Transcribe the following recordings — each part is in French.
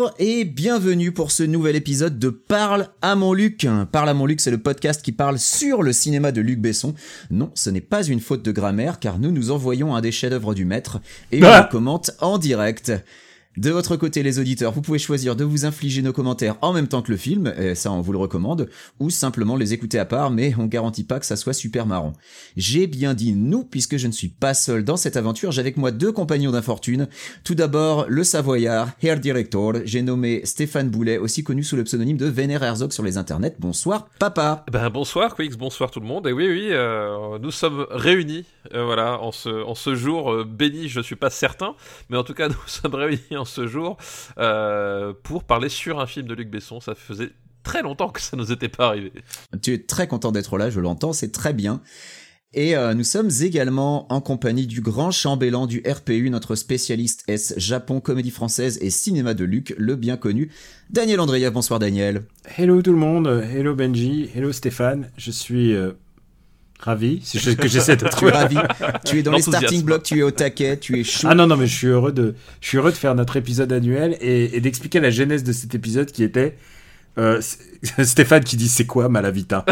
Bonjour et bienvenue pour ce nouvel épisode de Parle à mon Luc. Parle à mon Luc, c'est le podcast qui parle sur le cinéma de Luc Besson. Non, ce n'est pas une faute de grammaire car nous envoyons un des chefs-d'œuvre du maître et on le commente en direct. De votre côté, les auditeurs, vous pouvez choisir de vous infliger nos commentaires en même temps que le film, et ça on vous le recommande, ou simplement les écouter à part, mais on garantit pas que ça soit super marrant. J'ai bien dit nous, puisque je ne suis pas seul dans cette aventure, j'ai avec moi deux compagnons d'infortune. Tout d'abord, le Savoyard, Herr Director, j'ai nommé Stéphane Boulet, aussi connu sous le pseudonyme de Vénère Herzog sur les internets. Bonsoir, papa. Bonsoir Quix, bonsoir tout le monde, et oui, nous sommes réunis, en ce jour béni, je suis pas certain, mais en tout cas nous sommes réunis en ce jour pour parler sur un film de Luc Besson. Ça faisait très longtemps que ça nous était pas arrivé. Tu es très content d'être là, je l'entends, c'est très bien. Et nous sommes également en compagnie du grand chambellan du RPU, notre spécialiste S Japon, comédie française et cinéma de Luc, le bien connu Daniel Andreyev. Bonsoir Daniel. Hello tout le monde, hello Benji, hello Stéphane, je suis ravi, c'est ce que j'essaie de trouver. Tu es ravi, tu es dans les starting blocks, tu es au taquet, tu es chaud. Ah non, mais je suis heureux de faire notre épisode annuel et d'expliquer la genèse de cet épisode qui était Stéphane qui dit c'est quoi Malavita.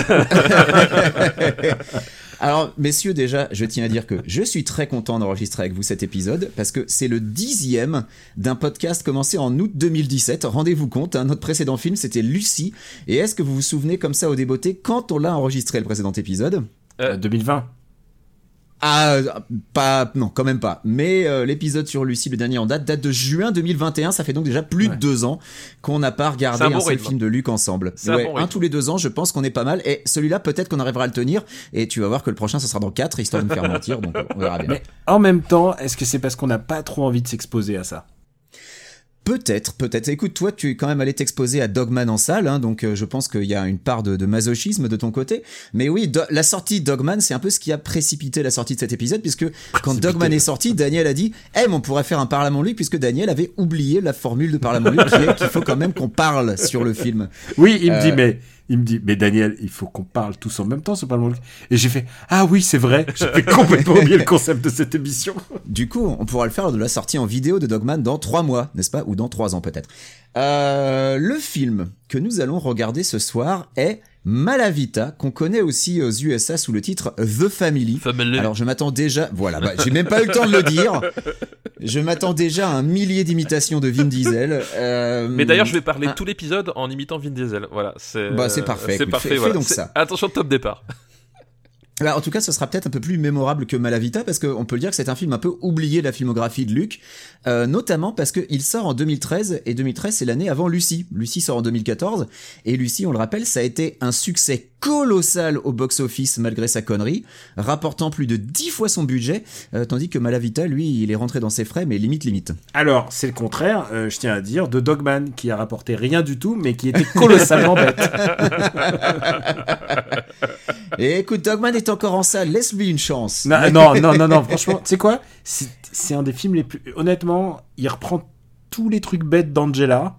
Alors, messieurs, déjà, je tiens à dire que je suis très content d'enregistrer avec vous cet épisode parce que c'est le 10e d'un podcast commencé en août 2017. Rendez-vous compte, notre précédent film, c'était Lucie. Et est-ce que vous vous souvenez comme ça au débeauté quand on l'a enregistré, le précédent épisode 2020. Non, quand même pas. Mais l'épisode sur Lucie, le dernier en date de juin 2021. Ça fait donc déjà plus de 2 ans qu'on n'a pas regardé un seul film de Luc ensemble. Un tous les 2 ans, je pense qu'on est pas mal. Et celui-là, peut-être qu'on arrivera à le tenir. Et tu vas voir que le prochain, ça sera dans 4, histoire de me faire mentir. Donc on verra bien. Mais en même temps, est-ce que c'est parce qu'on n'a pas trop envie de s'exposer à ça ? Peut-être. Écoute, toi, tu es quand même allé t'exposer à Dogman en salle, donc je pense qu'il y a une part de masochisme de ton côté. Mais oui, la sortie Dogman, c'est un peu ce qui a précipité la sortie de cet épisode, puisque quand Dogman est sorti, Daniel a dit « on pourrait faire un Parle à mon Luc », puisque Daniel avait oublié la formule de Parle à mon Luc, qui est qu'il faut quand même qu'on parle sur le film. Oui, il me dit, mais Daniel, il faut qu'on parle tous en même temps, c'est pas le moment. Et j'ai fait, ah oui, c'est vrai, j'avais complètement oublié le concept de cette émission. Du coup, on pourra le faire lors de la sortie en vidéo de Dogman dans 3 mois, n'est-ce pas? Ou dans 3 ans peut-être. Le film que nous allons regarder ce soir est Malavita, qu'on connaît aussi aux USA sous le titre The Family. Alors je m'attends déjà, j'ai même pas eu le temps de le dire. Je m'attends déjà à un millier d'imitations de Vin Diesel. Mais d'ailleurs, je vais parler tout l'épisode en imitant Vin Diesel. Voilà, c'est parfait. C'est parfait. Fais donc ça. Attention, top départ. En tout cas, ce sera peut-être un peu plus mémorable que Malavita parce qu'on peut le dire que c'est un film un peu oublié de la filmographie de Luc, notamment parce qu'il sort en 2013 et 2013 c'est l'année avant Lucie. Lucie sort en 2014 et Lucie, on le rappelle, ça a été un succès colossal au box-office malgré sa connerie, rapportant plus de 10 fois son budget, tandis que Malavita, lui, il est rentré dans ses frais mais limite. Alors, c'est le contraire, je tiens à dire, de Dogman qui a rapporté rien du tout mais qui était colossalement bête. Et écoute, Dogman est encore en salle, laisse-lui une chance. Non, franchement, tu sais quoi ? C'est un des films les plus... Honnêtement, il reprend tous les trucs bêtes d'Angela.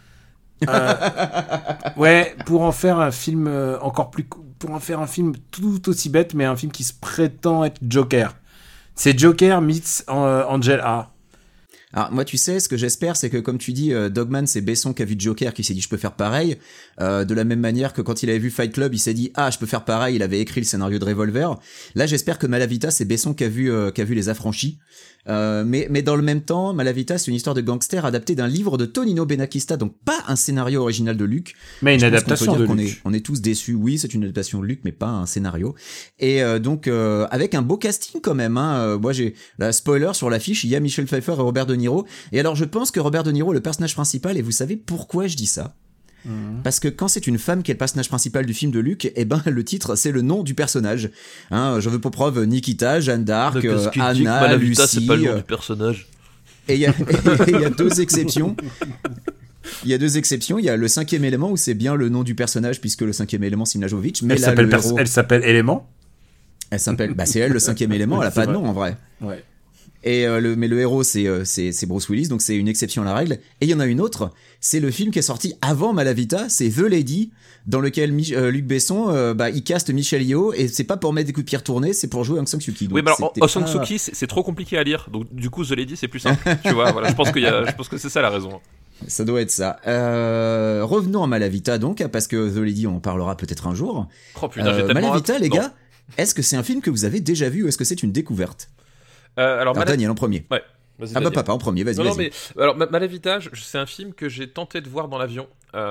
Pour en faire un film pour en faire un film tout aussi bête, mais un film qui se prétend être Joker. C'est Joker meets Angela. Alors moi, tu sais, ce que j'espère, c'est que comme tu dis, Dogman, c'est Besson qui a vu Joker, qui s'est dit je peux faire pareil. De la même manière que quand il avait vu Fight Club, il s'est dit je peux faire pareil. Il avait écrit le scénario de Revolver. Là, j'espère que Malavita, c'est Besson qui a vu Les Affranchis. Mais dans le même temps, Malavita, c'est une histoire de gangster adaptée d'un livre de Tonino Benakista, donc pas un scénario original de Luc. Mais une adaptation de Luc. On est tous déçus. Oui, c'est une adaptation de Luc, mais pas un scénario. Et donc avec un beau casting quand même. Moi, j'ai la spoiler sur l'affiche. Il y a Michel Pfeiffer et Robert De Niro. Et alors, je pense que Robert De Niro est le personnage principal. Et vous savez pourquoi je dis ça? Parce que quand c'est une femme qui est le personnage principal du film de Luc, le titre c'est le nom du personnage. J'en veux pour preuve Nikita, Jeanne d'Arc, Anna, Lucie. C'est pas le nom du personnage. Et il y a 2 exceptions. Il y a 2 exceptions. Il y a le 5e élément où c'est bien le nom du personnage puisque le 5e élément c'est Mlajovic. Mais elle s'appelle Élément. Elle s'appelle. C'est elle le 5e élément. Elle a pas de nom en vrai. Ouais. Et mais le héros c'est Bruce Willis, donc c'est une exception à la règle. Et il y en a une autre, c'est le film qui est sorti avant Malavita, c'est The Lady, dans lequel Luc Besson il caste Michelle Yeoh, et c'est pas pour mettre des coups de pierre tournés, c'est pour jouer Aung San Suu Kyi. Oui, mais alors Aung San Suu Kyi c'est trop compliqué à lire, donc du coup The Lady c'est plus simple. Tu vois, voilà, je pense que c'est ça la raison. Ça doit être ça. Revenons à Malavita donc, parce que The Lady, on en parlera peut-être un jour. Oh putain, j'ai tellement Malavita, hâte. les Non. gars, est-ce que c'est un film que vous avez déjà vu ou est-ce que c'est une découverte? Alors, Daniel en premier. Ouais. Vas-y, Ah bah Daniel. papa en premier, vas-y, Non, non, vas-y. mais alors Malavita, c'est un film que j'ai tenté de voir dans l'avion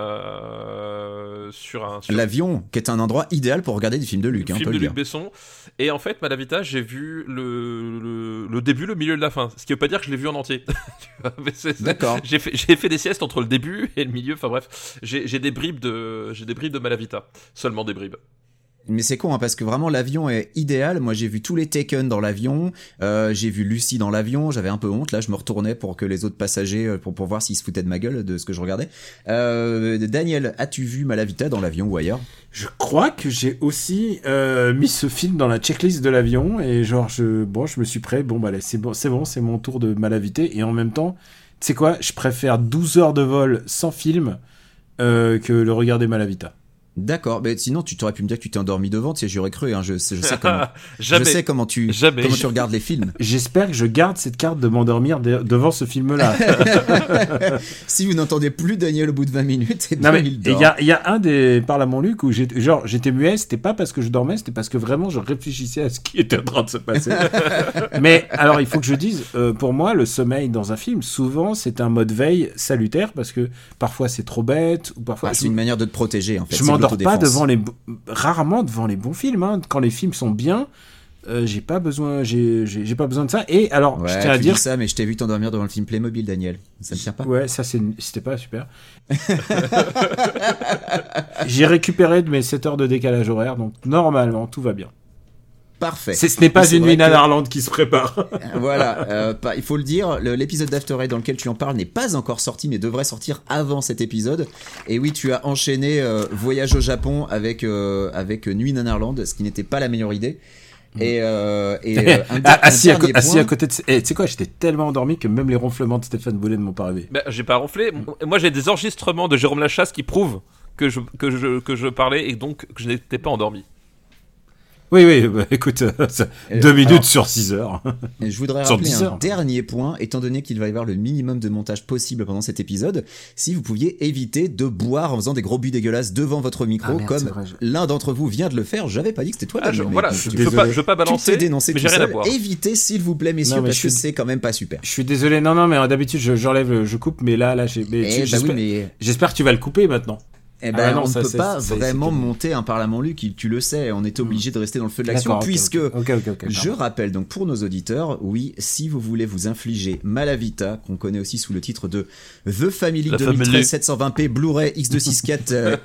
sur L'avion, qui est un endroit idéal pour regarder des films de Luc, hein, on film peut de le Luc dire. Besson. Et en fait, Malavita, j'ai vu le début, le milieu de la fin. Ce qui veut pas dire que je l'ai vu en entier. Tu vois, mais D'accord. j'ai fait des siestes entre le début et le milieu. Enfin bref, j'ai des bribes de Malavita, seulement des bribes. Mais c'est con, hein, parce que vraiment l'avion est idéal. Moi j'ai vu tous les Taken dans l'avion, j'ai vu Lucy dans l'avion, j'avais un peu honte, là je me retournais pour que les autres passagers, pour voir s'ils se foutaient de ma gueule de ce que je regardais. Daniel, as-tu vu Malavita dans l'avion ou ailleurs? Je crois que j'ai aussi mis ce film dans la checklist de l'avion et genre je me suis prêt. Bon bah allez, c'est bon, c'est mon tour de Malavita et en même temps, tu sais quoi, je préfère 12 heures de vol sans film que le regarder Malavita. D'accord, mais sinon tu t'aurais pu me dire que tu t'es endormi devant, tu sais, j'aurais cru, hein, je sais comment. Jamais. Je sais comment tu regardes les films. J'espère que je garde cette carte de m'endormir devant ce film-là. Si vous n'entendez plus Daniel au bout de 20 minutes, et Non bien mais il il dort. y a un des Parle à mon Luc où j'étais muet, c'était pas parce que je dormais, c'était parce que vraiment je réfléchissais à ce qui était en train de se passer. Mais alors il faut que je dise, pour moi le sommeil dans un film, souvent c'est un mode veille salutaire parce que parfois c'est trop bête ou parfois C'est une manière de te protéger en fait. je c'est m'endors pas l'autodéfense. rarement devant les bons films, hein. Quand les films sont bien, j'ai pas besoin de ça. Et alors, Ouais, je tiens à tu dire, dis ça, mais je t'ai vu t'endormir devant le film Playmobil, Daniel. Ça ne tient pas. ouais, ça c'était pas super. J'ai récupéré de mes 7 heures de décalage horaire, donc normalement tout va bien. Parfait. Ce n'est pas C'est une vrai nuit que- nanarlande qui se prépare. Voilà, il faut le dire, l'épisode d'After Eight dans lequel tu en parles n'est pas encore sorti, mais devrait sortir avant cet épisode. Et oui, tu as enchaîné Voyage au Japon avec Nuit Nanarland, ce qui n'était pas la meilleure idée. Et Assis à dernier point- côté de... tu sais quoi, j'étais tellement endormi que même les ronflements de Stéphane Boulet ne m'ont pas réveillé. Bah, j'ai pas ronflé. Moi, j'ai des enregistrements de Jérôme Lachasse qui prouvent que je parlais et donc que je n'étais pas endormi. Oui, bah, écoute, 2 minutes alors- sur 6 heures. Je voudrais Sur rappeler 10 un heures. dernier point, étant donné qu'il va y avoir le minimum de montage possible pendant cet épisode, si vous pouviez éviter de boire en faisant des gros buts dégueulasses devant votre micro, Ah merde, comme c'est vrai, l'un d'entre vous vient de le faire. J'avais pas dit que c'était toi, Daniel, mais Voilà, tu- je tu- veux désolé. pas tu balancer, t'es dénoncé mais tout j'ai rien à seul. boire. Évitez, s'il vous plaît, messieurs, Non, mais parce je que suis- c'est quand même pas super. Je suis désolé, non, mais d'habitude je coupe, mais là, mais Eh bah oui, mais j'espère que tu vas le couper maintenant. eh ben, non, on ça, ne peut c'est- pas c'est vraiment terrible. monter un Parlement Luc, tu le sais, on est obligé de rester dans le feu de l'action, D'accord, ok, puisque ok, je pardon. rappelle donc pour nos auditeurs, oui, si vous voulez vous infliger Malavita, qu'on connaît aussi sous le titre de The Family La 2013 Family. 720p Blu-ray X264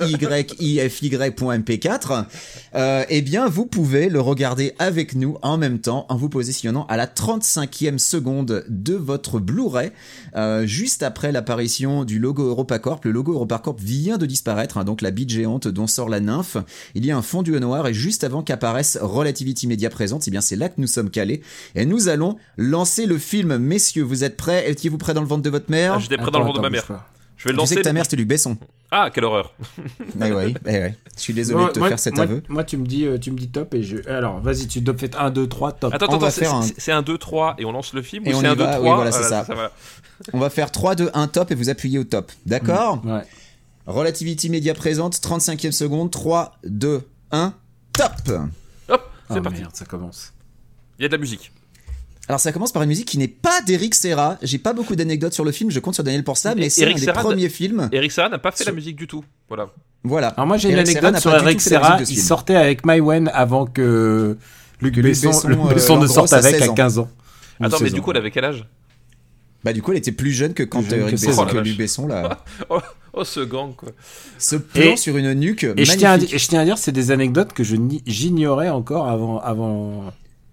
YIFY.mp4, eh bien vous pouvez le regarder avec nous en même temps en vous positionnant à la 35e seconde de votre Blu-ray, juste après l'apparition du logo EuropaCorp. Le logo EuropaCorp vient de disparaître, hein, donc la bite géante dont sort la nymphe. Il y a un fondu au noir et juste avant qu'apparaisse Relativity Media présente, eh bien c'est là que nous sommes calés et nous allons lancer le film. Messieurs, vous êtes prêts? Étiez-vous prêts dans le ventre de votre mère? J'étais prêt dans le ventre de ma mère. Je vais le Tu sais lancer. que ta mère c'était Luc Besson. Ah, quelle horreur. Eh oui, eh ouais. Je suis désolé de te faire cet aveu. Moi, tu me dis top et je. Alors, vas-y, tu dois faire 1, 2, 3, top. Attends, va faire un- c'est un 2-3 et on lance le film Et ou on c'est y un va, 2-3 oui, voilà, c'est ça. voilà. On va faire 3, 2, 1 top et vous appuyez au top. D'accord? Ouais. Relativity Media présente, 35e seconde, 3, 2, 1, top! Hop, c'est Oh, parti. merde, ça commence. Il y a de la musique. Alors ça commence par une musique qui n'est pas d'Eric Serra. J'ai pas beaucoup d'anecdotes sur le film, je compte sur Daniel pour ça, mais c'est Eric un des Serra premiers films. Eric Serra n'a pas fait Sur- la musique du tout. Voilà. Voilà. Alors, moi, j'ai une Eric Serra anecdote n'a sur pas du Eric tout fait la Serra. musique de ce Il film. sortait avec Maïwen avant que Luc Luc Besson Besson, ne en sorte gros, à avec 16 à ans. 15 ans. Ou Attends, mais 16 du ans. coup, elle avait quel âge? Bah du coup, elle était plus jeune que quand Plus jeune Eric que 16 Besson, ans. que Oh, la Luc vache. Besson là. Oh, ce gang, quoi. Ce plan Et- sur une nuque Et je tiens magnifique. à dire, c'est des anecdotes que j'ignorais encore avant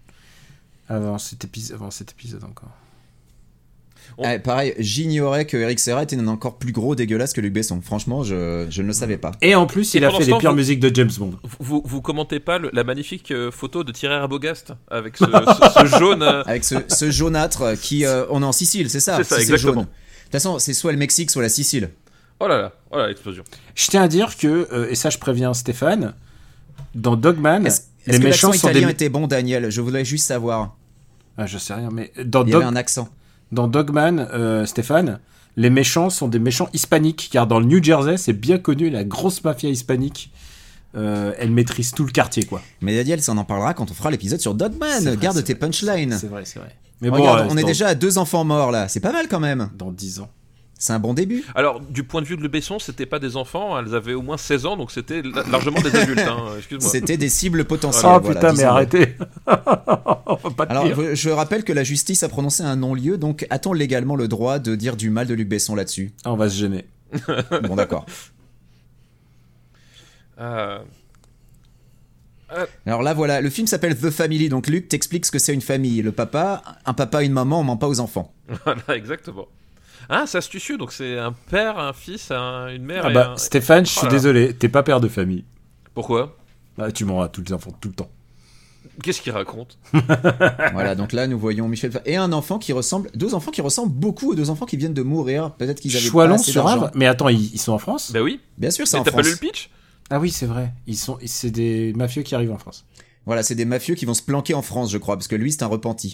cet épisode encore. Ah, pareil, j'ignorais que Eric Serra était un encore plus gros dégueulasse que Luc Besson. Franchement, je ne le savais pas. Et en plus, Et il a pendant fait ce les temps, pires vous- musiques de James Bond. Vous commentez pas la magnifique photo de Thierry Arbogast avec ce jaune. Avec ce jaunâtre qui, on est en Sicile, c'est ça? C'est ça, Si exactement. jaune. De toute façon, c'est soit le Mexique, soit la Sicile. Oh là, l'explosion. Je tiens à dire que, et ça je préviens Stéphane, dans Dogman, Est-ce les que méchants l'accent sont italien des... était bon, Daniel? Je voulais juste savoir. Ah, je sais rien, mais dans, Il y avait un accent. dans Dogman, Stéphane, les méchants sont des méchants hispaniques, car dans le New Jersey, c'est bien connu, la grosse mafia hispanique. Elle maîtrise tout le quartier, quoi. Mais Daniel, ça on en parlera quand on fera l'épisode sur Dogman. Vrai, Garde tes punchlines. C'est vrai. Mais Regarde, bon, on est déjà à 2 enfants morts là. C'est pas mal quand même. Dans 10 ans. C'est un bon début. Alors, du point de vue de Luc Besson, c'était pas des enfants, elles avaient au moins 16 ans, donc c'était largement des adultes, excuse-moi. C'était des cibles potentielles. Oh voilà, putain, mais disons-le. arrêtez. On va pas te Alors, dire. je rappelle que la justice a prononcé un non-lieu, donc a-t-on légalement le droit de dire du mal de Luc Besson là-dessus? On va se gêner. Bon, d'accord. Alors là, voilà, le film s'appelle The Family, donc Luc t'explique ce que c'est une famille. Le papa, un papa, une maman, on ment pas aux enfants. Voilà, exactement. Ah, c'est astucieux, donc c'est un père, un fils, une mère Ah et bah, un... Stéphane, je suis Oh là. désolé, t'es pas père de famille. Pourquoi? Ah, tu mens à tous les enfants tout le temps. Qu'est-ce qu'il raconte? Voilà, donc là, nous voyons Michel et un enfant qui ressemble, 2 enfants qui ressemblent beaucoup aux 2 enfants qui viennent de mourir. Peut-être qu'ils avaient pas Choualon assez sur d'argent. Havre. Mais attends, ils sont en France? Bah oui. Bien sûr, c'est Mais en t'as pas France. lu le pitch? Ah oui, c'est vrai. C'est des mafieux qui arrivent en France. Voilà, c'est des mafieux qui vont se planquer en France, je crois, parce que lui, c'est un repenti.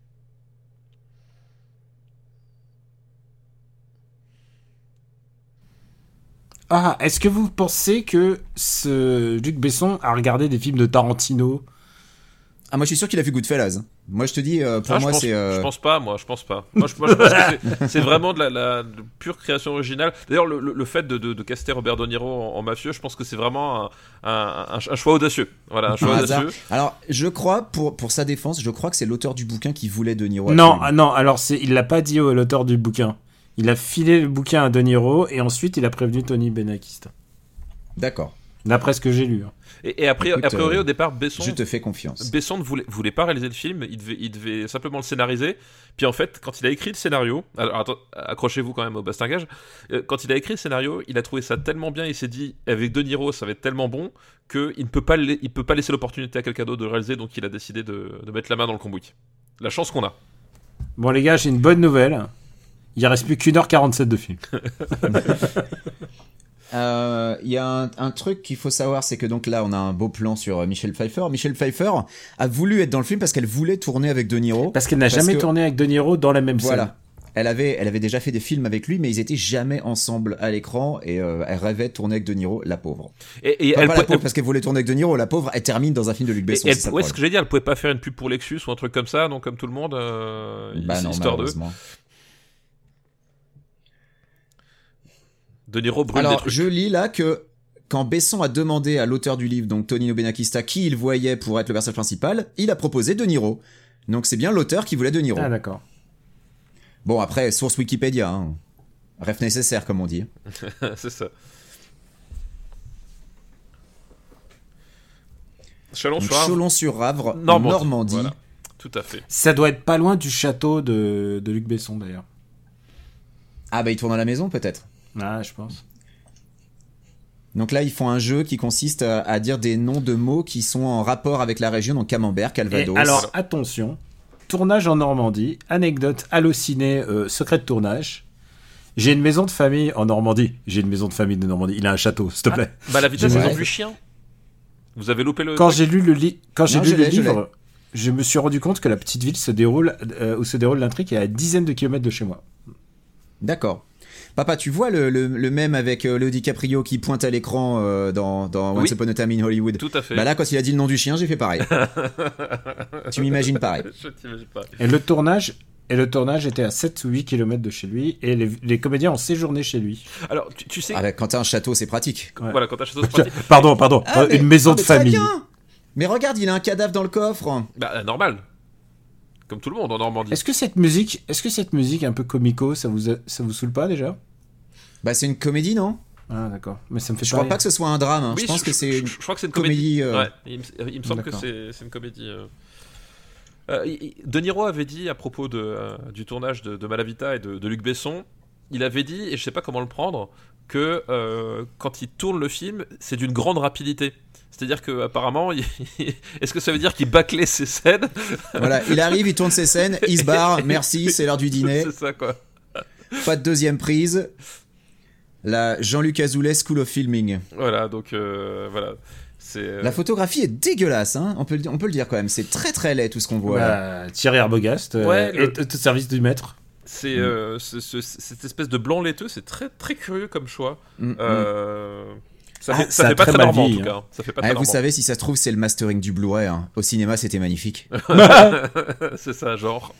Ah, est-ce que vous pensez que ce Luc Besson a regardé des films de Tarantino? Ah, moi, je suis sûr qu'il a vu Goodfellas. Moi, je te dis, pour moi, c'est... Je pense pas. Moi, je pense que c'est vraiment de la pure création originale. D'ailleurs, le fait de caster Robert De Niro en mafieux, je pense que c'est vraiment un choix audacieux. Voilà, un choix un hasard. audacieux. Alors, je crois, pour sa défense, je crois que c'est l'auteur du bouquin qui voulait De Niro. Non, absolument. non, alors il l'a pas dit à l'auteur du bouquin. Il a filé le bouquin à De Niro et ensuite il a prévenu Tony Benakista. D'accord. D'après ce que j'ai lu. Et a priori, au départ, Besson... Je te fais confiance. Besson ne voulait pas réaliser le film, il devait simplement le scénariser. Puis en fait, quand il a écrit le scénario, alors attends, accrochez-vous quand même au bastingage. Quand il a écrit le scénario, il a trouvé ça tellement bien, il s'est dit avec De Niro, ça va être tellement bon qu'il ne peut pas laisser l'opportunité à quelqu'un d'autre de le réaliser, donc il a décidé de mettre la main dans le cambouis. La chance qu'on a. Bon les gars, j'ai une bonne nouvelle. Il reste plus qu'1h47 de film. Il y a un truc qu'il faut savoir, c'est que donc là, on a un beau plan sur Michelle Pfeiffer. Michelle Pfeiffer a voulu être dans le film parce qu'elle voulait tourner avec De Niro. Parce qu'elle n'a jamais tourné avec De Niro dans la même Voilà. scène. Elle avait déjà fait des films avec lui, mais ils étaient jamais ensemble à l'écran et elle rêvait de tourner avec De Niro, la pauvre. Et Enfin, pas la pauvre parce qu'elle voulait tourner avec De Niro, la pauvre, elle termine dans un film de Luc Besson. ouais, c'est ça le ce que problème. j'allais dire, elle pouvait pas faire une pub pour Lexus ou un truc comme ça, non, comme tout le monde, Bah non, histoire de malheureusement. De Niro brûle des Alors, trucs. je lis là que quand Besson a demandé à l'auteur du livre, donc Tonino Benakista, qui il voyait pour être le personnage principal, il a proposé De Niro. Donc c'est bien l'auteur qui voulait De Niro. Ah d'accord. Bon, après, source Wikipédia, hein. Ref nécessaire, comme on dit. C'est ça. Chalon-sur-Ravre, Normandie. Voilà. Tout à fait. Ça doit être pas loin du château de Luc Besson d'ailleurs. Ah bah il tourne à la maison peut-être. Ah, je pense. Donc là ils font un jeu qui consiste à dire des noms de mots qui sont en rapport avec la région, donc Camembert, Calvados. Et alors attention, tournage en Normandie, anecdote hallucinée, secret de tournage. J'ai une maison de famille en Normandie. J'ai une maison de famille de Normandie. Il a un château, s'il te plaît. Bah la vitesse Ouais. du chien. Vous avez loupé le. Quand j'ai lu le, je l'ai. livre, je me suis rendu compte que la petite ville se déroule où se déroule l'intrigue est à dizaines de kilomètres de chez moi. D'accord. Papa, tu vois le même avec Leo DiCaprio qui pointe à l'écran dans Oui. Once Upon a Time in Hollywood. Tout à fait. Bah là, quand il a dit le nom du chien, j'ai fait pareil. Tu m'imagines pareil. Je t'imagine pas. Et le tournage était à 7 ou 8 km de chez lui et les comédiens ont séjourné chez lui. Alors tu sais. Ah bah, quand t'as un château, c'est pratique. Ouais. Voilà, quand t'as château, c'est pratique. Pardon, Ah, mais- une maison de mais très famille. bien. Mais regarde, il a un cadavre dans le coffre. Bah normal. Comme tout le monde en Normandie. Est-ce que cette musique un peu comico, ça vous saoule pas déjà? Bah c'est une comédie, non? Ah d'accord, mais ça me fait Je crois pas que ce soit un drame. Hein. Oui, je pense que c'est une je crois que c'est une comédie. comédie. Ouais, il me semble que D'accord. c'est une comédie. De Niro avait dit à propos du tournage de Malavita et de Luc Besson, il avait dit, et je sais pas comment le prendre, que quand il tourne le film, c'est d'une grande rapidité. C'est-à-dire que apparemment, est-ce que ça veut dire qu'il bâclait ses scènes? Voilà, il arrive, il tourne ses scènes, il se barre, merci, c'est l'heure du dîner. C'est ça quoi. Pas de deuxième prise. La Jean-Luc Azoulay School of Filming. Voilà, donc voilà. C'est, La photographie est dégueulasse, hein. On peut le dire quand même. C'est très très laid tout ce qu'on voit là. Thierry Arbogast Ouais, est au service du maître. cette espèce de blanc laiteux, c'est très très curieux comme choix. Ça ça fait a pas très très mal normand en vieilli, tout cas. Ça fait pas très Vous normand. savez, si ça se trouve, c'est le mastering du Blu-ray. Hein. Au cinéma, c'était magnifique. C'est ça, genre.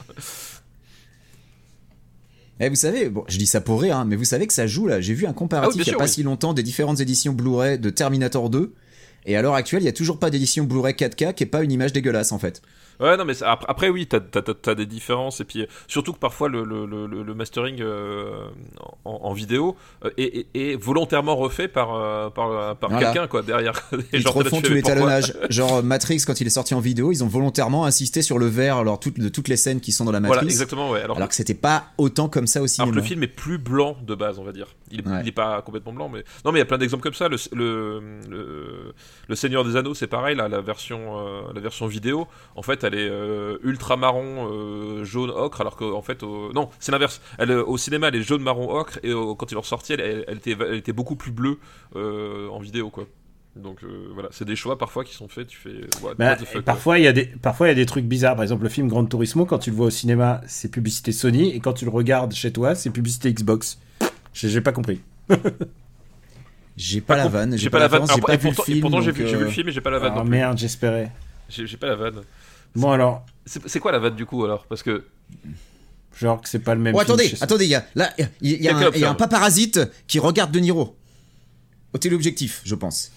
Vous savez, bon, je dis ça pour rire, hein, mais vous savez que ça joue là. J'ai vu un comparatif bien il y a sûr, pas oui. si longtemps des différentes éditions Blu-ray de Terminator 2. Et à l'heure actuelle, il y a toujours pas d'édition Blu-ray 4K qui est pas une image dégueulasse en fait. Ouais, non, mais après, oui, t'as des différences, et puis surtout que parfois le mastering en vidéo est volontairement refait par Voilà. quelqu'un, quoi, derrière. Et Ils genre, te t'es là, refont tu fais, tout mais pourquoi l'étalonnage. Genre Matrix, quand il est sorti en vidéo, ils ont volontairement insisté sur le vert alors, de toutes les scènes qui sont dans la Voilà, Matrice. exactement, ouais. Alors que c'était pas autant comme ça au Alors cinéma. que le film est plus blanc de base, on va dire. Il est pas complètement blanc, mais non, mais il y a plein d'exemples comme ça. Le Seigneur des Anneaux, c'est pareil. Là, la version vidéo, en fait, elle est ultra marron, jaune ocre, alors qu'en fait, non, c'est l'inverse. Au cinéma, elle est jaune marron ocre, et quand ils l'ont sortie, elle était beaucoup plus bleue en vidéo, quoi. Donc voilà, c'est des choix parfois qui sont faits. Tu fais. What the fuck, parfois il y a des trucs bizarres. Par exemple, le film Gran Turismo, quand tu le vois au cinéma, c'est publicité Sony, et quand tu le regardes chez toi, c'est publicité Xbox. J'ai pas compris. J'ai pas la vanne. J'ai pas la vanne. J'ai pas vu le Et film. pourtant, j'ai donc, vu le film et j'ai pas la vanne. Ah non plus. merde, j'espérais. J'ai pas la vanne. Bon alors, C'est quoi la vanne du coup alors? Parce que genre que c'est pas le même Oh, film. attendez, il y a un paparazite qui regarde De Niro. Au téléobjectif, je pense.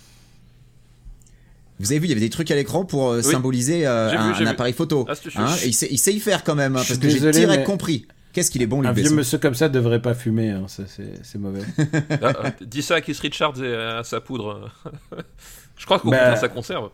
Vous avez vu, il y avait des trucs à l'écran pour symboliser un appareil photo. Ah, c'est Et il sait y faire quand même, parce que j'ai désolé, direct mais compris. Qu'est-ce qu'il est bon, Luc Un vieux Besson. monsieur comme ça devrait pas fumer, hein. Ça, c'est mauvais. dis ça à Keith Richards et à sa poudre. Je crois qu'on Bah. dans sa conserve.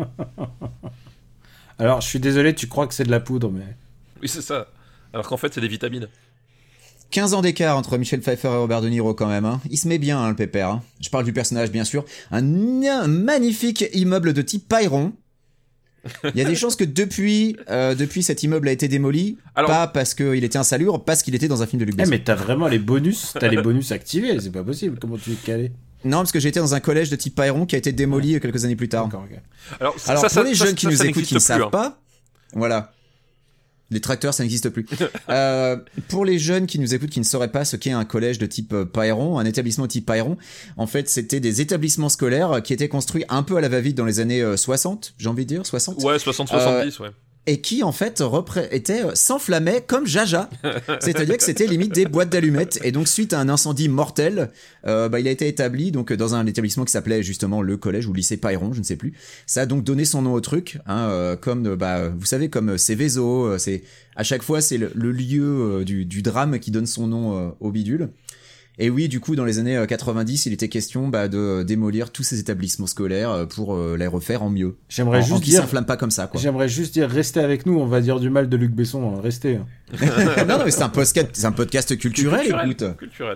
Alors, je suis désolé, tu crois que c'est de la poudre, mais... Oui, c'est ça. Alors qu'en fait, c'est des vitamines. 15 ans d'écart entre Michel Pfeiffer et Robert De Niro quand même. Hein. Il se met bien, hein, le pépère. Hein. Je parle du personnage, bien sûr. Un magnifique immeuble de type Payron. Il y a des chances que depuis cet immeuble a été démoli, pas parce qu'il était insalubre, parce qu'il était dans un film de Luc Besson. mais t'as vraiment les bonus, t'as les bonus activés, c'est pas possible. Comment tu es calé? Non, parce que j'ai été dans un collège de type Payron qui a été démoli quelques années plus tard. D'accord, ok. Alors pour les jeunes qui nous écoutent qui ne savent pas, voilà. Les tracteurs, ça n'existe plus. Pour les jeunes qui nous écoutent, qui ne sauraient pas ce qu'est un collège de type Payron, un établissement de type Payron, en fait, c'était des établissements scolaires qui étaient construits un peu à la va-vite dans les années 60, j'ai envie de dire, 60. Ouais, 60-70, ouais. Et qui, en fait, s'enflammaient comme Jaja. C'est-à-dire que c'était limite des boîtes d'allumettes. Et donc, suite à un incendie mortel, il a été établi donc dans un établissement qui s'appelait justement le collège ou lycée Payron, je ne sais plus. Ça a donc donné son nom au truc, hein, comme, vous savez, comme Céveso. C'est à chaque fois, c'est le lieu du drame qui donne son nom au bidule. Et oui, du coup, dans les années 90, il était question de démolir tous ces établissements scolaires pour les refaire en mieux. J'aimerais juste qu'ils s'enflamment pas comme ça, quoi. J'aimerais juste dire, restez avec nous, on va dire du mal de Luc Besson, hein. Restez. Hein. non, mais c'est un podcast culturel, écoute. Culturel.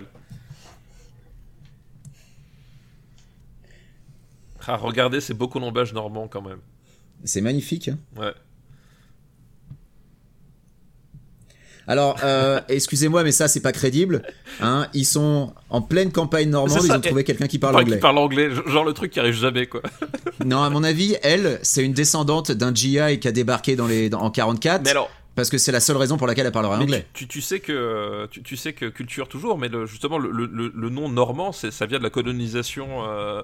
Ah, regardez, c'est beau colombage normand quand même. C'est magnifique. Hein. Ouais. Alors, excusez-moi, mais ça, c'est pas crédible. Hein, ils sont en pleine campagne normande, ils ont trouvé quelqu'un qui parle anglais. Qui parle anglais, genre le truc qui arrive jamais, quoi. Non, à mon avis, elle, c'est une descendante d'un GI qui a débarqué en 44. Mais alors... Parce que c'est la seule raison pour laquelle elle parlerait anglais. Tu sais que culture toujours, mais justement le nom normand, ça vient de la colonisation,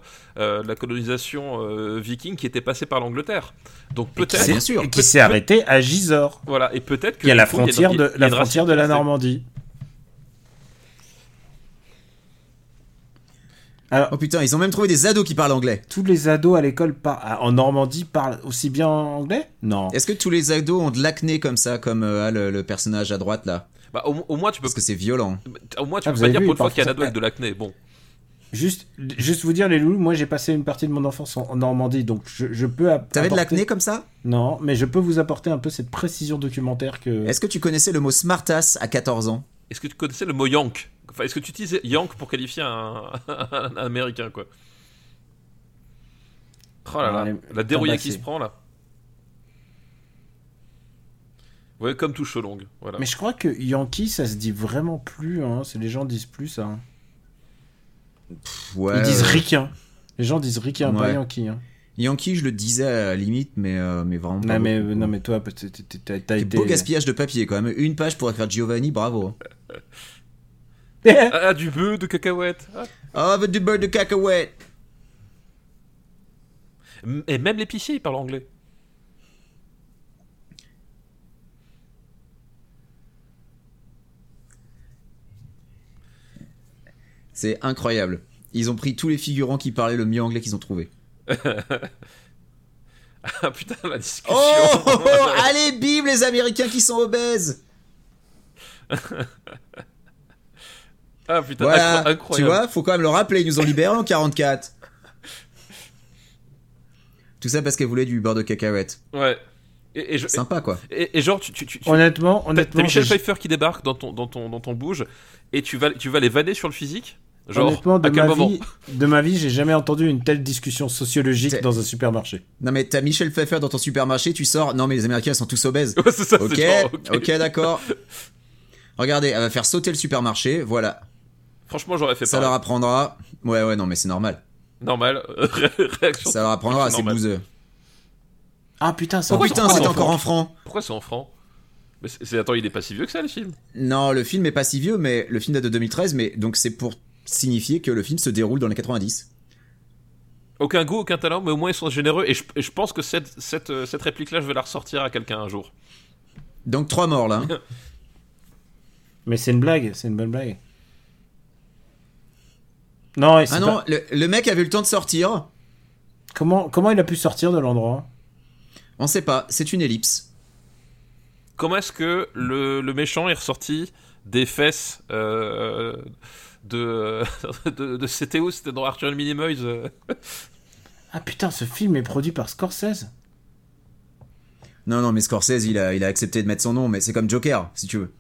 viking qui était passée par l'Angleterre. Donc peut-être bien sûr, qui s'est arrêtée à Gisors. Voilà, et peut-être que il y a la frontière de la Normandie. Alors, oh putain, ils ont même trouvé des ados qui parlent anglais. Tous les ados à l'école en Normandie parlent aussi bien anglais ? Non. Est-ce que tous les ados ont de l'acné comme ça, comme le personnage à droite là ? Bah, au moins tu peux. Parce que c'est violent. Au moins tu peux pas dire pour une fois qu'il y a un ado avec de l'acné. Bon. Juste vous dire les loulous, moi j'ai passé une partie de mon enfance en Normandie, donc je peux. T'avais de l'acné comme ça ? Non, mais je peux vous apporter un peu cette précision documentaire que. Est-ce que tu connaissais le mot smartass à 14 ans ? Est-ce que tu connaissais le mot yank ? Enfin, est-ce que tu utilises yank pour qualifier un américain, quoi ? Oh là là, la dérouillée qui se prend là. Ouais, comme touche longue. Voilà. Mais je crois que Yankee, ça se dit vraiment plus. Hein. Les gens disent plus ça. Hein. Ouais, ils disent ricain. Les gens disent ricain, pas Yankee. Hein. Yankee, je le disais à la limite, mais vraiment pas. Non, mais toi, t'as été. Beau gaspillage de papier quand même. Une page pour écrire Giovanni, bravo. Du beurre de cacahuète. Du beurre de cacahuète. Et même l'épicier, il parle anglais. C'est incroyable. Ils ont pris tous les figurants qui parlaient le mieux anglais qu'ils ont trouvé. Ah putain, la discussion. Allez, bim, les Américains qui sont obèses. Ah putain, voilà. incroyable. Tu vois, faut quand même le rappeler, ils nous ont libérés en 44. Tout ça parce qu'elle voulait du beurre de cacahuète. Ouais. Sympa quoi. Et genre, honnêtement, t'as Michel Pfeiffer qui débarque dans ton bouge et tu vas les vanner sur le physique. Genre, honnêtement, à quel moment de ma vie, j'ai jamais entendu une telle discussion sociologique dans un supermarché. Non mais t'as Michel Pfeiffer dans ton supermarché, tu sors. Non mais les Américains ils sont tous obèses. Ouais, c'est ça. Ok, c'est genre, ok, d'accord. Regardez, elle va faire sauter le supermarché, voilà. Franchement, j'aurais fait ça pareil. leur apprendra. Ouais, non mais c'est normal. Normal. Réaction. Ça leur apprendra, c'est bouseux. Ah putain, c'est encore en francs. Pourquoi c'est en francs? Mais attends, il est pas si vieux que ça le film. Non, le film est pas si vieux, mais le film date de 2013, mais donc c'est pour signifier que le film se déroule dans les 90. Aucun goût, aucun talent, mais au moins ils sont généreux et je pense que cette réplique-là, je vais la ressortir à quelqu'un un jour. Donc 3 morts là. Hein. Mais c'est une blague, c'est une bonne blague. Non, non, le mec avait eu le temps de sortir. Comment il a pu sortir de l'endroit? On sait pas, c'est une ellipse. Comment est-ce que le méchant est ressorti des fesses de c'était où? C'était dans Arthur and Minimoys. Ah putain, ce film est produit par Scorsese. Non, mais Scorsese, il a accepté de mettre son nom, mais c'est comme Joker, si tu veux.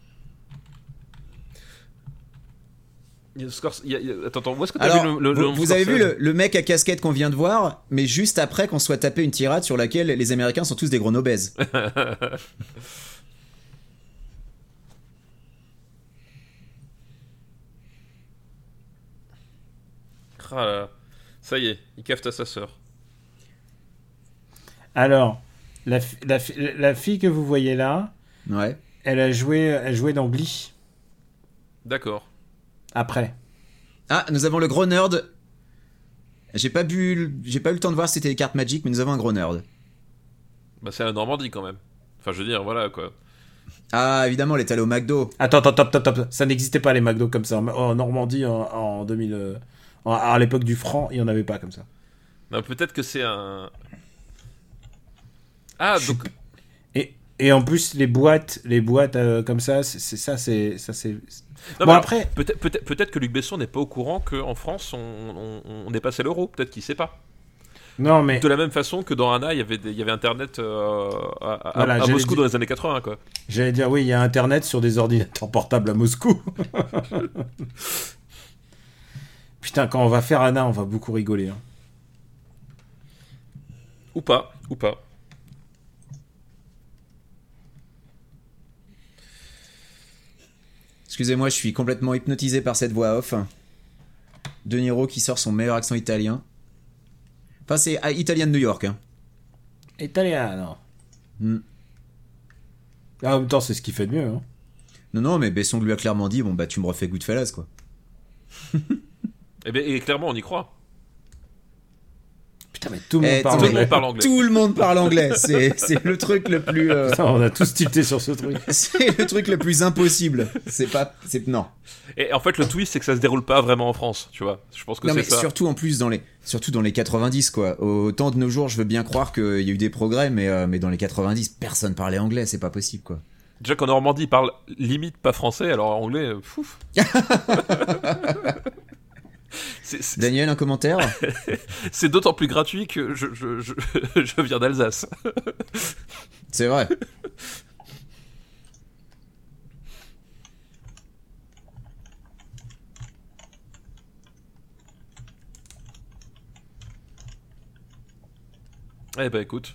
Attends, où est-ce que t'as vu le nom? Vous avez vu le mec à casquette qu'on vient de voir, mais juste après qu'on soit tapé une tirade sur laquelle les Américains sont tous des gros obèses. Ah là, ça y est, il cafte à sa sœur. Alors, la fille que vous voyez là, ouais. elle jouait dans Glee. D'accord. Après. Ah, nous avons le gros nerd. J'ai pas eu le temps de voir si c'était les cartes Magic, mais nous avons un gros nerd. Bah c'est la Normandie quand même. Enfin, je veux dire, voilà quoi. Ah, évidemment, elle est allée au McDo. Attends, ça n'existait pas les McDo comme ça. En Normandie, en 2000... à l'époque du franc, il n'y en avait pas comme ça. Non, peut-être que c'est un... Ah, donc... Et en plus, les boîtes comme ça, c'est... Non, bon, mais après... Peut-être que Luc Besson n'est pas au courant qu'en France, on dépassait l'euro. Peut-être qu'il sait pas. Non, mais... De la même façon que dans Anna, il y avait Internet à Moscou dans les années 80, quoi. J'allais dire, oui, il y a Internet sur des ordinateurs portables à Moscou. Putain, quand on va faire Anna, on va beaucoup rigoler. Hein. Ou pas. Excusez-moi, je suis complètement hypnotisé par cette voix off. De Niro qui sort son meilleur accent italien. Enfin, c'est italien de New York. Hein. Italiano. En même temps, c'est ce qu'il fait de mieux. Hein. Non, mais Besson lui a clairement dit, bon bah tu me refais Goodfellas, quoi. Et clairement, on y croit. Putain, mais tout le monde parle anglais. Tout le monde parle anglais. C'est le truc le plus... Putain, on a tous tilté sur ce truc. C'est le truc le plus impossible. Non. Et en fait, le twist, c'est que ça se déroule pas vraiment en France, tu vois. Je pense que non, c'est mais ça. Surtout dans les 90, quoi. Autant de nos jours, je veux bien croire qu'il y a eu des progrès, mais dans les 90, personne parlait anglais, c'est pas possible, quoi. Déjà qu'en Normandie, ils parlent limite pas français, alors anglais, fouf. Daniel, un commentaire? C'est d'autant plus gratuit que je viens d'Alsace. C'est vrai. Eh ben écoute.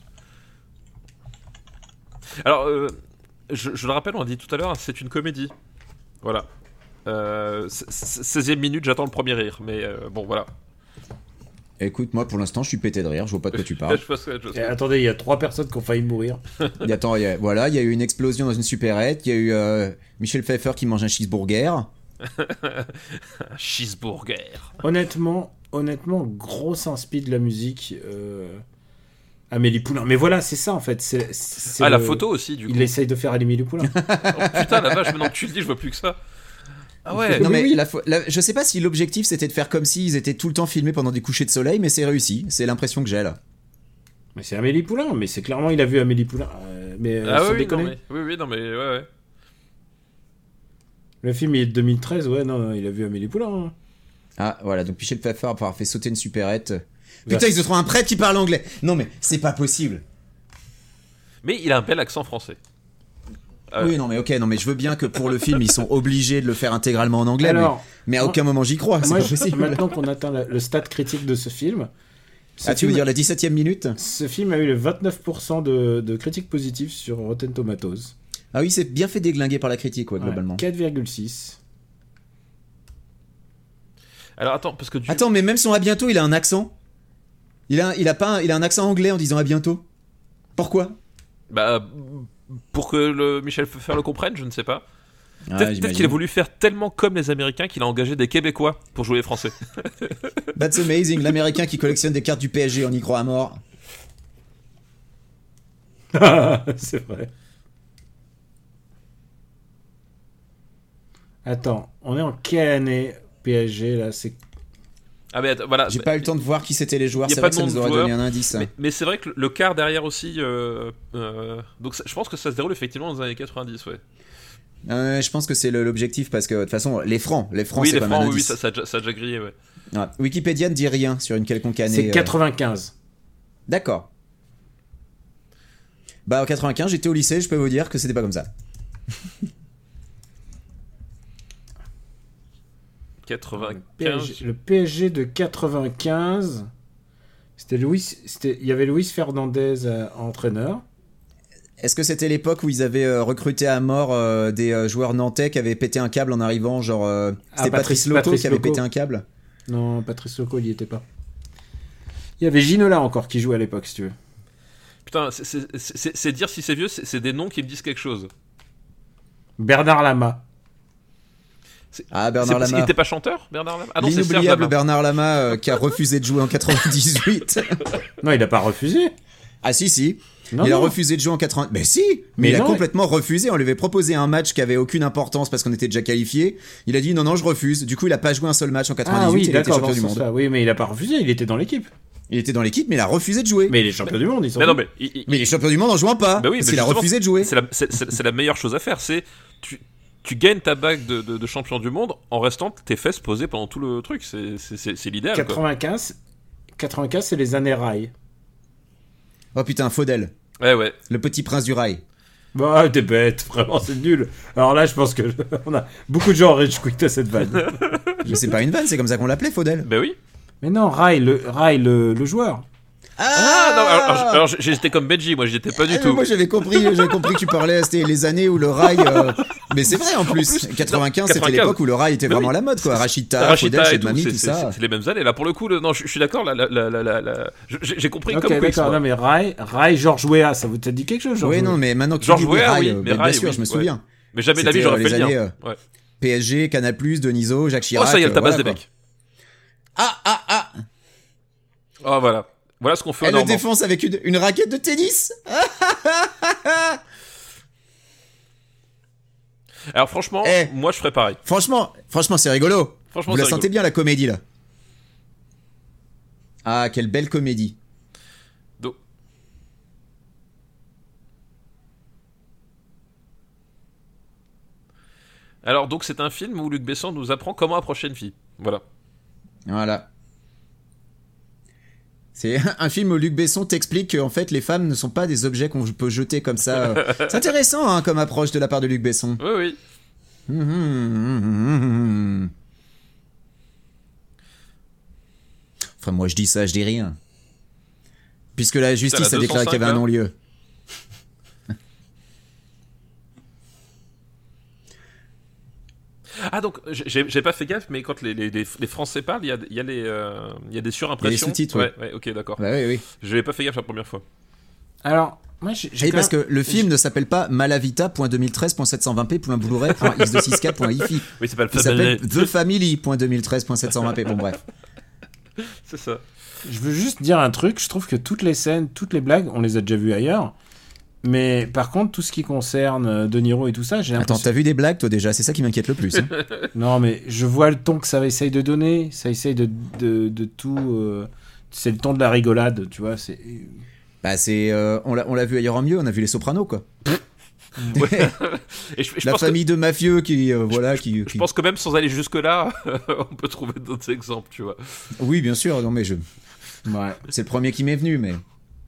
Alors, je le rappelle, on a dit tout à l'heure, c'est une comédie. Voilà. 16e minute, j'attends le premier rire, mais bon, voilà. Écoute, moi pour l'instant je suis pété de rire, je vois pas de quoi tu parles. Attendez, il y a 3 personnes qui ont failli mourir. Attends, il y a eu une explosion dans une supérette, il y a eu Michel Pfeiffer qui mange un cheeseburger. Un cheeseburger. Honnêtement, grosse inspi de la musique. Amélie Poulain. Mais voilà, c'est ça en fait. C'est la photo aussi, du coup. Il essaye de faire Amélie Poulain. Oh, putain, la vache, maintenant que tu le dis, je vois plus que ça. Ah ouais. Non mais je sais pas si l'objectif c'était de faire comme s'ils étaient tout le temps filmés pendant des couchers de soleil, mais c'est réussi. C'est l'impression que j'ai là. Mais c'est Amélie Poulain. Mais c'est clairement, il a vu Amélie Poulain. Mais sans déconner. Non mais ouais. Le film il est de 2013. Ouais, non, il a vu Amélie Poulain. Hein. Ah voilà, donc Michel Pfeiffer a fait sauter une supérette. Putain, ils se trouvent un prêtre qui parle anglais. Non mais c'est pas possible. Mais il a un bel accent français. Oui, non mais je veux bien que pour le film ils sont obligés de le faire intégralement en anglais. Alors, mais à aucun moment j'y crois. C'est pas possible. Maintenant qu'on atteint le stade critique de ce film. Tu veux dire la 17e minute ? Ce film a eu le 29% de critiques positives sur Rotten Tomatoes. Ah oui, c'est bien fait déglinguer par la critique, globalement. 4,6. Alors attends, parce que Attends, mais même son à bientôt, il a un accent. Il a un accent anglais en disant à bientôt. Pourquoi ? Bah, pour que Michel Pfeiffer le comprenne, je ne sais pas. Peut-être qu'il a voulu faire tellement comme les Américains qu'il a engagé des Québécois pour jouer les Français. That's amazing, l'Américain qui collectionne des cartes du PSG, on y croit à mort. C'est vrai. Attends, on est en quelle année PSG là ? C'est... Ah mais attends, voilà. J'ai pas eu le temps de voir qui c'était les joueurs, c'est vrai que ça nous aurait donné un indice. Mais c'est vrai que le quart derrière aussi. Donc je pense que ça se déroule effectivement dans les années 90, ouais. Je pense que c'est l'objectif parce que de toute façon, les francs, c'est pas mal. Oui, ça a déjà grillé, ouais. Ouais. Wikipédia ne dit rien sur une quelconque année. C'est 95. D'accord. Bah en 95, j'étais au lycée, je peux vous dire que c'était pas comme ça. 95. Le PSG de 95, il y avait Luis Fernandez entraîneur. Est-ce que c'était l'époque où ils avaient recruté à mort des joueurs nantais qui avaient pété un câble en arrivant, genre c'était Patrice Loco qui avait pété un câble ? Non, Patrice Loco, il y était pas. Il y avait Ginola encore qui jouait à l'époque, si tu veux. Putain, c'est dire si c'est vieux, c'est des noms qui me disent quelque chose. Bernard Lama. Bernard Lama. Il était pas chanteur, Bernard Lama ? Ah non, l'inoubliable Bernard Lama qui a refusé de jouer en 98. Non, il a pas refusé. Ah si. Il a refusé de jouer en 80. Mais si, mais il a complètement refusé. On lui avait proposé un match qui avait aucune importance parce qu'on était déjà qualifié. Il a dit non, je refuse. Du coup, il a pas joué un seul match en 98. Oui, il était champion du monde. Oui, mais il a pas refusé. Il était dans l'équipe. Il était dans l'équipe, mais il a refusé de jouer. Mais il est champion du monde, ils sont. Mais il est champion du monde en jouant pas. Bah oui, parce qu'il a refusé de jouer. C'est la meilleure chose à faire. C'est tu gagnes ta bague de champion du monde en restant tes fesses posées pendant tout le truc. C'est l'idéal. 95, c'est les années rail. Oh putain, Faudel. Ouais. Le petit prince du rail. Bah, t'es bête, vraiment, c'est nul. Alors là, je pense que on a beaucoup de gens en rage quit à cette vanne. Mais c'est pas une vanne, c'est comme ça qu'on l'appelait, Faudel. Bah oui. Mais non, Rai, le joueur. Non, alors j'étais comme Benji, moi j'étais pas du tout. Moi j'avais compris que tu parlais, c'était les années où le rail. Mais c'est vrai en plus. 95, c'était l'époque où le rail était vraiment la mode, quoi. Rachita, Faudel, chez Mamie, tout ça. C'est les mêmes années. Là pour le coup, non, je suis d'accord. J'ai compris comme quoi. D'accord, non mais Rai, Georges Weah, ça vous t'a dit quelque chose, Oui, non, mais maintenant que tu dis Rai, bien sûr, je me souviens. Mais jamais de la vie j'aurais fait le lien. PSG, Canal+, Deniso, Jacques Chirac. Oh ça y est, le tabasse des mecs. Ah. Oh voilà. Voilà ce qu'on fait. Elle le défonce avec une raquette de tennis. Alors franchement, moi je ferais pareil. Franchement, c'est rigolo. Vous la sentez bien la comédie là. Ah, quelle belle comédie. Alors donc c'est un film où Luc Besson nous apprend comment approcher une fille. Voilà. C'est un film où Luc Besson t'explique qu'en fait les femmes ne sont pas des objets qu'on peut jeter comme ça. C'est intéressant hein, comme approche de la part de Luc Besson. Oui. Enfin moi je dis ça, je dis rien. Puisque la justice a déclaré qu'il y avait un non-lieu. Ah donc j'ai pas fait gaffe, mais quand les Français parlent, il y a des surimpressions. Il y a des sous-titres, ouais, ok, d'accord. Bah oui. J'avais pas fait gaffe la première fois. Alors, moi, j'ai parce que le film ne s'appelle pas malavita.2013.720p.blu-ray.x264.ifi. Oui, c'est pas le Il s'appelle thefamily.2013.720p. Bon, bref. C'est ça. Je veux juste dire un truc. Je trouve que toutes les scènes, toutes les blagues, on les a déjà vues ailleurs. Mais par contre, tout ce qui concerne De Niro et tout ça, j'ai l'impression... Attends, t'as vu des blagues, toi, déjà? C'est ça qui m'inquiète le plus. Hein. Non, mais je vois le ton que ça essaye de donner. Ça essaye de tout... c'est le ton de la rigolade, tu vois. C'est... Bah, c'est... on l'a vu ailleurs en mieux, on a vu Les Sopranos, quoi. Ouais. Et je la pense famille de mafieux qui... Je pense que même sans aller jusque-là, on peut trouver d'autres exemples, tu vois. Oui, bien sûr, non mais Ouais. c'est le premier qui m'est venu, mais...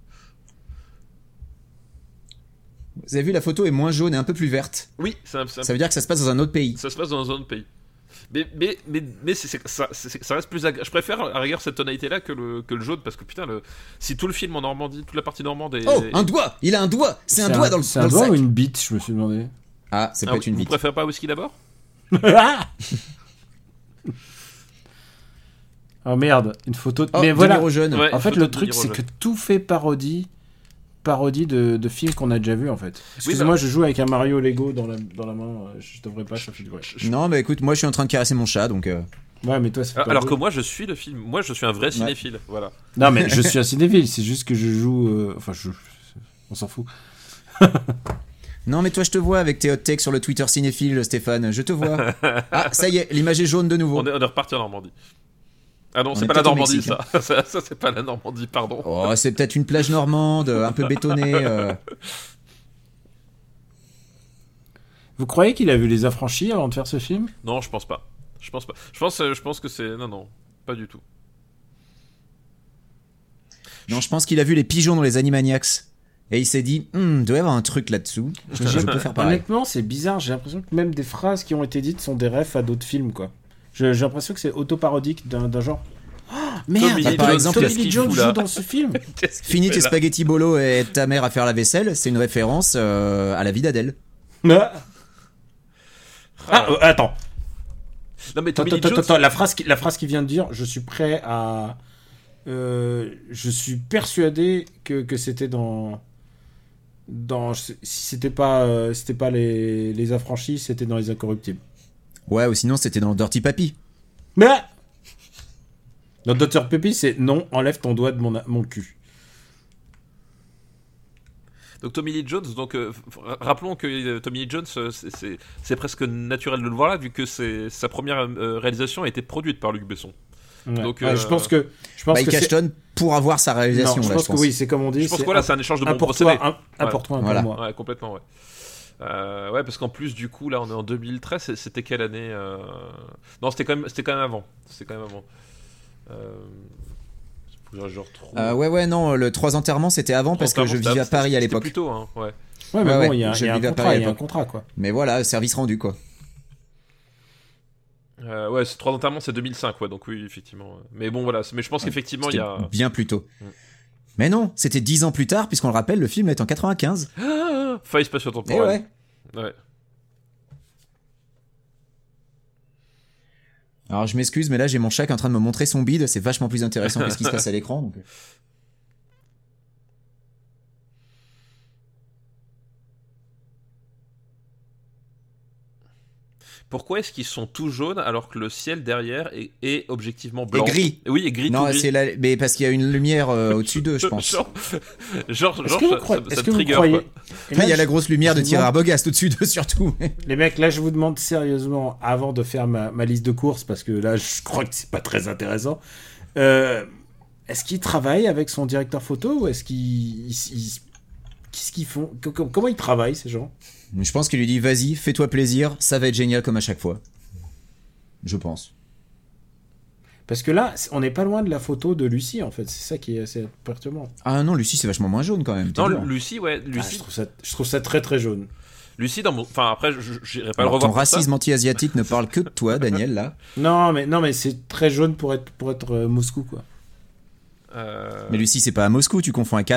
Vous avez vu, la photo est moins jaune et un peu plus verte. Oui, ça veut dire que ça se passe dans un autre pays. Ça se passe dans un autre pays. Mais ça reste plus je préfère à rigueur cette tonalité là que le jaune, parce que putain, si tout le film en Normandie, toute la partie normande est... Oh, un doigt. Il a un doigt. C'est un doigt dans le sac. C'est un doigt ou une bite, je me suis demandé. Ah, c'est peut-être une bite. Vous préférez pas whisky d'abord? Oh merde, une photo de... Oh, mais voilà. Jaune. Ouais, En fait, le truc, c'est que tout fait parodie de films qu'on a déjà vus, en fait. Excusez-moi, je joue avec un Mario Lego dans la main. Je devrais pas, ça fait du bruit. Non, mais écoute, moi je suis en train de caresser mon chat, donc... Ouais, mais toi, c'est pas alors que moi, je suis le film. Moi, je suis un vrai cinéphile, voilà. Non, mais je suis un cinéphile, c'est juste que je joue... on s'en fout. Non, mais toi, je te vois avec tes hot takes sur le Twitter cinéphile, Stéphane. Je te vois. Ah, ça y est, l'image est jaune de nouveau. On est reparti en Normandie. Ah non, On c'est est pas la peut-être au Normandie, Mexique, ça. Ça, c'est pas la Normandie, pardon. Oh, c'est peut-être une plage normande, un peu bétonnée. Vous croyez qu'il a vu Les Affranchis avant de faire ce film? Non, je pense pas. Je pense que c'est... Non, pas du tout. Non, je pense qu'il a vu les pigeons dans les Animaniacs. Et il s'est dit, doit y avoir un truc là-dessous. Je peux faire pareil. Honnêtement, c'est bizarre. J'ai l'impression que même des phrases qui ont été dites sont des refs à d'autres films, quoi. J'ai l'impression que c'est autoparodique d'un genre. Oh, merde, par exemple, Tommy Lee Jones joue dans ce film. Finis tes spaghetti bolo et ta mère à faire la vaisselle. C'est une référence à la vie d'Adèle. Attends. Non, mais Attends, la phrase qu'il vient de dire, je suis prêt à... je suis persuadé que c'était dans si c'était pas les Affranchis, c'était dans Les Incorruptibles. Ouais, ou sinon c'était dans Dirty Papi. Mais dans Dr Peppi, c'est non, enlève ton doigt de mon cul. Donc Tommy Lee Jones, rappelons que Tommy Lee Jones, c'est presque naturel de le voir là, vu que sa première réalisation a été produite par Luc Besson. Ouais. Donc, je pense que il cachetonne pour avoir sa réalisation. Non, je pense que oui, c'est comme on dit. Je pense que là, c'est un échange de bons procédés. Un pour toi, un pour moi. Ouais, complètement, ouais. Ouais, parce qu'en plus, du coup, là, on est en 2013. C'était quelle année Non, c'était quand même avant. Faut que je retrouve. Ouais, non, le 3 enterrements c'était avant parce que je vivais à Paris à l'époque. C'était plus tôt, hein, ouais. Ouais, mais bon, il y a un contrat, quoi. Mais voilà, service rendu, quoi. Ouais, 3 enterrements, c'est 2005, ouais, donc oui, effectivement. Mais bon, voilà, mais je pense qu'effectivement, il y a... bien plus tôt. Mais non, c'était 10 ans plus tard, puisqu'on le rappelle, le film est en 95. Faille spatio-temporelle. Ouais. Alors je m'excuse, mais là j'ai mon chat qui est en train de me montrer son bide, c'est vachement plus intéressant que ce qui se passe à l'écran. Donc... Pourquoi est-ce qu'ils sont tout jaunes alors que le ciel derrière est objectivement blanc? Et gris. Oui, et gris. Non, tout gris. mais parce qu'il y a une lumière au-dessus d'eux, je pense. genre ça trigger, croyez... Il y a la grosse lumière de Thierry Arbogast au-dessus d'eux, surtout. Les mecs, là je vous demande sérieusement, avant de faire ma liste de courses, parce que là je crois que c'est pas très intéressant, est-ce qu'ils travaillent avec son directeur photo ou est-ce qu'ils... Qu'est-ce qu'ils font? Comment ils travaillent, ces gens? Je pense qu'il lui dit, vas-y, fais-toi plaisir, ça va être génial comme à chaque fois. Je pense. Parce que là, on n'est pas loin de la photo de Lucie, en fait. C'est ça qui est assez perturbant. Ah non, Lucie, c'est vachement moins jaune, quand même. Non, Lucie, ouais. Lucie... je trouve ça très, très jaune. Lucie, enfin, après, j'irai pas le revoir. Ton racisme anti-asiatique ne parle que de toi, Daniel, là. Non, mais c'est très jaune pour être Moscou, quoi. Mais Lucie, c'est pas à Moscou, tu confonds avec Anna.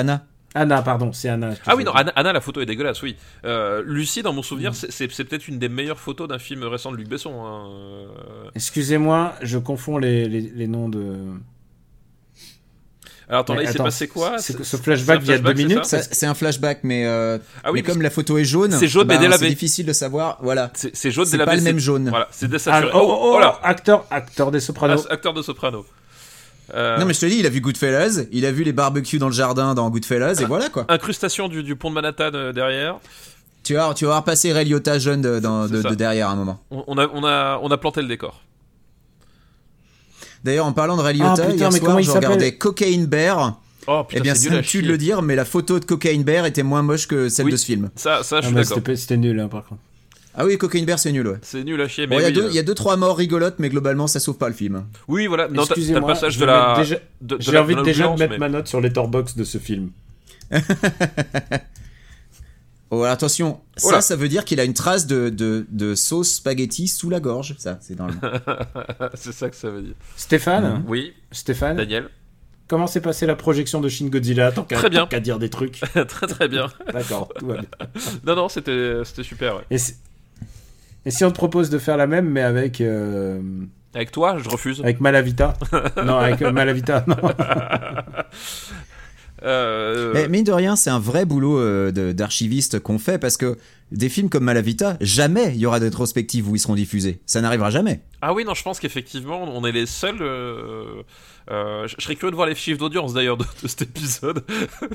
Anna, pardon, c'est Anna. Ah oui, non, Anna, la photo est dégueulasse, oui. Lucie, dans mon souvenir, c'est peut-être une des meilleures photos d'un film récent de Luc Besson. Hein. Excusez-moi, je confonds les noms de... Alors attends, là, il s'est passé quoi? Ce flashback il y a 2 minutes. C'est un flashback, mais, ah oui, mais comme la photo est jaune, c'est jaune, mais délavé. C'est difficile de savoir. Voilà. C'est jaune, c'est pas le même jaune. Voilà, c'est désaturé. Voilà. Acteur des Sopranos. Acteur de Soprano. Non mais je te dis, il a vu Goodfellas, il a vu les barbecues dans le jardin dans Goodfellas, et voilà quoi. Incrustation du pont de Manhattan derrière. Tu vas voir passer Ray Liotta jeune de derrière à un moment. On a planté le décor. D'ailleurs, en parlant de Ray Liotta, hier soir, je regardais Cocaine Bear. Oh putain, eh bien, c'est un tue de le dire, mais la photo de Cocaine Bear était moins moche que celle de ce film. Ça je suis d'accord. C'était nul, hein, par contre. Ah oui, Cocaine Bear, c'est nul, ouais. C'est nul à chier, mais bon, il y a 2-3 morts rigolotes, mais globalement, ça sauve pas le film. Oui, voilà. Non, t'as le passage j'ai envie déjà de mettre ma note sur Letterboxd de ce film. Oh, attention, ça veut dire qu'il a une trace de sauce spaghetti sous la gorge. Ça, c'est dans le... C'est ça que ça veut dire. Stéphane Oui. Stéphane Daniel. Comment s'est passée la projection de Shin Godzilla? Tant qu'à dire des trucs. Très bien. D'accord, tout va bien. Non, c'était super, ouais. Et si on te propose de faire la même, mais avec... Avec toi, je refuse. Avec Malavita. Non, avec Malavita, non. Mais mine de rien, c'est un vrai boulot d'archiviste qu'on fait, parce que des films comme Malavita, jamais il y aura de rétrospective où ils seront diffusés. Ça n'arrivera jamais. Ah oui, non, je pense qu'effectivement, on est les seuls. Je serais curieux de voir les chiffres d'audience d'ailleurs de cet épisode.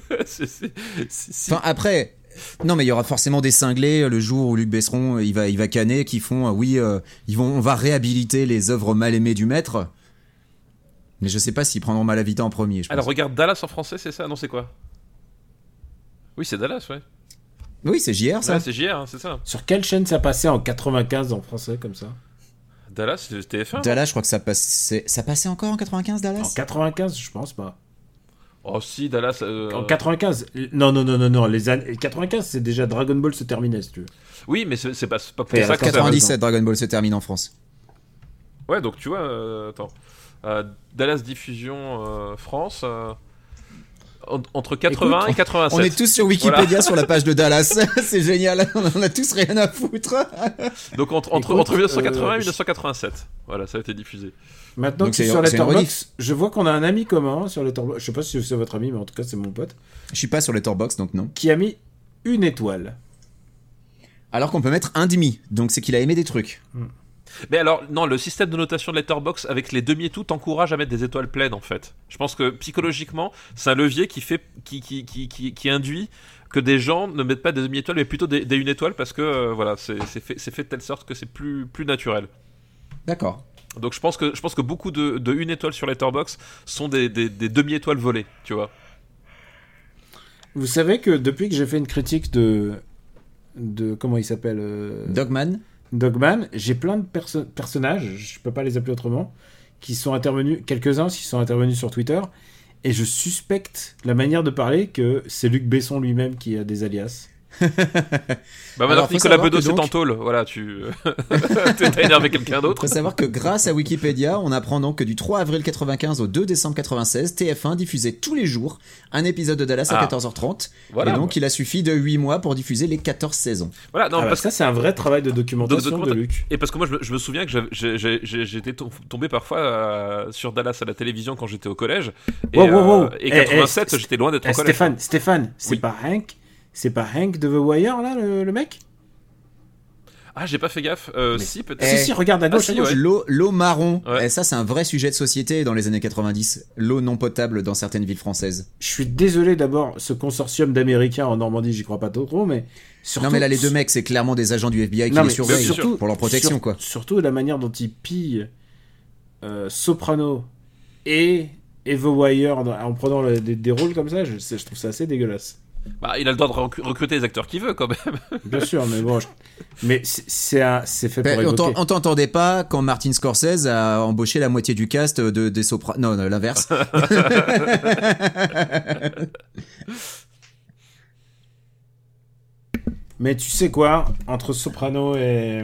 Enfin, après. Non, mais il y aura forcément des cinglés le jour où Luc Besson il va canner, qui font on va réhabiliter les œuvres mal aimées du maître. Mais je sais pas s'ils prendront Malavita en premier. Alors regarde, Dallas en français, c'est ça? Non, c'est quoi? Oui, c'est Dallas, ouais. Oui, c'est JR, ça. Ouais, c'est JR, hein, c'est ça. Sur quelle chaîne ça passait en 95 en français comme ça? Dallas, c'était TF1. Dallas, je crois que ça passait encore en 95, Dallas. En 95, je pense pas. Oh si, Dallas. En 95. Non. Les années 95, c'est déjà Dragon Ball se terminait, si tu veux. Oui, mais c'est pas pour ça que 97, Dragon Ball se termine en France. Ouais, donc tu vois, attends. Dallas Diffusion France entre 80 et 87. On est tous sur Wikipédia sur la page de Dallas. C'est génial, on a tous rien à foutre. Donc entre 1980 et 1987. Voilà, ça a été diffusé. Maintenant que c'est sur Letterboxd, je vois qu'on a un ami commun sur Letterboxd. Je sais pas si c'est votre ami, mais en tout cas c'est mon pote. Je suis pas sur Letterboxd, donc non. Qui a mis 1 étoile. Alors qu'on peut mettre 1,5, donc c'est qu'il a aimé des trucs. Mais alors, non, le système de notation de Letterboxd avec les demi et tout t'encourage à mettre des étoiles pleines en fait. Je pense que psychologiquement, c'est un levier qui induit que des gens ne mettent pas des demi-étoiles mais plutôt des 1 étoile parce que voilà, c'est fait de telle sorte que c'est plus naturel. D'accord. Donc je pense que beaucoup de 1 étoile sur Letterboxd sont des demi-étoiles volées, tu vois. Vous savez que depuis que j'ai fait une critique de comment il s'appelle Dogman, j'ai plein de personnages, je peux pas les appeler autrement, qui sont intervenus, quelques-uns qui sont intervenus sur Twitter, et je suspecte la manière de parler que c'est Luc Besson lui-même qui a des alias. Bah maintenant Nicolas Bedos est en tôle, voilà, t'as énervé quelqu'un d'autre. Il faut savoir que grâce à Wikipédia, on apprend donc que du 3 avril 95 au 2 décembre 96, TF1 diffusait tous les jours un épisode de Dallas à 14h30, voilà. Et donc il a suffi de 8 mois pour diffuser les 14 saisons. Voilà, non, parce que ça c'est un vrai travail de documentation de Luc. Et parce que moi je me souviens que j'étais tombé parfois sur Dallas à la télévision quand j'étais au collège, et 87 j'étais loin d'être au collège. Stéphane, c'est pas Hank de The Wire, là, le mec? Ah, j'ai pas fait gaffe. Si, peut-être. Si, regarde à gauche. Ouais. L'eau marron. Ouais. Et ça, c'est un vrai sujet de société dans les années 90. L'eau non potable dans certaines villes françaises. Je suis désolé d'abord, ce consortium d'Américains en Normandie, j'y crois pas trop, mais... Surtout, non, mais là, les deux mecs, c'est clairement des agents du FBI qui les surveillent pour leur protection, quoi. Surtout la manière dont ils pillent Soprano et The Wire en prenant des rôles comme ça, je trouve ça assez dégueulasse. Bah, il a le droit de recruter les acteurs qu'il veut, quand même. Bien sûr, mais bon... Mais c'est fait pour évoquer. On t'entendait pas quand Martin Scorsese a embauché la moitié du cast des Sopranos. Non, l'inverse. Mais tu sais quoi, entre Soprano et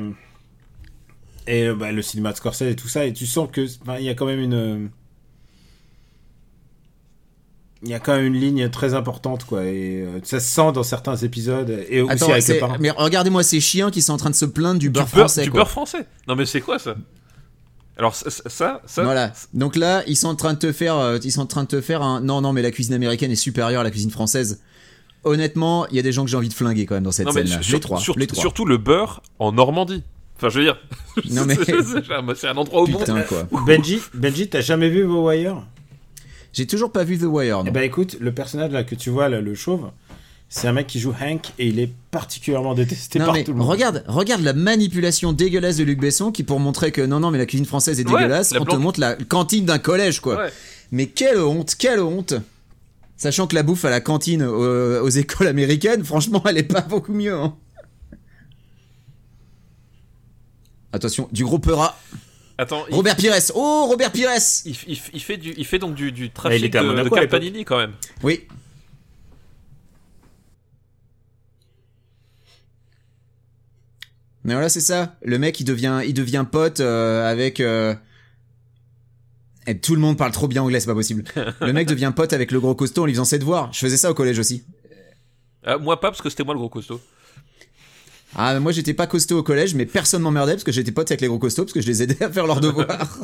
le cinéma de Scorsese et tout ça, et tu sens que il y a quand même Il y a quand même une ligne très importante, quoi, et ça se sent dans certains épisodes, et aussi Attends, avec les parents. mais regardez-moi ces chiens qui sont en train de se plaindre du beurre français. Du quoi. beurre français. Non mais c'est quoi ça? Alors ça. Voilà. Donc là, ils sont en train de te faire un. Non, mais la cuisine américaine est supérieure à la cuisine française. Honnêtement, il y a des gens que j'ai envie de flinguer quand même dans cette scène-là. Les trois. Surtout le beurre en Normandie. Enfin, je veux dire. Non mais. C'est un endroit au monde. Putain quoi. Benji, t'as jamais vu The Wire? J'ai toujours pas vu The Wire. Non. Eh ben écoute, le personnage là que tu vois là, le chauve, c'est un mec qui joue Hank et il est particulièrement détesté par tout le monde. Regarde la manipulation dégueulasse de Luc Besson qui pour montrer que non mais la cuisine française est dégueulasse, on te montre la cantine d'un collège quoi. Ouais. Mais quelle honte. Sachant que la bouffe à la cantine aux écoles américaines, franchement, elle est pas beaucoup mieux. Hein. Attention, du gros peurat. Attends, Robert Pires. Oh, Robert Pires. Il fait donc du trafic de Carpanini quand même. Oui. Mais voilà, c'est ça. Le mec, il devient pote avec. Et tout le monde parle trop bien anglais, c'est pas possible. Le mec devient pote avec le gros costaud en lui faisant ses devoirs. Je faisais ça au collège aussi. Moi pas, parce que c'était moi le gros costaud. Ah, moi j'étais pas costaud au collège, mais personne m'emmerdait parce que j'étais pote avec les gros costauds, parce que je les aidais à faire leurs devoirs.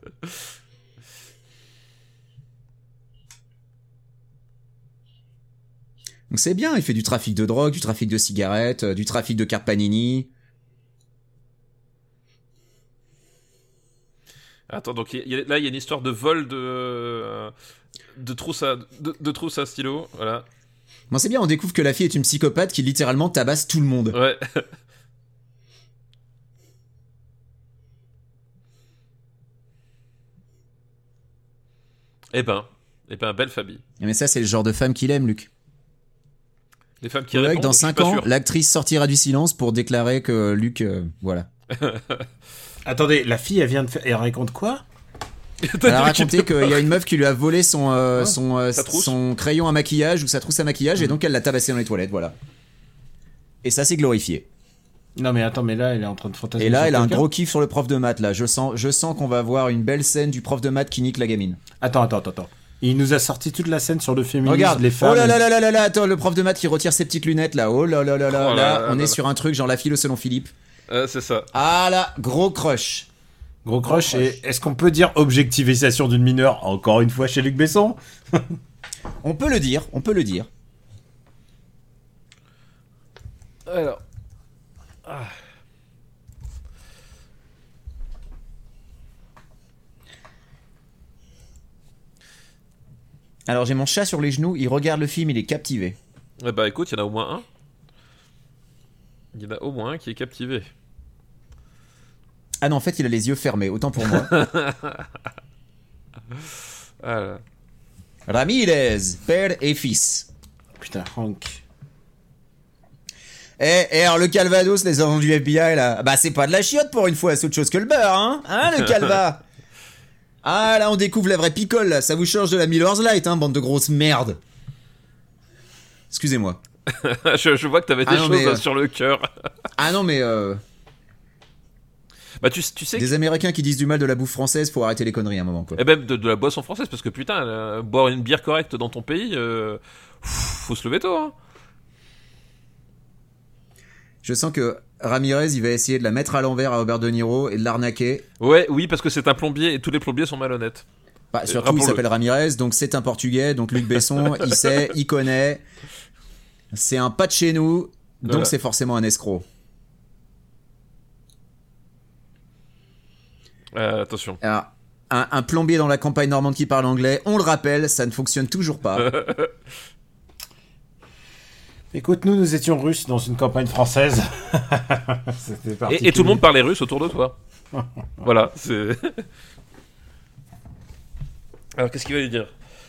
Donc c'est bien, il fait du trafic de drogue, du trafic de cigarettes, du trafic de cartes Panini. Attends, donc là il y a une histoire de vol de trousse à stylo, voilà. Bon, c'est bien, on découvre que la fille est une psychopathe qui littéralement tabasse tout le monde. Ouais. Eh ben, belle famille. Mais ça, c'est le genre de femme qu'il aime, Luc. Les femmes qui répondent, dans 5 ans, l'actrice sortira du silence pour déclarer que Luc, voilà. Attendez, la fille, elle raconte quoi? Elle a raconté qu'il y a une meuf qui lui a volé son crayon à maquillage ou sa trousse à maquillage et donc elle l'a tabassé dans les toilettes, voilà. Et ça, c'est glorifié. Non mais attends, mais là, elle est en train de fantasmer. Et là, elle a un gros kiff sur le prof de maths, là. Je sens qu'on va avoir une belle scène du prof de maths qui nique la gamine. Attends. Il nous a sorti toute la scène sur le féminisme, regarde, les femmes... Oh là là, attends, le prof de maths qui retire ses petites lunettes, là. Oh là là, on est sur un truc genre la philo selon Philippe. C'est ça. Ah là, gros crush. Et est-ce qu'on peut dire objectivisation d'une mineure, encore une fois, chez Luc Besson? On peut le dire. Alors... Alors j'ai mon chat sur les genoux, il regarde le film, il est captivé. Eh bah écoute, il y en a au moins un. Il y en a au moins un qui est captivé. Ah non, en fait, il a les yeux fermés, autant pour moi. Voilà. Ramirez, père et fils. Putain, Hank. Alors le Calvados, les agents du FBI, là, bah c'est pas de la chiotte pour une fois, c'est autre chose que le beurre, hein, le Calva. Ah là, on découvre la vraie picole, là, ça vous change de la Miller's Light, hein, bande de grosses merdes. Excusez-moi. je vois que t'avais des choses sur le cœur. Ah non mais Bah tu sais des Américains qui disent du mal de la bouffe française, faut arrêter les conneries à un moment quoi. Et même de la boisson française, parce que putain, boire une bière correcte dans ton pays, faut se lever tôt, hein. Je sens que Ramirez, il va essayer de la mettre à l'envers à Robert De Niro et de l'arnaquer. Oui, parce que c'est un plombier et tous les plombiers sont malhonnêtes. Bah, surtout, il s'appelle Ramirez, donc c'est un Portugais, donc Luc Besson, il sait, il connaît. C'est un pas de chez nous, donc voilà. C'est forcément un escroc. Attention. Alors, un plombier dans la campagne normande qui parle anglais, on le rappelle, ça ne fonctionne toujours pas. Écoute, nous étions russes dans une campagne française. et tout le monde parlait russe autour de toi. Voilà, c'est... Alors, qu'est-ce qu'il va lui dire?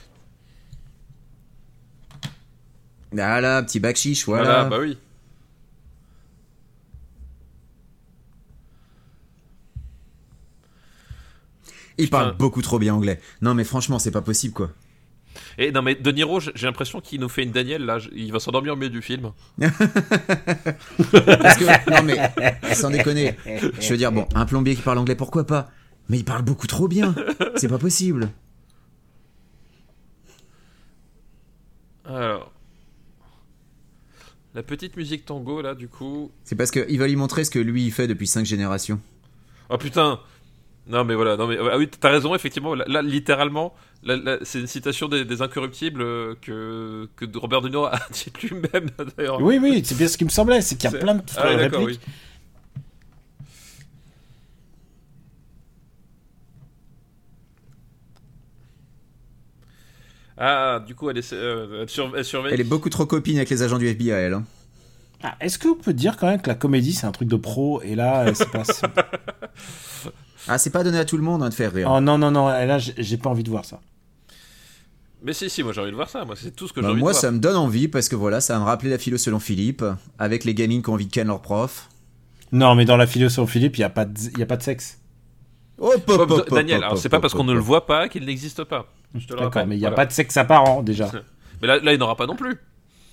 Ah là, petit bakchiche, voilà. Bah oui. Il parle beaucoup trop bien anglais. Non mais franchement, c'est pas possible quoi. Et non mais De Niro, j'ai l'impression qu'il nous fait une Danielle là, il va s'endormir au milieu du film. Parce que, non mais, sans déconner, je veux dire, bon, un plombier qui parle anglais, pourquoi pas? Mais il parle beaucoup trop bien, c'est pas possible. Alors. La petite musique tango, là, du coup. C'est parce qu'ils veulent y montrer ce que lui, il fait depuis 5 générations. Oh putain! Non, mais voilà. Non, mais, ah oui, t'as raison, effectivement. Là littéralement, c'est une citation des Incorruptibles que Robert De Niro a dit lui-même, d'ailleurs. Oui, c'est bien ce qui me semblait, c'est qu'il y a plein de Ah, oui, d'accord, répliques. oui. Ah, du coup, elle surveille. Elle est beaucoup trop copine avec les agents du FBI, elle. Hein. Ah, est-ce qu'on peut dire quand même que la comédie c'est un truc de pro et là c'est pas. Ah, c'est pas donné à tout le monde de faire rire. Oh non, et là j'ai pas envie de voir ça. Mais si, moi j'ai envie de voir ça. Moi, c'est tout ce que j'ai Bah, envie de moi, voir. ça me donne envie parce que voilà, ça va me rappeler la philo selon Philippe, avec les gamines qui ont envie de ken leur prof. Non, mais dans la philosophie Philippe, il y a pas de sexe. Daniel, alors c'est pas parce qu'on ne le voit pas qu'il n'existe pas. Je te le D'accord, rappelle. mais il y a Voilà. pas de sexe apparent déjà. Mais là, il n'aura pas non plus.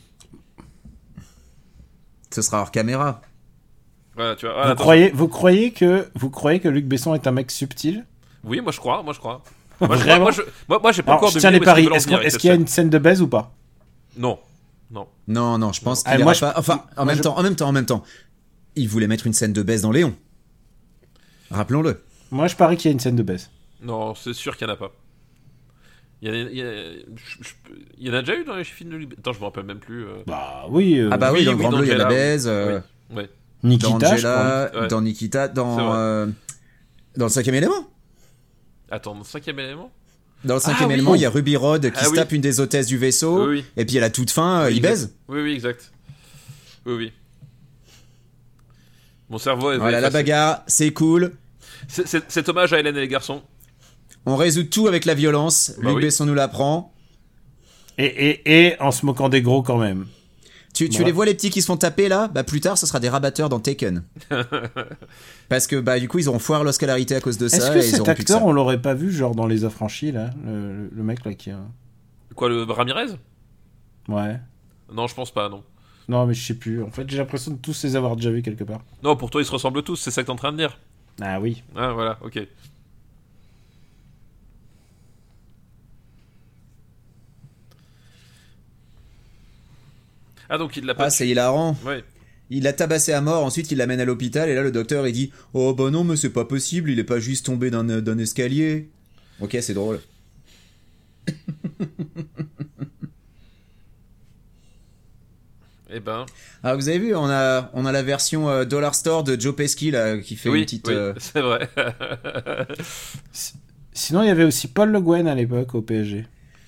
Ce sera hors caméra. Voilà, tu vois. Vous Voilà, attention. croyez que Luc Besson est un mec subtil? Oui, moi je crois. Moi, Vraiment j'ai pas Alors, encore je tiens deviné les où paris. est-ce qu'ils veulent en venir avec Est-ce qu'il y a cette une scène de baise ou pas? scène. Non. Non, je pense Ah, qu'il y moi, aura pas. Enfin, en même temps, il voulait mettre une scène de baisse dans Léon. Rappelons-le. Moi, je parie qu'il y a une scène de baise. Non, c'est sûr qu'il n'y en a pas. Il y en a déjà eu dans les films de Luc. Attends, je me rappelle même plus. Bah oui. Ah bah oui, oui, dans le oui, Grand dans Bleu, il y a la Angela, baise. Oui. Ouais. Nikita, Dans je crois. Angela, Ouais. dans Nikita, C'est dans le cinquième élément. Attends, le cinquième élément. Dans le cinquième oui. élément, il y a Ruby Rhod qui Ah se oui. tape une des hôtesses du vaisseau. Oui. Et puis à la toute fin, Oui, il exact. baise. Oui, exact. Oui. Mon cerveau est. Voilà, la bagarre, c'est cool. C'est hommage à Hélène et les garçons. On résout tout avec la violence. Bah Luc oui. Besson nous l'apprend. Et en se moquant des gros quand même. Tu Voilà. les vois les petits qui se font taper là? Bah plus tard, ce sera des rabatteurs dans Taken. Parce que bah du coup, ils auront foiré leur scolarité à cause de Est-ce ça que et ils cet auront plus que ça. acteur, on l'aurait pas vu genre dans Les Affranchis là, le mec là qui a. Quoi, le Ramirez? Ouais. Non, je pense pas, non. Non, mais je sais plus. En fait, j'ai l'impression de tous les avoir déjà vus quelque part. Non, pour toi, ils se ressemblent tous, c'est ça que t'es en train de dire. Ah oui. Ah, voilà, ok. Ah, donc il l'a pas Ah, c'est hilarant. Ouais. Il l'a tabassé à mort, ensuite il l'amène à l'hôpital et là le docteur il dit « Oh bah non mais c'est pas possible, il est pas juste tombé d'un escalier. » Ok, c'est drôle. Eh ben. Ah vous avez vu, on a la version Dollar Store de Joe Pesci là qui fait Oui, une petite... oui, c'est vrai. Sinon, il y avait aussi Paul Le Guen à l'époque au PSG.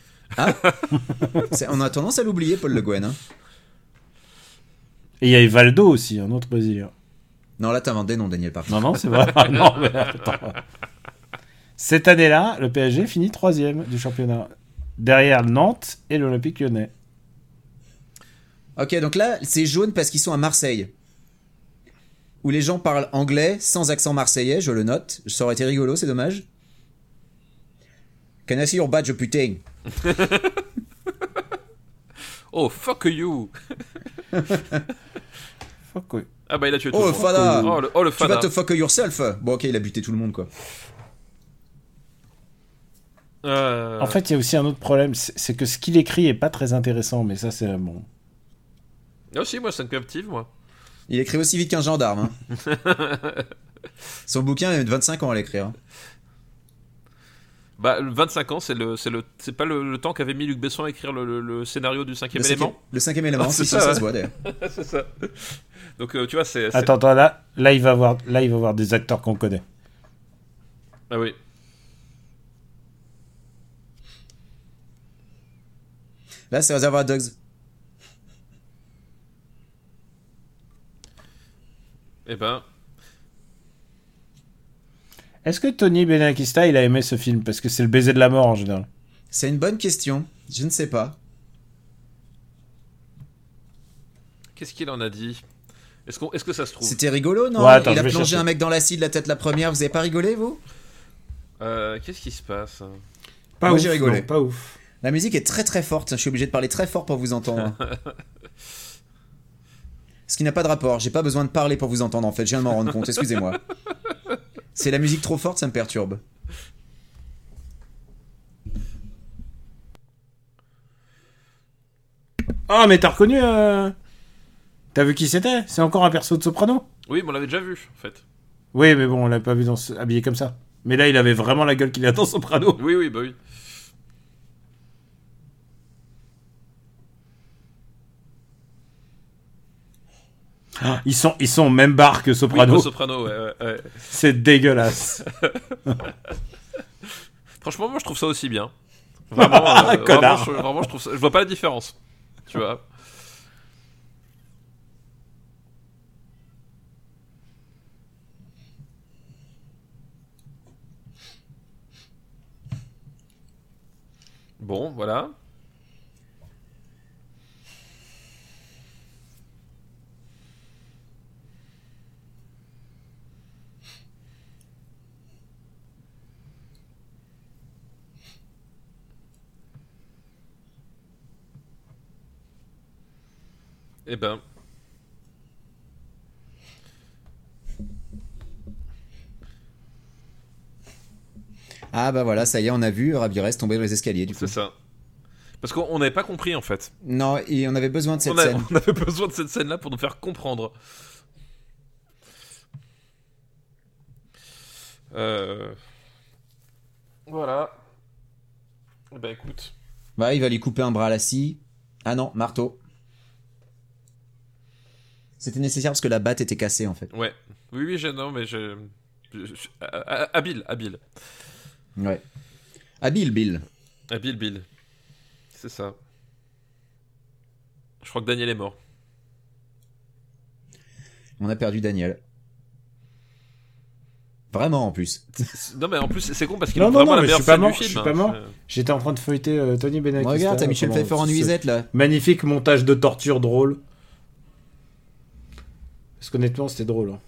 On a tendance à l'oublier Paul Le Guen. Hein. Et il y avait Valdo aussi, un autre Brésilien. Non là t'inventes des noms Daniel par contre. Non, c'est vrai. Ah, non, mais attends. Cette année-là, le PSG finit 3ème du championnat. Derrière Nantes et l'Olympique Lyonnais. Ok, donc là, c'est jaune parce qu'ils sont à Marseille. Où les gens parlent anglais sans accent marseillais, je le note. Ça aurait été rigolo, c'est dommage. Can I see your badge, putain? Oh, fuck you. Fuck oui. Ah bah il a tué tout Oh, le le monde. fada! Oh, le Tu fada. vas te fuck yourself! Bon, ok, il a buté tout le monde, quoi. En fait, il y a aussi un autre problème, c'est que ce qu'il écrit est pas très intéressant, mais ça c'est bon. Ah aussi, moi, ça me captive, moi. Il écrit aussi vite qu'un gendarme. Hein. Son bouquin, il a 25 ans à l'écrire. Hein. Bah, 25 ans, c'est pas le temps qu'avait mis Luc Besson à écrire le scénario du cinquième élément. Le cinquième élément, Ah, si, c'est ça ça, se voit d'ailleurs. C'est ça. Donc, tu vois, c'est... Attends, là il va voir des acteurs qu'on connaît. Ah oui. Là, c'est Reservoir Dogs. Eh ben... Est-ce que Tony Benakista il a aimé ce film? Parce que c'est le baiser de la mort en général. C'est une bonne question. Je ne sais pas. Qu'est-ce qu'il en a dit? Est-ce que ça se trouve? C'était rigolo, non? Ouais, attends, Il je a vais plongé chercher. un mec dans l'acide la tête la première. Vous avez pas rigolé, vous? Qu'est-ce qui se passe? Pas Moi, ouf, j'ai rigolé. non, pas ouf. La musique est très très forte. Je suis obligé de parler très fort pour vous entendre. Ce qui n'a pas de rapport. J'ai pas besoin de parler pour vous entendre en fait. Je viens de m'en rendre compte. Excusez-moi. C'est la musique trop forte, ça me perturbe. Ah, mais t'as reconnu T'as vu qui c'était? C'est encore un perso de Soprano? Oui, mais on l'avait déjà vu, en fait. Oui, mais bon, on l'a pas vu habillé comme ça. Mais là, il avait vraiment la gueule qu'il a dans Soprano. Oui, bah oui. Ils sont au même bar que Soprano. Oui, Soprano, ouais. C'est dégueulasse. Franchement, moi, je trouve ça aussi bien. Vraiment, Connard. vraiment, je trouve ça... Je vois pas la différence. Tu vois. Bon, voilà. Eh ben... Ah bah voilà, ça y est, on a vu Ramirez tomber dans les escaliers du coup. C'est ça. Parce qu'on n'avait pas compris en fait. Non, et on avait besoin de cette scène. On avait besoin de cette scène-là pour nous faire comprendre. Voilà. Bah écoute. Bah, il va lui couper un bras à la scie. Ah non, marteau. C'était nécessaire parce que la batte était cassée en fait. Ouais. Oui, non, mais habile. Ouais. Habile, Bill. Habile, Bill. C'est ça. Je crois que Daniel est mort. On a perdu Daniel. Vraiment en plus. Non, mais en plus, c'est con parce qu'il Non, est non, vraiment non, la mais meilleure je suis pas scène mort. du film. Je suis pas mort. J'étais en train de feuilleter Tony Benakista. Regarde, t'as Michel Pfeiffer en nuisette là. Magnifique montage de torture drôle. Parce qu'honnêtement, c'était drôle. Hein.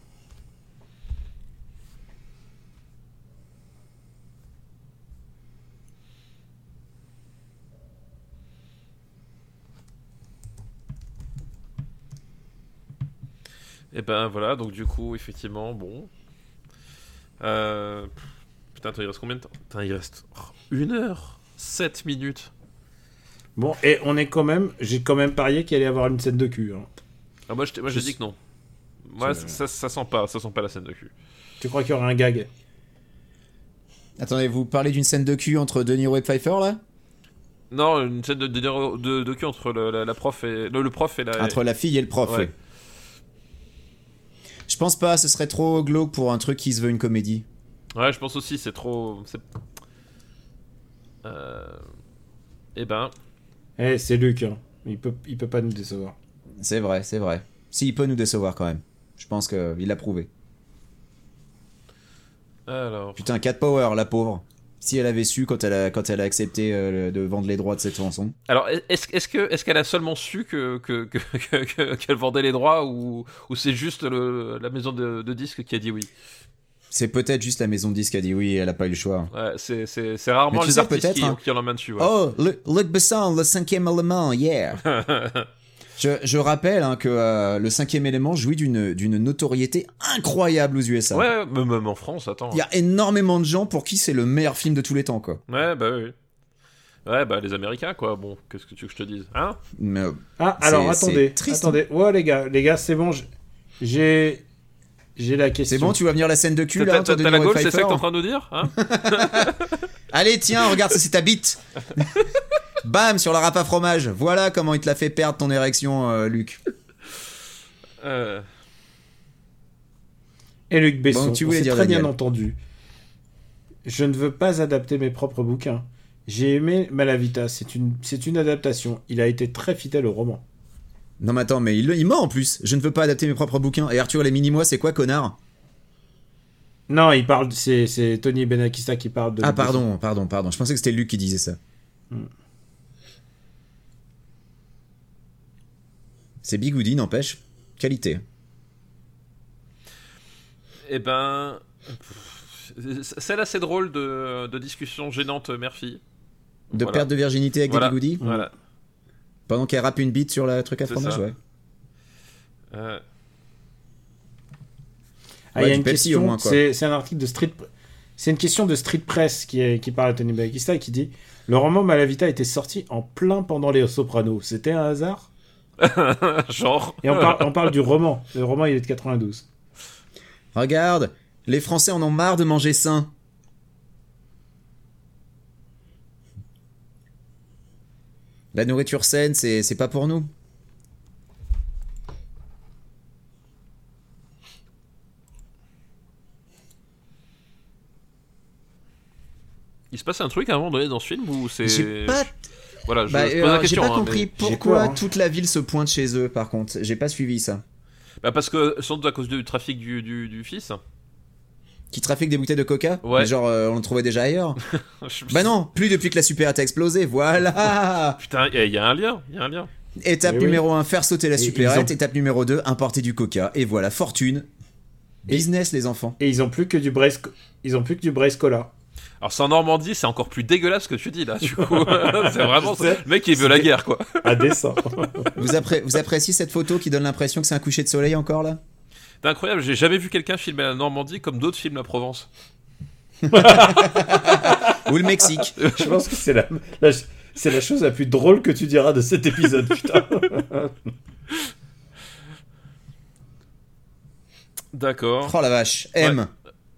Et ben voilà, donc du coup, effectivement, bon. Putain, attends, il reste combien de temps? Putain, il reste 1h07 minutes. Bon, et on est quand même. J'ai quand même parié qu'il allait y avoir une scène de cul. Hein. Ah, moi, j'ai dit que non. Moi, ça sent pas la scène de cul. Tu crois qu'il y aura un gag? Attendez, vous parlez d'une scène de cul entre De Niro et Pfeiffer là? Non, une scène de cul entre la prof et le prof et la. Entre la fille et le prof, Ouais. ouais. Je pense pas, ce serait trop glauque pour un truc qui se veut une comédie. Ouais, je pense aussi, c'est trop. Eh ben. Eh, c'est Luc. Hein. Il peut pas nous décevoir. C'est vrai. Si, il peut nous décevoir quand même. Je pense qu'il l'a prouvé. Alors. Putain, Cat Power, la pauvre. Si elle avait su quand elle a accepté de vendre les droits de cette chanson. Alors, est-ce qu'elle a seulement su qu'elle vendait les droits ou c'est juste la maison de disques qui a dit oui? C'est peut-être juste la maison de disques qui a dit oui et elle a pas eu le choix. Ouais, c'est rarement Mais tu les sais, artistes peut-être, hein. qui ont la main dessus. Ouais. Oh, Luc Besson, le cinquième élément, yeah. Je rappelle hein, que le cinquième élément jouit d'une notoriété incroyable aux USA. Ouais, même en France, attends. Il y a énormément de gens pour qui c'est le meilleur film de tous les temps, quoi. Ouais, bah oui. Ouais, bah les Américains, quoi. Bon, qu'est-ce que tu veux que je te dise? Hein? Mais, Ah, alors c'est attendez. triste. Attendez. Ouais, les gars, c'est bon. J'ai la question. c'est bon, tu vas venir la scène de cul là T'as entre De la Niro et gaule, c'est ça que Pfeiffer t'es en train de nous dire? Hein? Allez, tiens, regarde, ça c'est ta bite. Bam, sur la râpe à fromage. Voilà comment il te l'a fait perdre ton érection, Luc. Et Luc Besson, Bon, tu on voulais s'est dire très bien Daniel. entendu. Je ne veux pas adapter mes propres bouquins. J'ai aimé Malavita, c'est une adaptation. Il a été très fidèle au roman. Non mais attends, mais il ment en plus. Je ne veux pas adapter mes propres bouquins. Et Arthur et les mini-mois, c'est quoi, connard? Non, il parle, c'est Tony Benakista qui parle de. Ah Luc Besson. pardon. Je pensais que c'était Luc qui disait ça. C'est Bigoudi, n'empêche. Qualité. Eh ben. Celle assez drôle de discussion gênante mère-fille. De Voilà. perte de virginité avec Voilà. des Bigoudi. Voilà. Pendant qu'elle rappe une bite sur la truc à C'est fromage, ça. ouais. Ah, Ouais, il y a du une Pepsi, question. au moins, quoi. C'est un article de Street. C'est une question de Street Press qui parle à Tony Benakista et qui dit Le roman Malavita était sorti en plein pendant les Sopranos. C'était un hasard? Genre. Et on parle du roman. Le roman, il est de 92. Regarde, les Français en ont marre de manger sain. La nourriture saine, c'est pas pour nous. Il se passe un truc à un moment donné dans ce film où c'est. J'ai pas, Voilà, je pose la question. j'ai pas hein, compris mais- pourquoi peur, hein. toute la ville se pointe chez eux, par contre. J'ai pas suivi ça. Bah parce que sans doute à cause du trafic du fils. Qui trafique des bouteilles de coca? Ouais. Mais genre, on le trouvait déjà ailleurs. Je- Bah non, plus depuis que la supérette a explosé, voilà. Putain, il y a un lien, il y a un lien. Étape Eh oui. numéro 1, faire sauter la Et supérette. ils ont- Étape numéro 2, importer du coca. Et voilà, fortune. Business, les enfants. Et ils ont plus que du Brace Cola. Alors c'est en Normandie, c'est encore plus dégueulasse ce que tu dis là, du coup. C'est vraiment Je sais. le mec qui veut la guerre quoi. À dessein. Vous appréciez cette photo qui donne l'impression que c'est un coucher de soleil encore, là? C'est incroyable, j'ai jamais vu quelqu'un filmer la Normandie comme d'autres filment la Provence. Ou le Mexique. Je pense que c'est c'est la chose la plus drôle que tu diras de cet épisode, putain. D'accord. Oh la vache, M.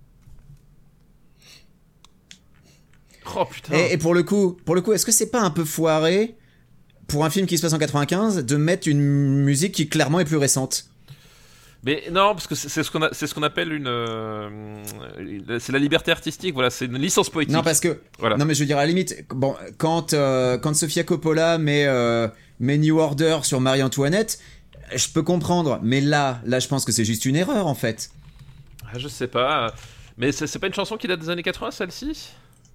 Oh putain. Et pour le coup, est-ce que c'est pas un peu foiré pour un film qui se passe en 95 de mettre une musique qui clairement est plus récente? Mais non, parce que c'est ce qu'on appelle c'est la liberté artistique. Voilà, c'est une licence poétique. Non, parce que Voilà. non, mais je veux dire à la limite, bon, quand Sofia Coppola met New Order sur Marie-Antoinette, je peux comprendre, mais là, je pense que c'est juste une erreur en fait. Ah, je sais pas. Mais c'est pas une chanson qui date des années 80, celle-ci?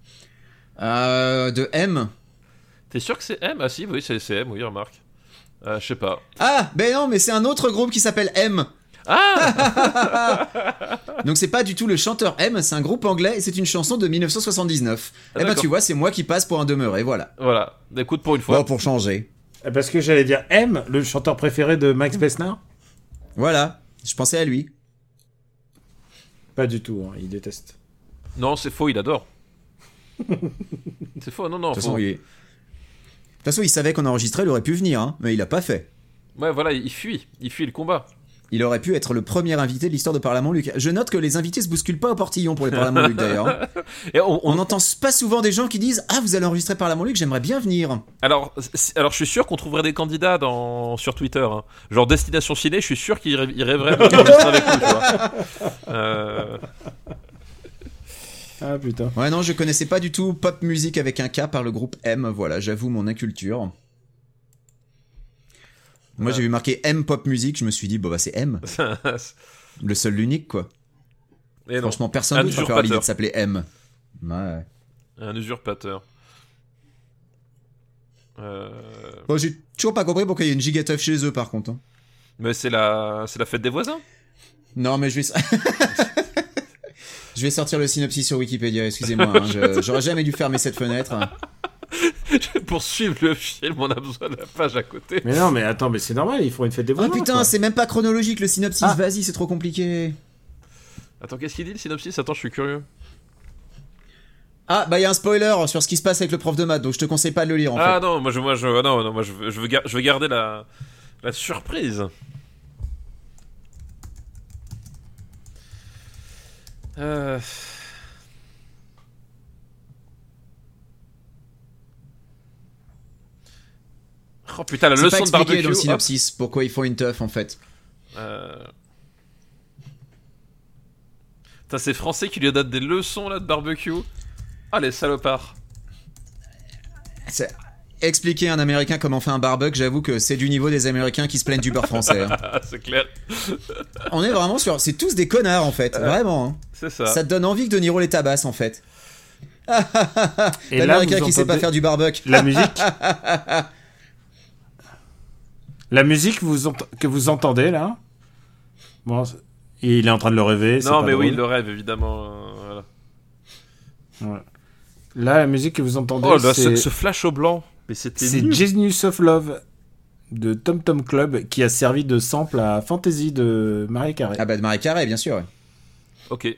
De M. T'es sûr que c'est M? Ah si, oui, c'est M, oui, remarque. Je sais pas. Ah, ben non, mais c'est un autre groupe qui s'appelle M. Ah Donc c'est pas du tout le chanteur M, c'est un groupe anglais et c'est une chanson de 1979. Eh ben d'accord. tu vois, c'est moi qui passe pour un demeuré, voilà. Voilà, écoute pour une fois. Bon, pour changer. Parce que j'allais dire M, le chanteur préféré de Max Besnard. Voilà, je pensais à lui. Pas du tout, hein, il déteste. Non, c'est faux, il adore. C'est faux, non, non. De toute façon, Faux. De toute façon, il savait qu'on enregistrait, il aurait pu venir, hein, mais il a pas fait. Ouais, voilà, il fuit le combat. Il aurait pu être le premier invité de l'histoire de Parle à Montluc. Je note que les invités se bousculent pas au portillon pour les Parle à Montluc d'ailleurs. Hein. Et On n'entend pas souvent des gens qui disent « Ah, vous allez enregistrer Parle à Montluc, j'aimerais bien venir. alors je suis sûr qu'on trouverait des candidats sur Twitter. Hein. Genre Destination Ciné, je suis sûr qu'ils rêveraient d'enregistrer avec nous, tu vois. Ah putain. » Ouais, non, je connaissais pas du tout pop music avec un K par le groupe M. Voilà, j'avoue mon inculture. Moi, j'ai vu marqué M pop music, je me suis dit, bon, bah, c'est M. Le seul, l'unique, quoi. Et non, Franchement, personne Un d'autre préfère l'idée usurpateur. de s'appeler M. Ouais. un usurpateur. Bon, j'ai toujours pas compris pourquoi il y a une gigateuf chez eux, par contre. Hein. Mais c'est la fête des voisins. Non, mais je vais... Je vais sortir le synopsis sur Wikipédia, excusez-moi. Hein, j'aurais jamais dû fermer cette fenêtre. Pour suivre le film, on a besoin de la page à côté. Mais non, mais attends, mais c'est normal, ils font une fête des Oh voisins. putain, quoi. c'est même pas chronologique le synopsis, Ah. vas-y, c'est trop compliqué. Attends, qu'est-ce qu'il dit le synopsis? Attends, je suis curieux. Ah, bah il y a un spoiler sur ce qui se passe avec le prof de maths, donc je te conseille pas de le lire en Ah fait. non, moi je veux garder la surprise. Oh putain, la C'est leçon pas de expliqué barbecue. dans le Hop. synopsis pourquoi ils font une teuf en fait. Putain, c'est français qui lui donne des leçons là de barbecue. Ah les salopards. C'est... Expliquer à un américain comment on fait un barbecue, j'avoue que c'est du niveau des américains qui se plaignent du beurre français. Hein. Ah, c'est clair. On est vraiment sur... C'est tous des connards en fait, vraiment. Hein. C'est ça. Ça te donne envie que De Niro les tabasse en fait. Et là, L'américain vous qui sait pas entendez faire du barbecue. La musique. La musique que vous entendez là. Bon, il est en train de le rêver. c'est Non pas mais oui, drôle. il le rêve évidemment. Voilà. Ouais. Là, la musique que vous entendez, Oh là, c'est ce flash au blanc. Mais c'était c'est nul. Genius of Love de Tom Tom Club qui a servi de sample à Fantasy de Marie Carré. Ah bah de Marie Carré, bien sûr. Ouais. Ok.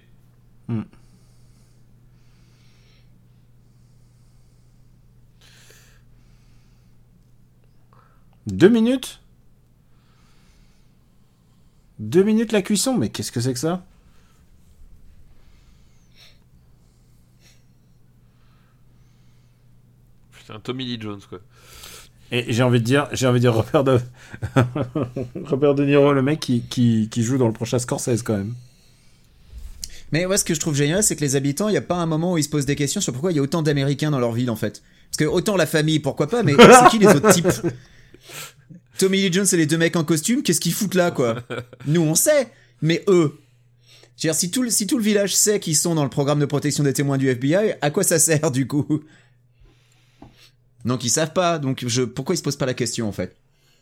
2 minutes 2 minutes la cuisson, mais qu'est-ce que c'est que ça? C'est un Tommy Lee Jones, quoi. Et j'ai envie de dire Robert De Niro, le mec qui joue dans le prochain Scorsese quand même. Mais ouais, ce que je trouve génial, c'est que les habitants, il n'y a pas un moment où ils se posent des questions sur pourquoi il y a autant d'Américains dans leur ville, en fait. Parce que autant la famille, pourquoi pas, mais c'est qui les autres types? Tommy Lee Jones et les deux mecs en costume, qu'est-ce qu'ils foutent là, quoi? Nous, on sait, mais eux... Je veux dire, si tout le village sait qu'ils sont dans le programme de protection des témoins du FBI, à quoi ça sert, du coup? Donc ils savent pas, donc pourquoi ils se posent pas la question, en fait?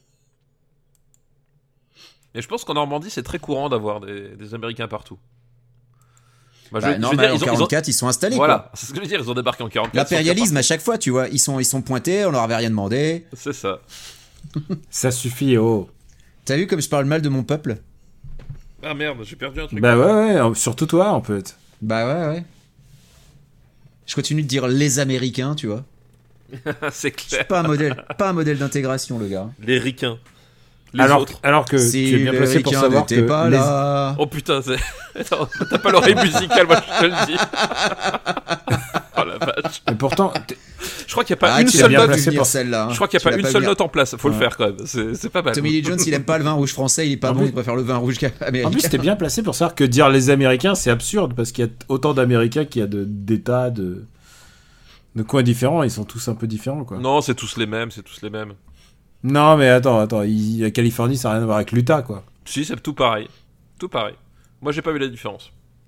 Et je pense qu'en Normandie, c'est très courant d'avoir des Américains partout. Bah, normal, en 44, ils sont installés, voilà, quoi. c'est ce que je veux dire, ils ont débarqué en 44. L'impérialisme, à chaque fois, tu vois, ils sont pointés, on leur avait rien demandé. C'est ça. Ça suffit, oh. T'as vu comme je parle mal de mon peuple? Ah merde, j'ai perdu un truc. Bah ouais, surtout toi, en fait. Bah ouais. Je continue de dire les Américains, tu vois. C'est clair. C'est pas un modèle d'intégration, le gars. Les ricains. Les autres. Alors que si tu es bien placé pour savoir que... pas là... Oh putain, Attends, t'as pas l'oreille musicale, moi je te le dis. Oh la vache. Et pourtant... Je crois qu'il n'y a pas une tu seule l'as bien note. placé pour celle-là. Je crois qu'il n'y a pas une seule note en place. Faut le faire quand même. C'est pas mal. Tommy Lee Jones, il aime pas le vin rouge français, il est pas bon, il préfère le vin rouge américain. En plus, t'es bien placé pour savoir que dire les Américains, c'est absurde, parce qu'il y a autant d'Américains qu'il y a d'États, de coins différents, ils sont tous un peu différents, quoi. Non, c'est tous les mêmes. Non, mais attends, la Californie, ça n'a rien à voir avec l'Utah, quoi. Si, c'est tout pareil. Tout pareil. Moi, j'ai pas vu la différence.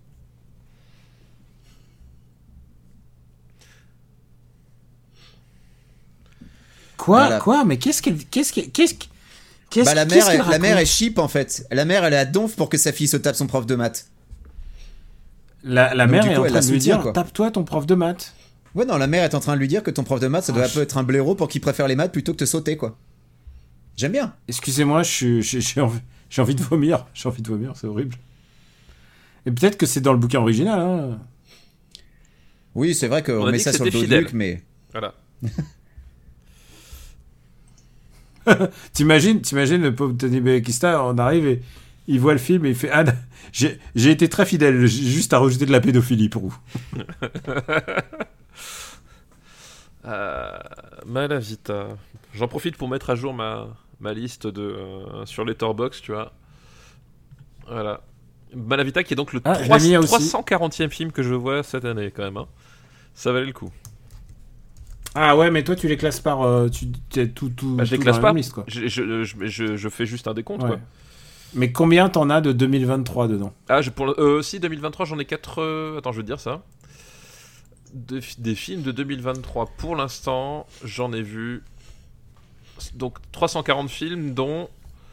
Quoi Voilà. Mais qu'est-ce la mère est cheap, en fait. La mère, elle est à donf pour que sa fille se tape son prof de maths. La Donc, mère du est coup, en elle train la de lui soutient, dire, quoi. tape-toi ton prof de maths. Ouais, non, la mère est en train de lui dire que ton prof de maths, ça doit pas être un blaireau pour qu'il préfère les maths plutôt que te sauter, quoi. J'aime bien. Excusez-moi, j'ai envie de vomir. J'ai envie de vomir, c'est horrible. Et peut-être que c'est dans le bouquin original, hein. Oui, c'est vrai qu'on On a met dit ça que sur le dos c'était de fidèle. Luc, mais... Voilà. T'imagines le pauvre Tony Belkista, on arrive et il voit le film et il fait ah, j'ai été très fidèle, j'ai juste à rejeter de la pédophilie pour vous. Malavita. J'en profite pour mettre à jour ma liste sur Letterboxd, tu vois. Voilà. Malavita qui est donc le je l'ai mis aussi. 340e film que je vois cette année quand même. Hein. Ça valait le coup. Ah ouais, mais toi tu les classes par t'es tout Bah, je les tout classe dans la pas. même liste, quoi. Je fais juste un décompte, Ouais. quoi. Mais combien t'en as de 2023 dedans? Ah, si 2023, j'en ai 4. Attends, je veux te dire ça. Des films de 2023. Pour l'instant, j'en ai vu. Donc 340 films, dont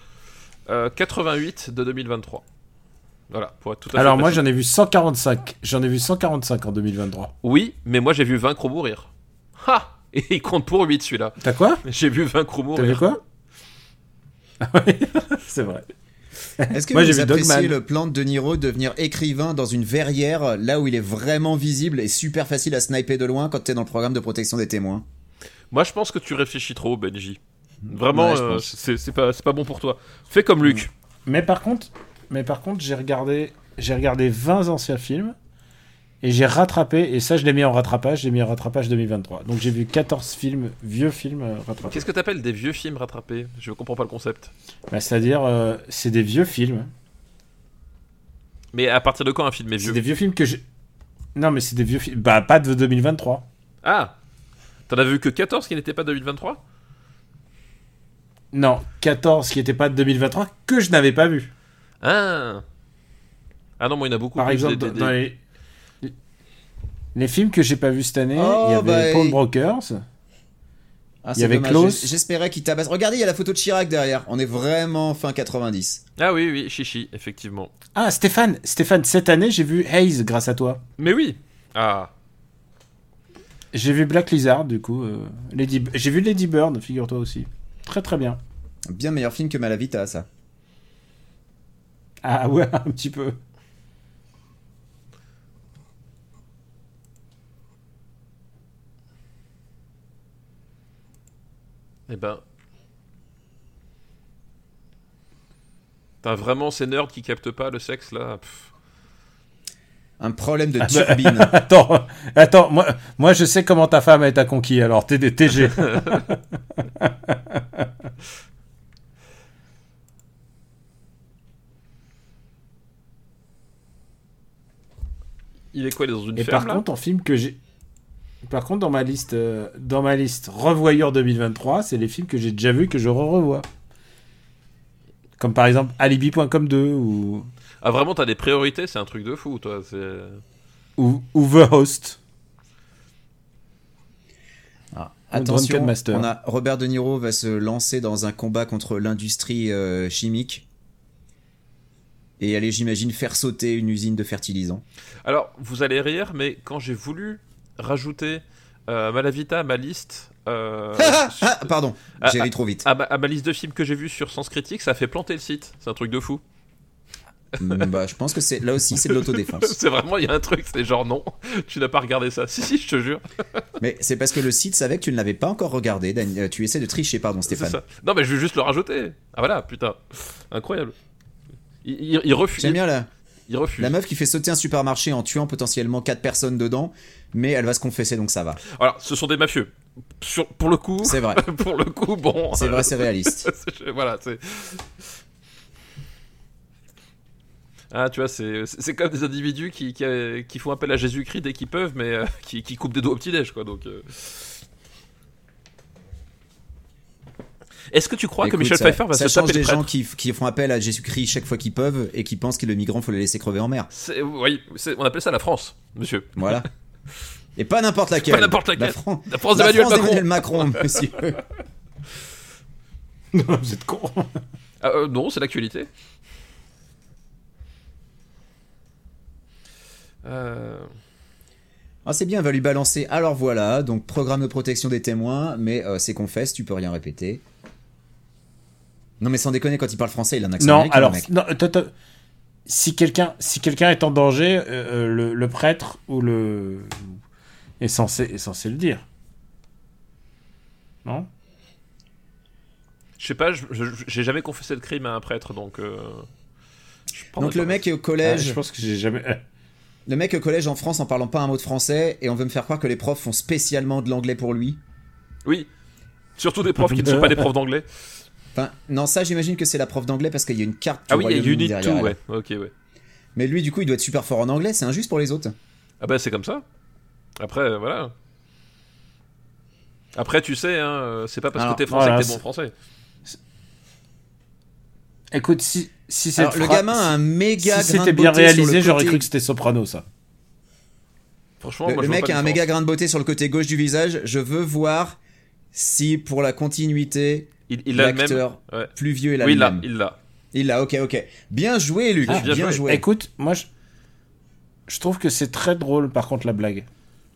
88 de 2023. Voilà, pour être tout à fait Alors moi précis. j'en ai vu 145. J'en ai vu 145 en 2023. Oui, mais moi j'ai vu 20 crocs mourir. Ha! Et il compte pour 8 celui-là. T'as quoi? J'ai vu 20 crocs T'as vu mourir. quoi? Ah ouais, c'est vrai. Est-ce que Moi, j'ai vous vu appréciez Dogman. le plan de De Niro de devenir écrivain dans une verrière, là où il est vraiment visible et super facile à sniper de loin quand t'es dans le programme de protection des témoins? Moi je pense que tu réfléchis trop, Benji. Vraiment, Ouais, je pense. c'est pas bon pour toi. Fais comme Luc. Mais par contre, j'ai regardé 20 anciens films et j'ai rattrapé, et ça je l'ai mis en rattrapage 2023. Donc j'ai vu 14 films, vieux films rattrapés. Qu'est-ce que t'appelles des vieux films rattrapés? Je comprends pas le concept. Bah, c'est-à-dire, c'est des vieux films. Mais à partir de quand un film est C'est vieux? des vieux films que j'ai... Non mais c'est des vieux films, bah pas de 2023. Ah! T'en as vu que 14 qui n'étaient pas 2023? Non, 14 qui n'étaient pas de 2023, que je n'avais pas vu. Ah! Ah non, moi il y en a beaucoup. Par plus, exemple, dans les films que j'ai pas vus cette année, Oh, il y avait bah, Paul Brokers. Ah, Il y c'est avait dommage. Klaus. J'espérais qu'il tabasse. Regardez, il y a la photo de Chirac derrière. On est vraiment fin 90. Ah oui, Chichi, effectivement. Ah, Stéphane, cette année, j'ai vu Haze grâce à toi. Mais oui! Ah! J'ai vu Black Lizard, du coup. J'ai vu Lady Bird, figure-toi aussi. Très très bien. Bien meilleur film que Malavita, ça. Ah ouais, un petit peu. Eh ben. T'as vraiment ces nerds qui captent pas le sexe là. Un problème de turbine. Attends, moi je sais comment ta femme t'a conquis, alors TG. Il est quoi, il est dans une Et ferme par contre, en film que j'ai. Par contre, dans ma liste revoyure 2023, c'est les films que j'ai déjà vus que je revois. Comme par exemple Alibi.com 2 ou. Ah, vraiment, t'as des priorités, c'est un truc de fou, toi. Ou The Host. Attention, on a Robert De Niro va se lancer dans un combat contre l'industrie chimique. Et aller, j'imagine, faire sauter une usine de fertilisants. Alors, vous allez rire, mais quand j'ai voulu rajouter Malavita à ma liste... pardon, j'ai ri trop vite. À ma liste de films que j'ai vus sur Sens Critique, ça a fait planter le site. C'est un truc de fou. Bah, je pense que là aussi, c'est de l'autodéfense. C'est vraiment, il y a un truc, c'est genre non, tu n'as pas regardé ça. Si, je te jure. Mais c'est parce que le site savait que tu ne l'avais pas encore regardé. Tu essaies de tricher, pardon, Stéphane. C'est ça. Non, mais je veux juste le rajouter. Ah voilà, putain. Incroyable. Il refuse. J'aime bien il refuse. La meuf qui fait sauter un supermarché en tuant potentiellement 4 personnes dedans, mais elle va se confesser, donc ça va. Alors, ce sont des mafieux. Pour le coup. C'est vrai. Pour le coup, bon. C'est vrai, c'est réaliste. Voilà, c'est. Ah, tu vois, c'est comme des individus qui font appel à Jésus-Christ dès qu'ils peuvent, mais qui coupent des doigts au petit-déj, quoi. Donc. Est-ce que tu crois que Michel Pfeiffer va se taper ça change des le gens prêtre qui font appel à Jésus-Christ chaque fois qu'ils peuvent et qui pensent que le migrant faut le laisser crever en mer. Oui, on appelle ça la France, monsieur. Voilà. Et pas n'importe laquelle. Pas n'importe laquelle. La France d'Emmanuel Macron, monsieur. Non, vous êtes con. Non, c'est l'actualité. Ah, c'est bien, elle va lui balancer. Alors voilà, donc programme de protection des témoins, mais c'est confesse, tu peux rien répéter. Non, mais sans déconner, quand il parle français, il a un accent américain, alors, le mec. non, si quelqu'un est en danger, le prêtre ou le est censé le dire. Non ? Je sais pas, j'ai jamais confessé de crime à un prêtre, donc. Donc le mec est au collège. Je pense que j'ai jamais. Le mec est au collège en France en parlant pas un mot de français et on veut me faire croire que les profs font spécialement de l'anglais pour lui. Oui. Surtout des profs qui ne sont pas des profs d'anglais. Enfin, non, ça j'imagine que c'est la prof d'anglais parce qu'il y a une carte du Ah oui, il y a Royaume-Uni Unit derrière 2, elle. ouais. Ok, ouais. Mais lui, du coup, il doit être super fort en anglais, c'est injuste pour les autres. Ah bah c'est comme ça. Après, voilà. Après, tu sais, hein, c'est pas parce que t'es français que t'es bon en français. Écoute, si c'est alors, le gamin a un méga si grain de c'était bien beauté réalisé, sur le j'aurais côté... cru que c'était Soprano, ça. Franchement, moi, le je vois mec pas a un de méga différence. grain de beauté sur le côté gauche du visage. Je veux voir si, pour la continuité, il a le même. l'acteur Ouais. plus vieux est la Oui, même. il l'a. Il l'a, ok. Bien joué, Luc. Bien joué. Écoute, moi, je trouve que c'est très drôle, par contre, la blague.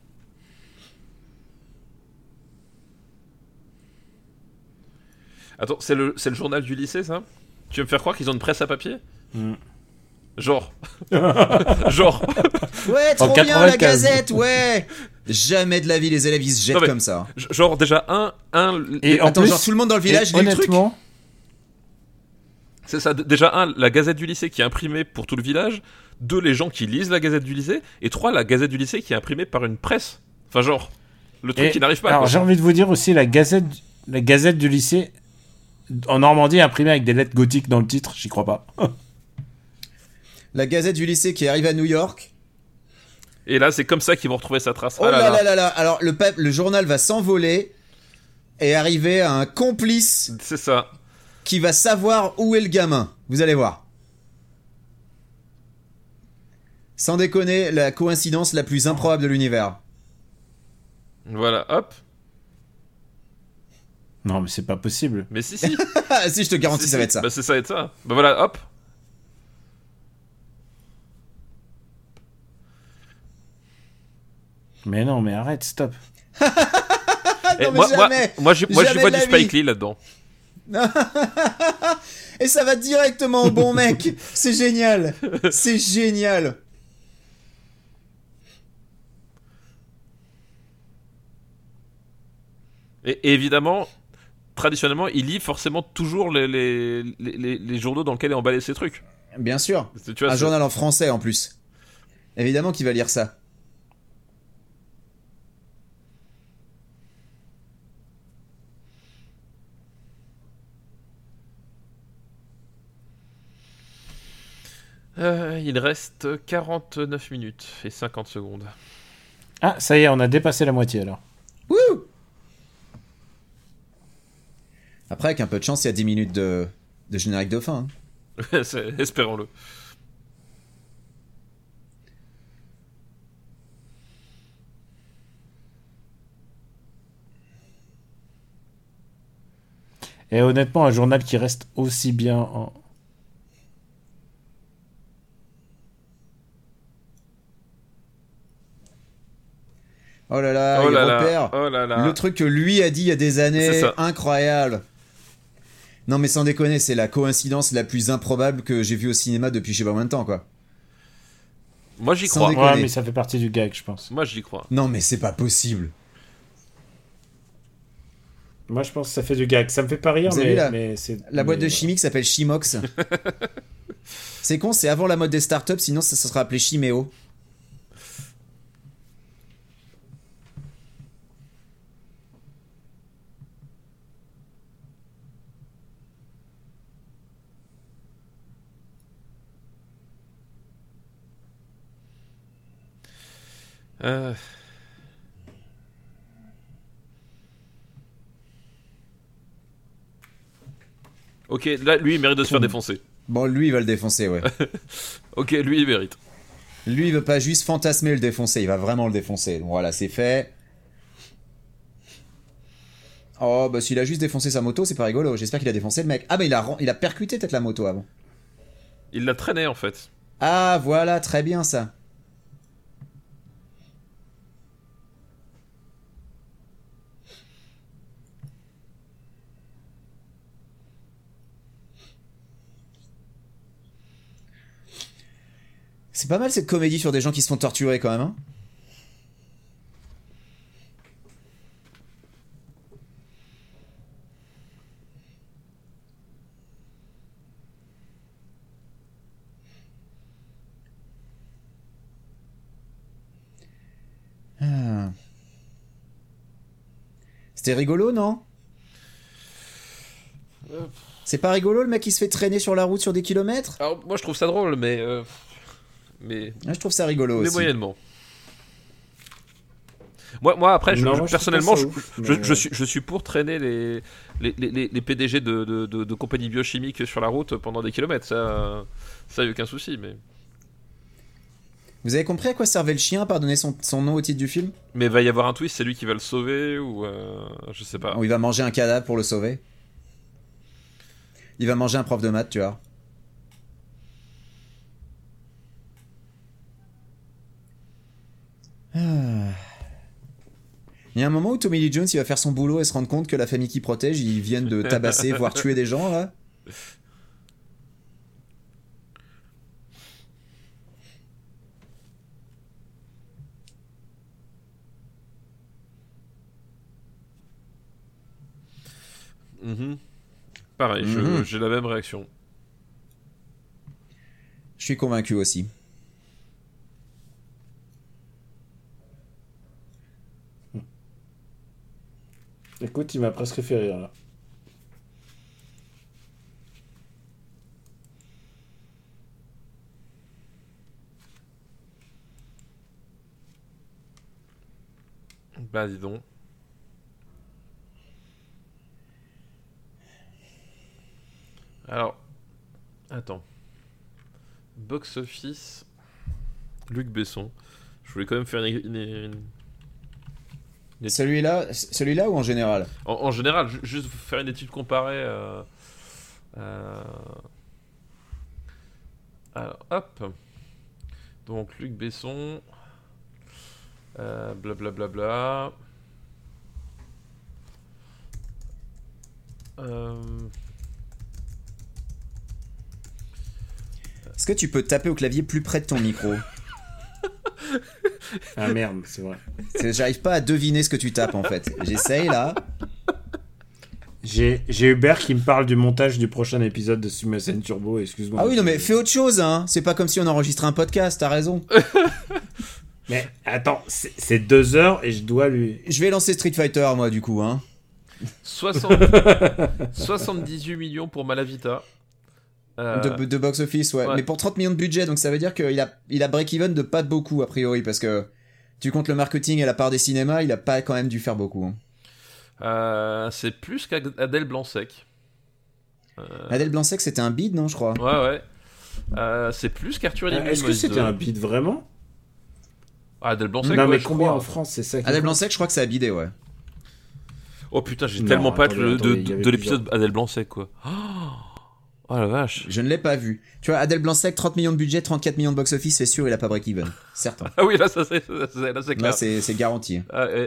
Attends, c'est le journal du lycée, ça? Tu veux me faire croire qu'ils ont une presse à papier? Genre. Genre. Ouais, En trop bien, 95. la Gazette, ouais. Jamais de la vie, les élèves, ils se jettent Non, mais- comme ça. Genre, déjà, Et en Attends, plus, genre tout le monde dans le village lit le truc. honnêtement, c'est ça. Déjà, la gazette du lycée qui est imprimée pour tout le village. 2, les gens qui lisent la gazette du lycée. Et 3, la gazette du lycée qui est imprimée par une presse. Enfin, genre, le truc qui n'arrive pas. alors Quoi. j'ai envie de vous dire aussi la gazette du lycée en Normandie imprimée avec des lettres gothiques dans le titre, j'y crois pas. La Gazette du lycée qui arrive à New York. Et là, c'est comme ça qu'ils vont retrouver sa trace. Oh là là là là. Alors, le journal va s'envoler et arriver à un complice C'est ça. qui va savoir où est le gamin. Vous allez voir. Sans déconner, la coïncidence la plus improbable de l'univers. Voilà, hop. Non, mais c'est pas possible. Mais si. Ah, si, je te garantis, ça va être ça. Bah, c'est ça et ça. Bah voilà, hop. Mais non, mais arrête, stop. Et Non, mais jamais. moi, je Jamais vois de du la Spike vie. Lee là-dedans. Et ça va directement au bon mec. C'est génial. C'est génial. Et évidemment, traditionnellement, il lit forcément toujours les journaux dans lesquels est emballé ces trucs. Bien sûr. Tu vois, Un journal en français en plus. Évidemment qu'il va lire ça. Il reste 49 minutes et 50 secondes. Ah, ça y est, on a dépassé la moitié alors. Wouh! Après, avec un peu de chance, il y a 10 minutes de générique de fin. Hein. Espérons-le. Et honnêtement, un journal qui reste aussi bien en... Oh là là, Oh il là là, repère oh là là. le truc que lui a dit il y a des années. C'est ça. Incroyable. Non mais sans déconner, c'est la coïncidence la plus improbable que j'ai vue au cinéma depuis je sais pas combien de temps, quoi. Moi, j'y Sans crois. déconner. Ouais, mais ça fait partie du gag, je pense. Moi, j'y crois. Non mais c'est pas possible. Moi, je pense que ça fait du gag. Ça me fait pas rire, Vous avez vu mais c'est... La boîte de mais, chimie qui s'appelle Chimox. C'est con, c'est avant la mode des startups, sinon ça sera appelé Chiméo. Ok, là, lui, il mérite de se faire défoncer. Bon, lui il va le défoncer, ouais. Ok, lui, il mérite. Lui il veut pas juste fantasmer le défoncer, il va vraiment le défoncer. Donc voilà, c'est fait. Oh bah s'il a juste défoncé sa moto, c'est pas rigolo. J'espère qu'il a défoncé le mec. Ah bah il a percuté peut-être la moto avant. Il l'a traîné, en fait. Ah voilà, très bien ça. C'est pas mal cette comédie sur des gens qui se font torturer quand même, hein. Ah. C'était rigolo, non? C'est pas rigolo le mec qui se fait traîner sur la route sur des kilomètres? Alors, moi, je trouve ça drôle, mais Ah, je trouve ça rigolo aussi. moyennement. Moi après, Non, moi, je personnellement, trouve pas ça ouf, je suis pour traîner les PDG de compagnies biochimiques sur la route pendant des kilomètres. Ça y a aucun souci. Vous avez compris à quoi servait le chien, par donner son nom au titre du film? Mais va y avoir un twist, c'est lui qui va le sauver ou je sais pas. Ou il va manger un cadavre pour le sauver? Il va manger un prof de maths, tu vois. Ah. Il y a un moment où Tommy Lee Jones il va faire son boulot et se rendre compte que la famille qui protège, ils viennent de tabasser, voire tuer des gens là. Mhm. Pareil, j'ai la même réaction. Je suis convaincu aussi. Écoute, il m'a presque fait rire, là. Bah dis donc. Alors, attends. Box office. Luc Besson. Je voulais quand même faire Celui-là ou en général? En général, juste faire une étude comparée. Alors, hop. Donc, Luc Besson. Blablabla. Est-ce que tu peux taper au clavier plus près de ton micro? Ah merde, c'est vrai. J'arrive pas à deviner ce que tu tapes en fait. J'essaye là. J'ai Hubert qui me parle du montage du prochain épisode de Sumasen Turbo, excuse-moi. Ah oui, non, mais fais autre chose, hein. C'est pas comme si on enregistrait un podcast, t'as raison. Mais attends, c'est 2 heures et je dois lui... Je vais lancer Street Fighter, moi, du coup, hein. 78 millions pour Malavita. De box-office, ouais. Mais pour 30 millions de budget, donc ça veut dire qu'il a break-even de pas de beaucoup, a priori, parce que tu comptes le marketing et la part des cinémas, il a pas quand même dû faire beaucoup. Hein. C'est plus qu'Adèle Blanc-Sec. Adèle Blanc-Sec, c'était un bid, non, je crois. Ouais. C'est plus qu'Arthur et les Est-ce que c'était un bid vraiment? Adèle Blanc-Sec, non, mais je combien crois. en France, c'est ça? Adèle Blanc-Sec, je crois que ça a bidé, ouais. Oh putain, j'ai Non, tellement pas attendez, de l'épisode Adèle Blanc-Sec, quoi. Oh la vache. Je ne l'ai pas vu. Tu vois, Adèle Blanc-Sec, 30 millions de budget, 34 millions de box-office, c'est sûr, il a pas break-even. Certain. Ah oui, là, c'est clair. Là, c'est garanti.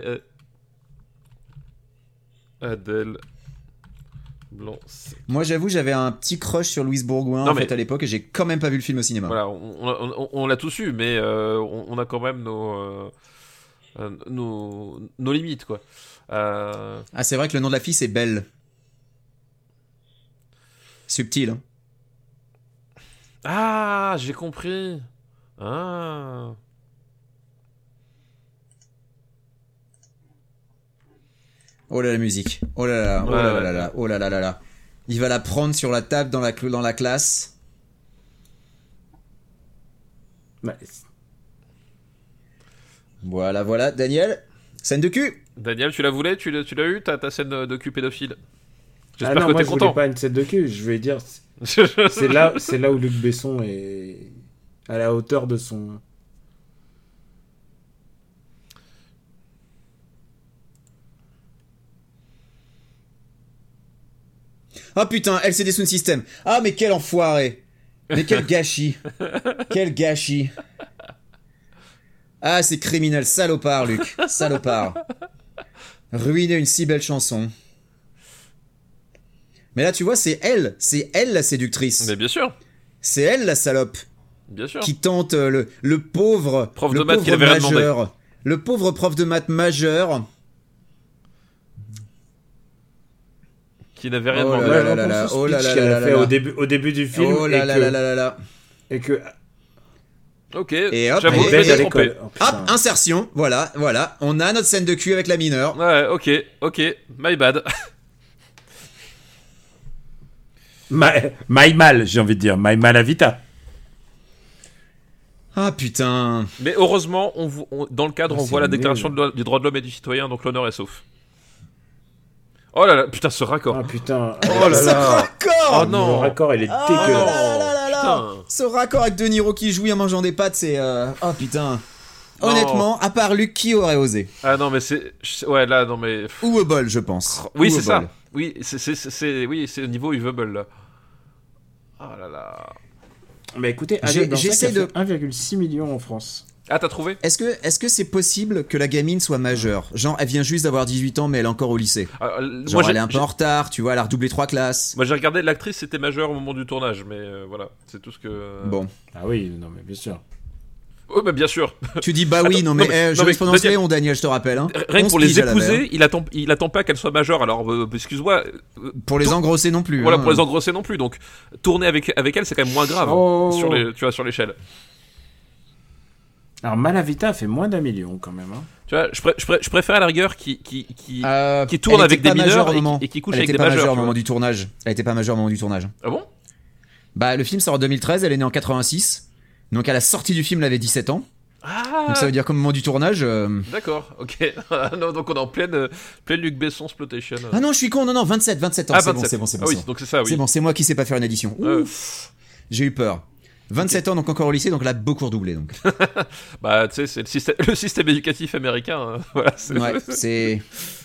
Adèle Blanc-Sec. Moi, j'avoue, j'avais un petit crush sur Louise Bourgoin, en fait, à l'époque, et j'ai quand même pas vu le film au cinéma. Voilà, on l'a tous eu, mais on a quand même nos limites, quoi. Ah, c'est vrai que le nom de la fille, c'est Belle. Subtil, hein. Ah, j'ai compris. Ah. Oh là la musique. Oh là là, oh là là là, oh là là là là. Il va la prendre sur la table dans la classe. Ouais. Voilà, Daniel. Scène de cul. Daniel, tu la voulais? Tu l'as eu, ta scène de cul pédophile? Ah J'espère non, que moi t'es je content. voulais pas une scène de cul, je vais dire... C'est là où Luc Besson est à la hauteur de son... Ah putain, LCD Sound System. Ah mais quel enfoiré. Mais quel gâchis. Quel gâchis. Ah c'est criminel, salopard Luc. Salopard. Ruiner une si belle chanson. Mais là tu vois, c'est elle la séductrice. Mais bien sûr. C'est elle la salope. Bien sûr. Qui tente le pauvre prof de le maths pauvre qui avait rien demandé. majeur. Le pauvre prof de maths majeur. Qui n'avait rien Oh demandé. là là là là, oh là là là là fait là. au début du film. Oh là là là là là là. Et que... Ok, Et hop, j'avoue, et je belle m'étais à trompé. l'école. Oh, putain. Hop, insertion. Voilà. On a notre scène de cul avec la mineure. Ouais, ok, my bad. My mal, j'ai envie de dire. My Malavita. Ah putain. Mais heureusement, dans le cadre, on c'est voit la nul. déclaration du droit de l'homme et du citoyen, donc l'honneur est sauf. Oh là là, putain, ce raccord. Ah putain. Oh là Ce là. raccord. Oh non. Le raccord, il est Ah dégueulasse. là là là là. Putain. Ce raccord avec De Niro qui jouit en mangeant des pâtes, c'est... Oh putain. Non. Honnêtement, à part Luc, qui aurait osé? Ah non, mais ouais, là, non, mais... Ou Bol, je pense. Oui, Ou c'est Bol. ça. Oui, c'est au niveau Uvable, là. Oh là là. Mais écoutez, J'essaie de... 1,6 million en France. Ah, t'as trouvé? Est-ce que c'est possible que la gamine soit majeure? Genre, elle vient juste d'avoir 18 ans, mais elle est encore au lycée. Genre, elle est un peu en retard, tu vois, elle a redoublé 3 classes. Moi, j'ai regardé, l'actrice, c'était majeure au moment du tournage, mais voilà, c'est tout ce que... Bon. Ah oui, non mais bien sûr. Oh, bah bien sûr. Tu dis bah oui, Attends, non mais, jurisprudence Daniel, Léon, Daniel, je te rappelle. Hein. Rien que 11 pour les piges, elle avait, hein. épouser, il attend pas qu'elle soit majeure, alors excuse-moi. Pour les engrosser non plus. Voilà, hein. pour les engrosser non plus, donc tourner avec elle, c'est quand même moins grave Oh. sur l'échelle. Alors Malavita fait moins d'1 million quand même. Hein. Tu vois, je préfère à la rigueur qui tourne Elle avec était des pas majeure mineurs au moment. et qui couche Elle avec était des pas majeurs. majeure au tu vois. moment du tournage. Elle était pas majeure au moment du tournage. Ah bon? Bah le film sort en 2013, elle est née en 86. Donc à la sortie du film, elle avait 17 ans. Ah, Donc ça veut dire qu'au moment du tournage... d'accord, ok. Non, donc on est en pleine Luc Besson exploitation. Ah non, je suis con, non, 27 ans, Ah, c'est 27. bon, c'est bon. Ah oui, donc c'est ça, oui. C'est bon, c'est moi qui sais pas faire une addition. Ouf, j'ai eu peur. 27 ans, donc encore au lycée, donc là, beaucoup redoublé. Donc. Bah, tu sais, c'est le système éducatif américain. Hein. Voilà, Ouais, c'est...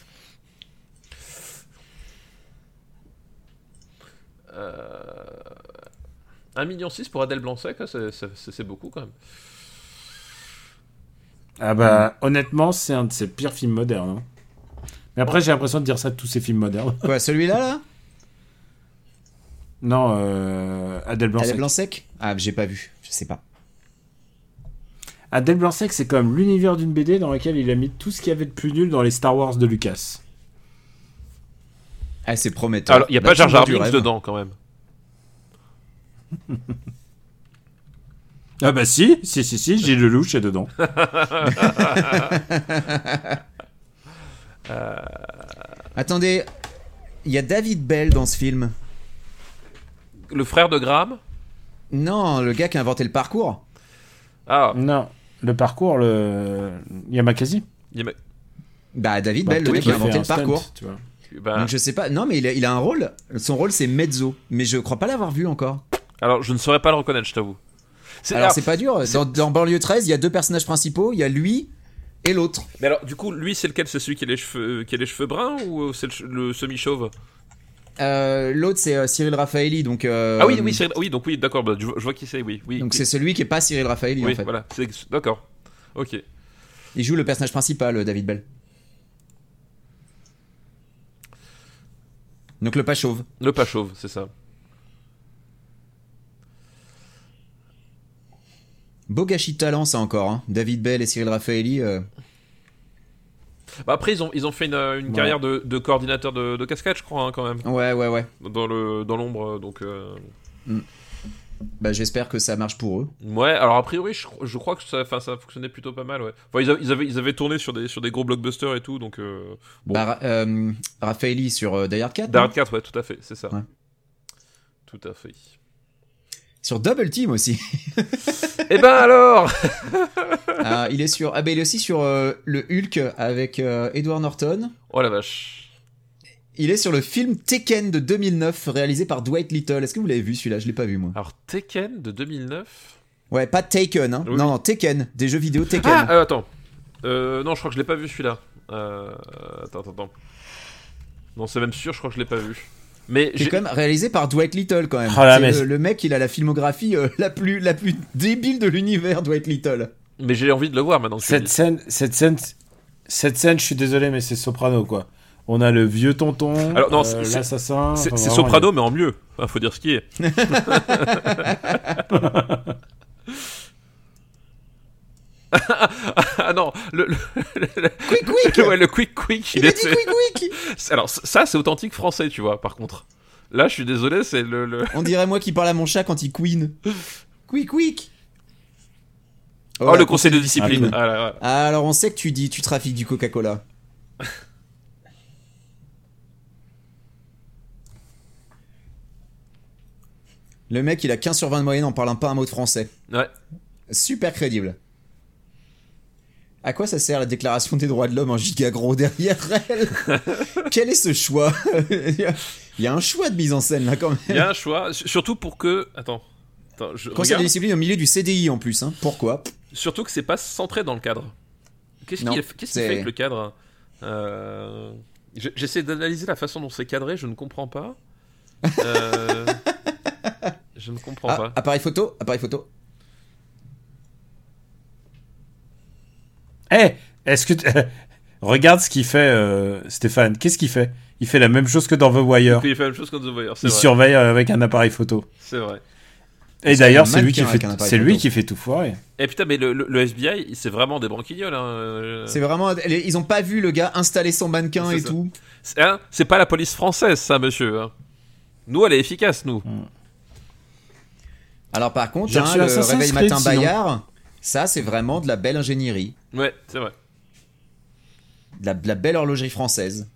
1,6 million pour Adèle Blanc-Sec, c'est beaucoup quand même. Ah bah honnêtement, c'est un de ses pires films modernes. Hein. Mais après, j'ai l'impression de dire ça de tous ces films modernes. Quoi, celui-là, là Non, Adèle Blanc-Sec. Adèle Blanc-Sec. Ah, j'ai pas vu, je sais pas. Adèle Blanc-Sec, c'est comme l'univers d'une BD dans lequel il a mis tout ce qu'il y avait de plus nul dans les Star Wars de Lucas. Ah, c'est prometteur. Alors, il n'y a Bah, pas tu Jar me Jar vends du Binks rêve. dedans, quand même. Ah bah si, Gilles Lelouch est dedans. Attendez, il y a David Bell dans ce film. Le frère de Graham. Non, le gars qui a inventé le parcours. Ah, Non, le parcours, Yamakasi. Bah, David Bah, Bell, le peut-être mec qui a qu'il inventé fait le un stunt, parcours. tu vois. bah, Donc je sais pas. Non, mais il a un rôle. Son rôle, c'est Mezzo. Mais je crois pas l'avoir vu encore. alors, je ne saurais pas le reconnaître, je t'avoue. Alors, c'est pas dur. Dans Banlieue 13, il y a deux personnages principaux. Il y a lui et l'autre. Mais alors, du coup, lui, c'est lequel? C'est celui qui a les cheveux bruns ou c'est le semi-chauve? L'autre, c'est Cyril Raffaelli. Donc, Ah oui, donc oui, d'accord, bah, je vois qui c'est, oui. donc oui. c'est celui qui est pas Cyril Raffaelli Oui, en fait. voilà, d'accord. Ok. Il joue le personnage principal, David Bell. Donc le pas chauve. Le pas chauve, c'est ça. Beau gâchis de talent, ça encore. Hein. David Bell et Cyril Raffaelli. Bah après, ils ont fait une carrière de coordinateur de cascade, je crois, hein, quand même. Ouais. Dans l'ombre, donc. Bah j'espère que ça marche pour eux. Ouais, alors a priori, je crois que ça fonctionnait plutôt pas mal, ouais. Enfin, ils avaient tourné sur des gros blockbusters et tout, donc. Bon. Bah, Raffaelli sur Die Hard 4. Die Hard 4, ouais, tout à fait, c'est ça. Ouais. Tout à fait. Sur Double Team aussi. Eh ben alors. Il est sur. Ah bah il est aussi sur le Hulk avec Edward Norton. Oh la vache. Il est sur le film Tekken de 2009 réalisé par Dwight Little. Est-ce que vous l'avez vu celui-là? Je l'ai pas vu moi. Alors Tekken de 2009. Ouais, pas Taken, hein. Oui. Non, Tekken, des jeux vidéo Tekken. Ah, attends. Non, je crois que je l'ai pas vu celui-là. Attends. Non, c'est même sûr, je crois que je l'ai pas vu. Mais C'est quand même réalisé par Dwight Little quand même. Oh là, C'est mais le mec, il a la filmographie la plus débile de l'univers, Dwight Little. mais j'ai envie de le voir maintenant. que tu le Cette scène, je suis désolé, mais c'est Soprano, quoi. On a le vieux tonton, Alors, non, l'assassin. dis. C'est enfin, vraiment, Soprano, mais en mieux. Enfin, faut dire ce qui est. Ah non, Quick ouais, le quick. Il a dit quick. Alors ça, c'est authentique français, tu vois. Par contre, là, je suis désolé, c'est le. On dirait moi qui parle à mon chat quand il queen. Quick. Oh, le conseil de discipline. Ah, là, là. Ah, alors on sait que tu trafiques du Coca-Cola. Le mec, il a 15 sur 20 de moyenne en parlant pas un mot de français. Ouais. Super crédible. À quoi ça sert la déclaration des droits de l'homme en giga gros derrière elle? Quel est ce choix? Il y a un choix de mise en scène là quand même. Il y a un choix, surtout pour que. Attends, je Conseil de regarde. discipline au milieu du CDI en plus. Hein. Pourquoi? Surtout que c'est pas centré dans le cadre. Qu'est-ce Non, qu'il fait c'est- avec le cadre? J'essaie d'analyser la façon dont c'est cadré, je ne comprends pas. Je ne comprends Ah, pas. appareil photo. est-ce que regarde ce qu'il fait, Stéphane. Qu'est-ce qu'il fait? Il fait la même chose que dans The Wire. Il fait la même chose que The Wire, c'est Il vrai. surveille avec un appareil photo. C'est vrai. Et d'ailleurs, c'est un lui qui mannequin fait, avec un appareil c'est lui photo. qui fait tout foirer. Et putain, mais le FBI, c'est vraiment des branquignoles. C'est vraiment. Ils ont pas vu le gars installer son mannequin C'est et ça. tout. C'est pas la police française, ça, monsieur. Hein. Nous, elle est efficace, nous. Alors par contre, J'ai reçu le Assassin's réveil Creed, matin sinon. Bayard, ça c'est vraiment de la belle ingénierie, Ouais, c'est vrai. de la belle horlogerie française.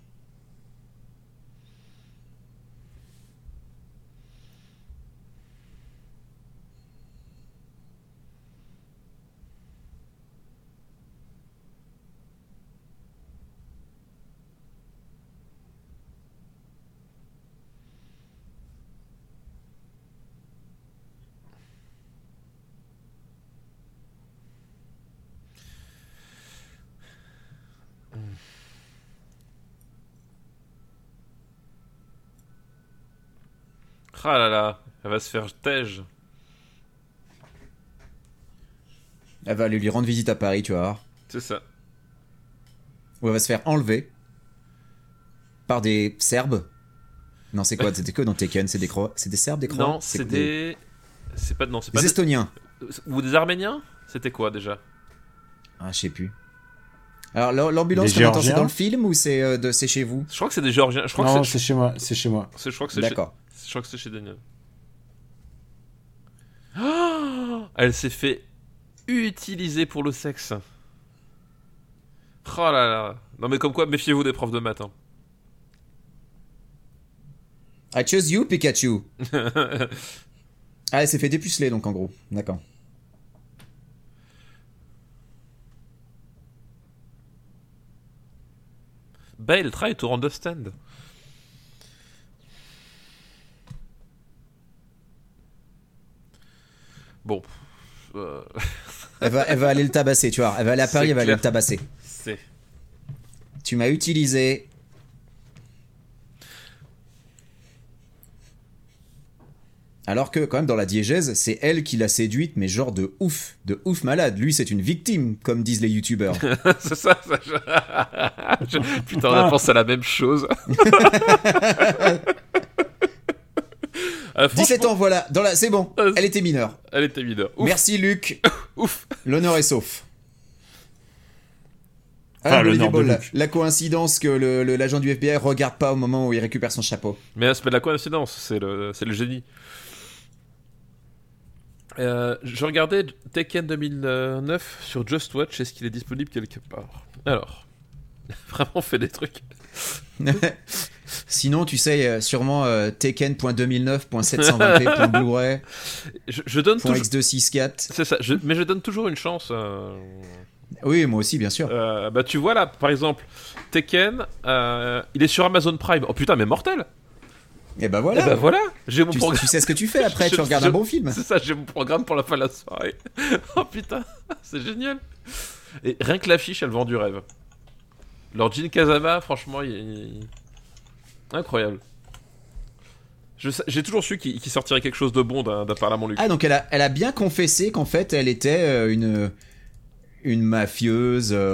Ah là là, elle va se faire tège. Elle va aller lui rendre visite à Paris, tu vas voir. C'est ça. Ou elle va se faire enlever par des Serbes. Non, c'est quoi? C'était que dans Tekken? C'est des Serbes, des Croates? Non, c'est des. C'est pas. Non, c'est pas. Des Estoniens. Ou des Arméniens? C'était quoi déjà? Ah, je sais plus. Alors l'ambulance Les qu'on entend, c'est Géorgiens dans le film ou c'est chez vous? Je crois que c'est des Géorgiens. Je crois Non, que c'est chez moi. je crois que c'est D'accord. je crois que c'est chez Daniel. Oh, elle s'est fait utiliser pour le sexe. Oh là là. Non mais comme quoi, méfiez-vous des profs de maths. Hein. I chose you, Pikachu. Ah, elle s'est fait dépuceler donc en gros. D'accord. Bale, try to understand. Bon. Elle va aller le tabasser, tu vois. Elle va aller à Paris, C'est elle va aller clair. le tabasser. C'est... Tu m'as utilisé. Alors que, quand même, dans la diégèse, c'est elle qui l'a séduite, mais genre de ouf malade. Lui, c'est une victime, comme disent les youtubeurs. c'est ça. Putain, on a pensé à la même chose. 17 ans, voilà. C'est bon. Elle était mineure. Elle était mineure. Ouf. Merci, Luc. Ouf. L'honneur est sauf. Enfin, l'honneur de Unbelievable, Luc. la coïncidence que l'agent du FBI regarde pas au moment où il récupère son chapeau. Mais c'est pas de la coïncidence, c'est le génie. Je regardais Tekken 2009 sur Just Watch. Est-ce qu'il est disponible quelque part? Alors, vraiment fait des trucs. Sinon, tu sais, sûrement Tekken.2009.720p.Blu-ray, Je donne toujours. .x264. C'est ça. Mais je donne toujours une chance. Oui, moi aussi, bien sûr. Bah tu vois là, par exemple, Tekken, il est sur Amazon Prime. Oh putain, mais mortel. Et bah Et voilà. bah voilà. J'ai mon Tu programme. sais ce que tu fais après, tu regardes un bon film. C'est ça, j'ai mon programme pour la fin de la soirée. Oh putain, c'est génial. Et rien que l'affiche, elle vend du rêve. Lord Jin Kazama, franchement, incroyable. J'ai toujours su qu'il sortirait quelque chose de bon d'un Parlement Luc. Ah, donc elle a bien confessé qu'en fait, elle était une mafieuse.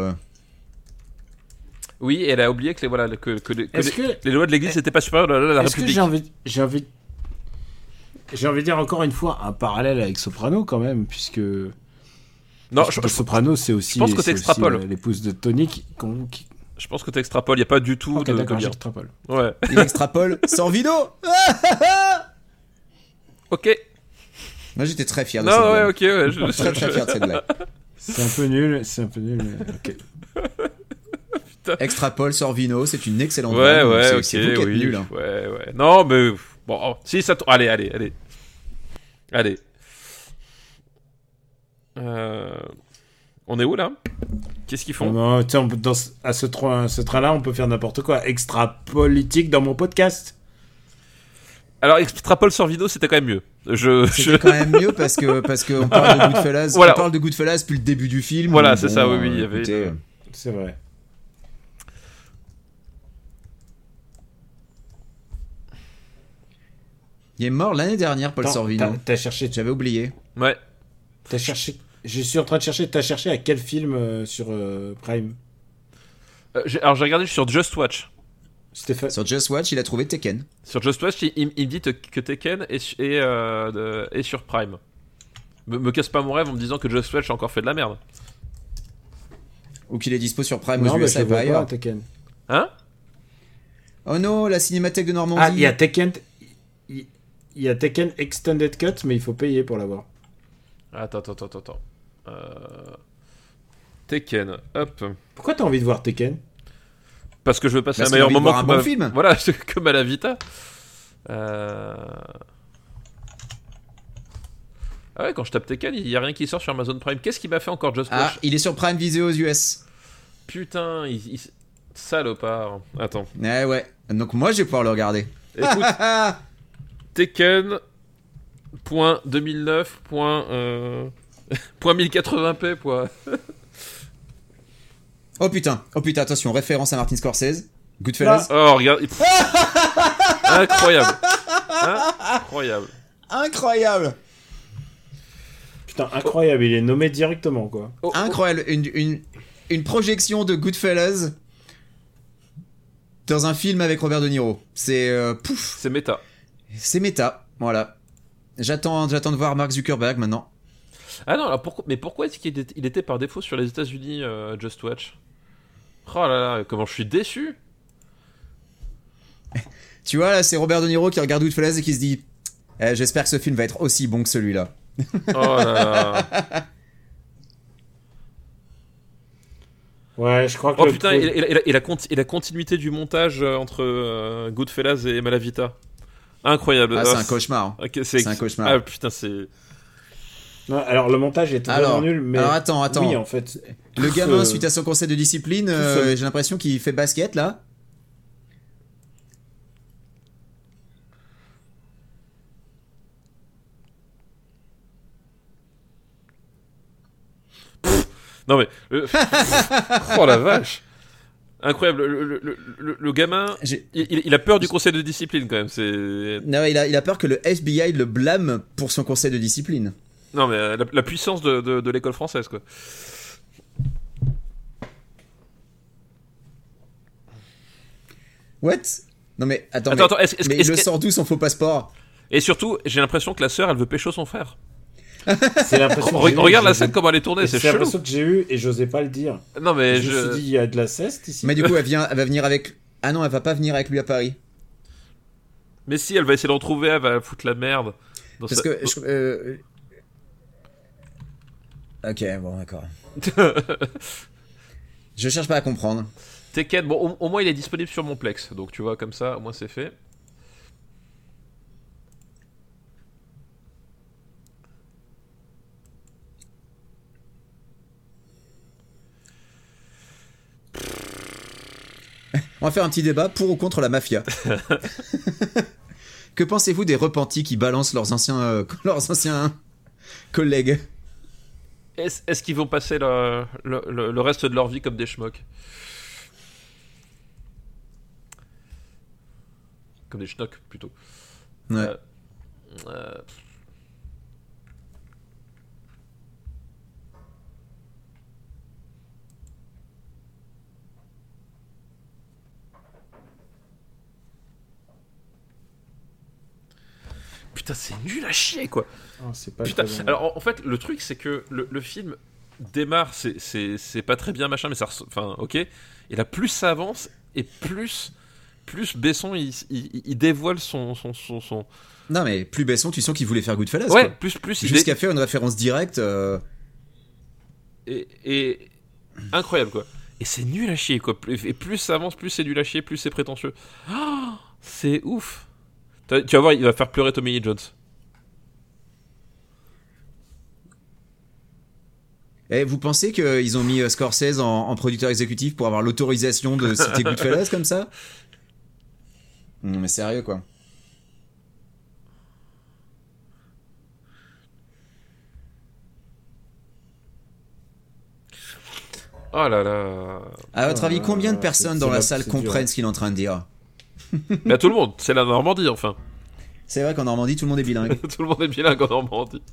Oui, et elle a oublié que Est-ce que les lois de l'église n'étaient pas supérieures à la Est-ce que République. j'ai envie de dire encore une fois un parallèle avec Soprano quand même, puisque Non, Soprano c'est aussi, je pense que c'est t'extrapoles. aussi, l'épouse de Tony je pense que t'extrapoles, il n'y a pas du tout Ok, de d'accord, lien. j'extrapole. Ouais. Il extrapole sans vidéo. Ok. Moi, j'étais très fier de Non, cette ouais, blague. ok, ouais. Très très fier de cette blague. C'est un peu nul, mais ok. Extrapole Sorvino, c'est une excellente Ouais, blague. ouais, ok, C'est vous qui êtes oui. nuls. Hein. Ouais. Non, mais bon, oh, si ça. Allez. On est où là? Qu'est-ce qu'ils font? Non, tiens, à ce train-là, on peut faire n'importe quoi. Extra politique dans mon podcast. Alors, Extrapole sur vidéo, c'était quand même mieux. C'était quand même mieux parce que on parle de Goodfellas. Voilà. On parle de Goodfellas depuis le début du film. Voilà, donc c'est ça, oui, il y avait écoutez, une- C'est vrai. il est mort l'année dernière, Paul Attends, Sorvino. t'as cherché. J'avais oublié. Ouais. T'as cherché. Je suis en train de chercher. T'as cherché à quel film sur Prime? Alors, j'ai regardé sur Just Watch. Stéphane. Sur Just Watch, il a trouvé Tekken. Sur Just Watch, il me dit que Tekken est sur Prime. Me casse pas mon rêve en me disant que Just Watch a encore fait de la merde. Ou qu'il est dispo sur Prime Non, aux mais USA je et pas vois pas ailleurs. Tekken. Hein? Oh non, la cinémathèque de Normandie. Ah, il y a Tekken. Il y a Tekken Extended Cut, mais il faut payer pour l'avoir. Attends. Tekken, hop. Pourquoi t'as envie de voir Tekken? Parce que je veux passer Parce un meilleur qu'il a envie de moment voir un que bon film. Voilà, comme à la Vita. Ah ouais, quand je tape Tekken, il y a rien qui sort sur Amazon Prime. Qu'est-ce qui m'a fait encore Just Ah, Watch? il est sur Prime Video aux US. Putain, salopard. Attends. Ouais. Donc moi, je vais pouvoir le regarder. Écoute, Tekken.2009. .1080p, quoi. Oh putain, attention, référence à Martin Scorsese. Goodfellas. Oh, regarde. Incroyable. Incroyable. Incroyable. Putain, incroyable, il est nommé directement, quoi. Incroyable. Une projection de Goodfellas dans un film avec Robert De Niro. C'est pouf. C'est méta. C'est méta. Voilà. J'attends de voir Mark Zuckerberg maintenant. Ah non, alors pourquoi est-ce qu'il était par défaut sur les États-Unis, Just Watch? Oh là là, comment je suis déçu. Tu vois, là, c'est Robert De Niro qui regarde Goodfellas et qui se dit j'espère que ce film va être aussi bon que celui-là. Oh là là. Ouais, je crois que Oh putain, et la continuité du montage entre Goodfellas et Malavita. Incroyable. Ah, c'est un cauchemar. Hein. Ok, c'est un cauchemar. Ah putain, c'est... Non, alors le montage est vraiment nul, mais... Alors attends. Oui, en fait. Le gamin, suite à son conseil de discipline, j'ai l'impression qu'il fait basket, là. Non mais... oh la vache. Incroyable. Le gamin, il a peur du conseil de discipline quand même. C'est... Non, il a peur que le FBI le blâme pour son conseil de discipline. Non mais la puissance de l'école française, quoi. What? Non mais attends, mais il le sort d'où son faux passeport? Et surtout, j'ai l'impression que la sœur, elle veut pécho son frère. C'est l'impression regarde la scène comment elle est tournée, c'est chelou. C'est l'impression que j'ai eu et j'osais pas le dire. Non mais je me suis dit il y a de la ceste ici. Mais du coup elle va venir avec... Ah non, elle va pas venir avec lui à Paris. Mais si, elle va essayer d'en trouver, elle va foutre la merde. Parce que... Ok, bon, d'accord. Je cherche pas à comprendre. Tekken, bon, au moins il est disponible sur mon Plex, donc tu vois, comme ça, au moins c'est fait. On va faire un petit débat pour ou contre la mafia. Que pensez-vous des repentis qui balancent leurs anciens collègues? Est-ce qu'ils vont passer le reste de leur vie comme des schmocks? Comme des schnocks, plutôt. Ouais. Putain, c'est nul à chier, quoi. Oh, c'est pas Putain. bon. Alors, en fait, le truc, c'est que le film démarre, c'est pas très bien, machin, mais ça... Enfin, ok. Et là, plus ça avance, et plus Besson, il dévoile son... Non mais plus Besson, tu sens qu'il voulait faire Goodfellas. Ouais, quoi. plus Jusqu'à faire une référence directe. Et incroyable, quoi. Et c'est nul à chier, quoi. Et plus ça avance, plus c'est nul à chier, plus c'est prétentieux. Oh, c'est ouf. Tu vas voir, il va faire pleurer Tommy Lee Jones. Et vous pensez qu'ils ont mis Scorsese en producteur exécutif pour avoir l'autorisation de citer Goodfellas comme ça? Non mais sérieux, quoi. Oh là là. À votre avis, combien de personnes dans la salle comprennent dur. ce qu'il est en train de dire? Mais à tout le monde, c'est la Normandie, enfin. C'est vrai qu'en Normandie, tout le monde est bilingue. Tout le monde est bilingue en Normandie.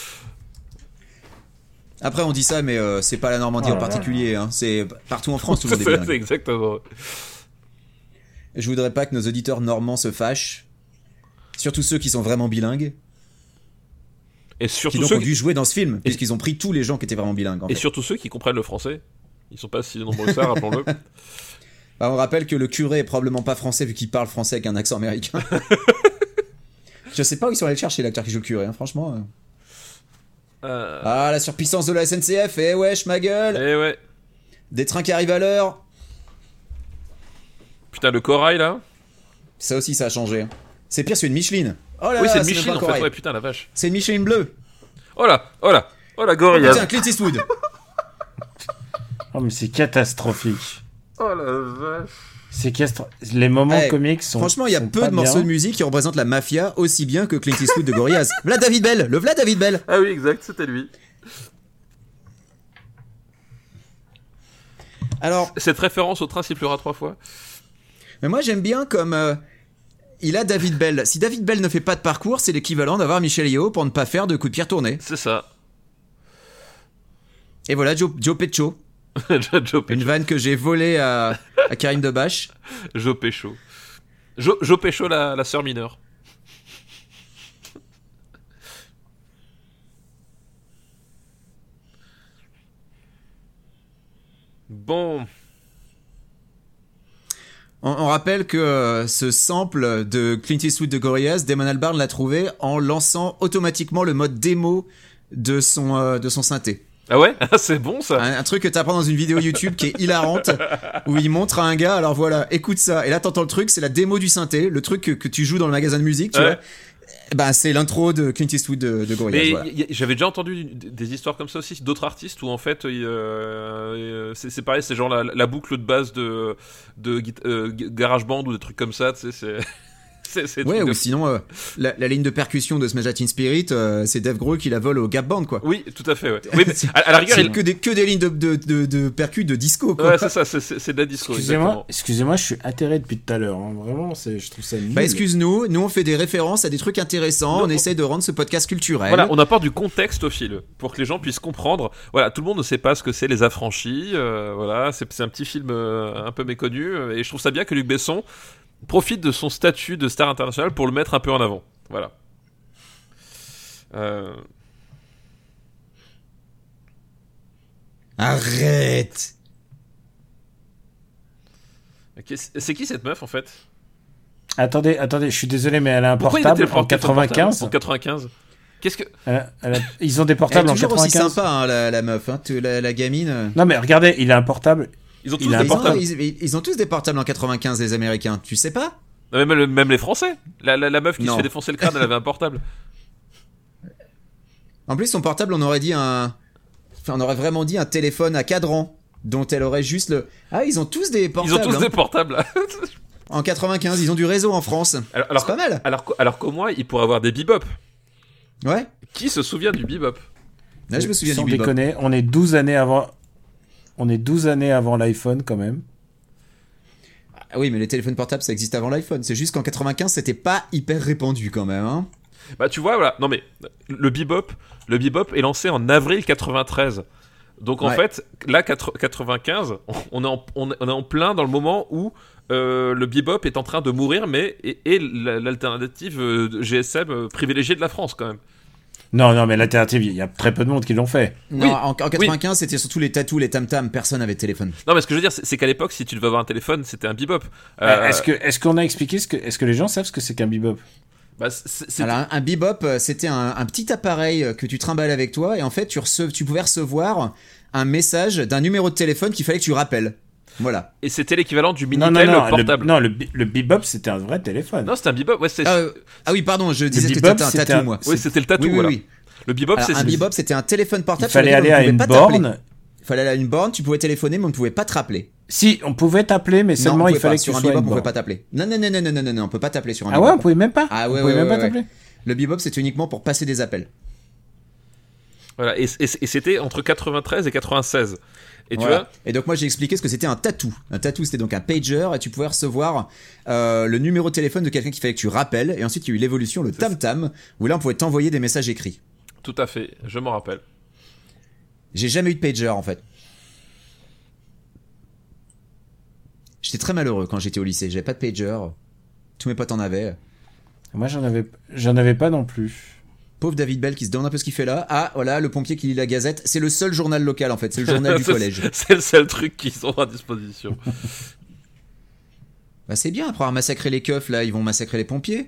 Après, on dit ça, mais c'est pas la Normandie en particulier. Hein. C'est partout en France, tout le monde est C'est bilingue. exactement. Je voudrais pas que nos auditeurs normands se fâchent. Surtout ceux qui sont vraiment bilingues. Et surtout Qui donc ceux ont dû jouer dans ce film, puisqu'ils ont pris tous les gens qui étaient vraiment bilingues. En fait. surtout ceux qui comprennent le français. Ils sont pas si nombreux que ça, rappelons-le. Bah, on rappelle que le curé est probablement pas français vu qu'il parle français avec un accent américain. Je sais pas où ils sont allés le chercher, l'acteur qui joue le curé, hein, franchement. Ah, la surpuissance de la SNCF, eh wesh, ma gueule. Eh ouais. Des trains qui arrivent à l'heure. Putain, le corail, là. Ça aussi, ça a changé. C'est pire, c'est une Micheline. Oh là Oui, là, c'est une même Micheline, pas en fait. Corail. Ouais, putain, la vache. C'est une Micheline bleue. Oh là, oh là. Oh la Oh, gorille. putain, Clint Eastwood. Oh, mais c'est catastrophique. Oh la vache. Les moments Hey, comiques sont. Franchement, il y a sont peu pas de morceaux bien. de musique qui représentent la mafia aussi bien que Clint Eastwood de Gorillaz. Vlad David Bell, le Vlad David Bell. Ah oui, exact, c'était lui. Alors, Cette référence au train sifflera 3 fois. mais moi j'aime bien comme il a David Bell. Si David Bell ne fait pas de parcours, c'est l'équivalent d'avoir Michel Yeo pour ne pas faire de coup de pierre tourné. C'est ça. Et voilà, Joe Pesci, Joe une vanne que j'ai volée à Karim Debache. Joe Pécho. Joe Pécho, la sœur mineure. Bon. On rappelle que ce sample de Clint Eastwood de Gorillaz, Damon Albarn l'a trouvé en lançant automatiquement le mode démo de son synthé. Ah ouais, c'est bon ça. Un truc que t'apprends dans une vidéo YouTube qui est hilarante, où il montre à un gars, alors voilà, écoute ça. Et là t'entends le truc, c'est la démo du synthé, le truc que tu joues dans le magasin de musique, tu vois. Bah, c'est l'intro de Clint Eastwood de Gorillaz. Mais voilà. j'avais déjà entendu des histoires comme ça aussi, d'autres artistes où en fait, c'est pareil, c'est genre la boucle de base de GarageBand ou des trucs comme ça, tu sais, c'est ouais, ou sinon, la ligne de percussion de Smash Teen Spirit, c'est Dave Grohl qui la vole au Gap Band, quoi. Oui, tout à fait, ouais. Oui, mais à la rigueur, c'est que des lignes de percus de disco, quoi. Ouais, c'est ça, c'est de la disco. Excusez-moi, je suis atterré depuis tout à l'heure. Hein. Vraiment, je trouve ça nul. Bah, excuse-nous, nous on fait des références à des trucs intéressants, on essaie de rendre ce podcast culturel. Voilà, on apporte du contexte au fil pour que les gens puissent comprendre. Voilà, tout le monde ne sait pas ce que c'est Les Affranchis. Voilà, c'est un petit film un peu méconnu, et je trouve ça bien que Luc Besson profite de son statut de star international pour le mettre un peu en avant. Voilà. Arrête. C'est qui cette meuf en fait? Attendez, je suis désolé, mais elle a un portable en 95. En 95. Qu'est-ce que... Ils ont des portables en 95. Elle est toujours aussi sympa, hein, la meuf, hein, la gamine. Non mais regardez, il a un portable. Ils ont tous des portables. Ils ont tous des portables en 95, les Américains. Tu sais pas? Même les Français. La meuf qui se fait défoncer le crâne, elle avait un portable. En plus, son portable, on aurait vraiment dit un téléphone à cadran, dont elle aurait juste le... Ah, ils ont tous des portables. Ils ont tous des portables. En 95, ils ont du réseau en France. Alors, c'est pas mal. Alors qu'au moins, ils pourraient avoir des bebop. Ouais. Qui se souvient du bebop? Là, je me souviens Sans du bebop. déconner, on est 12 années avant l'iPhone, quand même. Ah oui, mais les téléphones portables, ça existe avant l'iPhone. C'est juste qu'en 95, c'était pas hyper répandu, quand même, hein. Bah, tu vois, voilà. Non, mais le bebop est lancé en avril 93. Donc, en fait, là, 95, on est en plein dans le moment où le bebop est en train de mourir, mais est l'alternative GSM privilégiée de la France, quand même. Non, mais l'alternative, il y a très peu de monde qui l'ont fait. Non, en 95, c'était surtout les tatous, les tam-tams, personne n'avait de téléphone. Non, mais ce que je veux dire, c'est qu'à l'époque, si tu devais avoir un téléphone, c'était un bebop. Est-ce qu'on a expliqué est-ce que les gens savent ce que c'est qu'un bebop? Bah, alors, un bebop, c'était un petit appareil que tu trimbales avec toi, et en fait, tu pouvais recevoir un message d'un numéro de téléphone qu'il fallait que tu rappelles. Voilà. Et c'était l'équivalent du Minitel portable. Le bebop, c'était un vrai téléphone. Non, c'était un bebop. Ouais, ah oui, pardon, je disais que c'était un tatou, moi. Oui, c'était le tatou, voilà. Oui. Le bebop, un bebop, c'était un téléphone portable. Il fallait aller à une borne. Il fallait aller à une borne, tu pouvais téléphoner, mais on ne pouvait pas te rappeler. Si, on pouvait t'appeler, mais seulement il fallait que tu sois sur un bebop, une on pouvait pas t'appeler. Non, on peut pas t'appeler sur un bebop. Ah ouais, on pouvait même pas. Ah ouais, on pouvait même pas t'appeler. Le bebop, c'était uniquement pour passer des appels. Voilà, et c'était entre 93 et 96. Et tu vois. Et donc moi j'ai expliqué ce que c'était un tatou. Un tatou, c'était donc un pager, et tu pouvais recevoir le numéro de téléphone de quelqu'un qu'il fallait que tu rappelles. Et ensuite il y a eu l'évolution, le tam-tam, où là on pouvait t'envoyer des messages écrits. Tout à fait, je m'en rappelle. J'ai jamais eu de pager en fait. J'étais très malheureux quand j'étais au lycée. J'avais pas de pager. Tous mes potes en avaient. Moi j'en avais pas non plus. Pauvre David Bell qui se demande un peu ce qu'il fait là. Ah voilà, le pompier qui lit la Gazette. C'est le seul journal local en fait. C'est le journal du collège. C'est le seul truc qu'ils ont à disposition. Bah c'est bien, après avoir massacré les keufs là, ils vont massacrer les pompiers.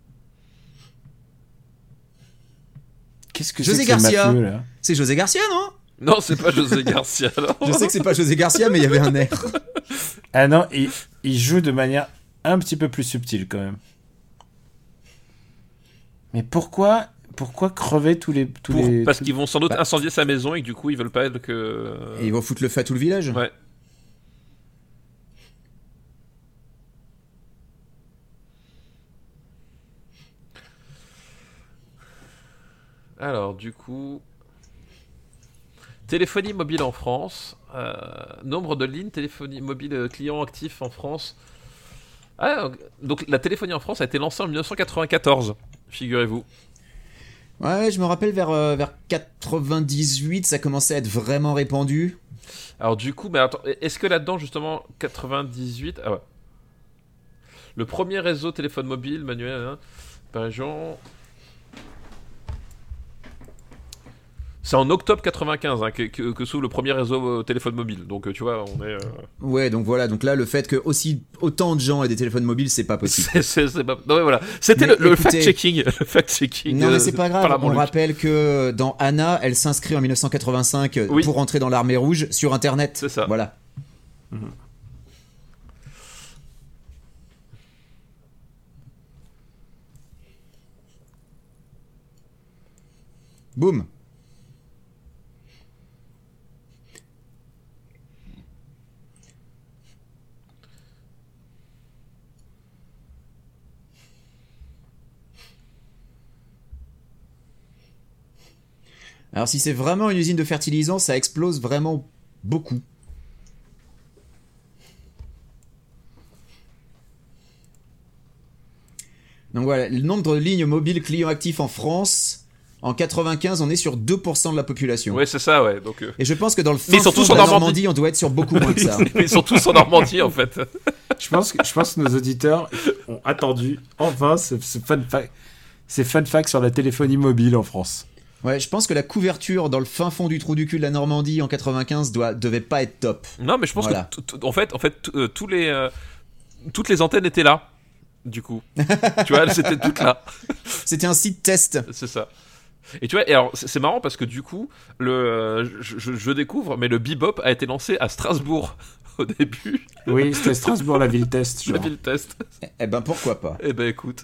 Qu'est-ce que José c'est Garcia, mafieux, là? C'est José Garcia, non? Non, c'est pas José Garcia. Non. Je sais que c'est pas José Garcia, mais il y avait un air. Ah non, il joue de manière un petit peu plus subtile quand même. Mais pourquoi crever tous les... Parce qu'ils vont sans doute incendier sa maison et que du coup ils veulent pas que... Et ils vont foutre le feu à tout le village. Ouais. Alors du coup... Téléphonie mobile en France. Nombre de lignes téléphonie mobile clients actifs en France. Ah, donc la téléphonie en France a été lancée en 1994, figurez-vous. Ouais, je me rappelle vers 98, ça commençait à être vraiment répandu. Alors du coup, mais attends, est-ce que là-dedans justement 98, ah ouais. Le premier réseau téléphone mobile manuel par région. C'est en octobre 95 que s'ouvre le premier réseau téléphone mobile. Donc tu vois, on est. Ouais, donc voilà. Donc là, le fait que autant de gens aient des téléphones mobiles, c'est pas possible. c'est pas. Non mais voilà. C'était le fact-checking. Le fact-checking. Non mais c'est pas grave. On Montluc. rappelle que dans Anna, elle s'inscrit en 1985 pour entrer dans l'armée rouge sur Internet. C'est ça. Voilà. Boum. Alors si c'est vraiment une usine de fertilisants, ça explose vraiment beaucoup. Donc voilà, le nombre de lignes mobiles clients actifs en France, en 95, on est sur 2% de la population. Ouais, c'est ça, ouais. Donc, Et je pense que dans le Mais ils sont fond tous de en la Normandie. Normandie, on doit être sur beaucoup moins que ça. Ils sont tous en Normandie, en fait. Je pense que nos auditeurs ont attendu enfin ce fun fact sur la téléphonie mobile en France. Ouais, je pense que la couverture dans le fin fond du trou du cul de la Normandie en 95 devait pas être top. Non, mais je pense Voilà. que, en fait, toutes les antennes étaient là. Du coup, tu vois, elles étaient toutes là. C'était un site test. C'est ça. Et tu vois, et alors c'est marrant parce que du coup, je découvre, mais le bebop a été lancé à Strasbourg au début. Oui, c'était Strasbourg la ville test. La Genre. ville test. Eh ben pourquoi pas. Eh ben écoute.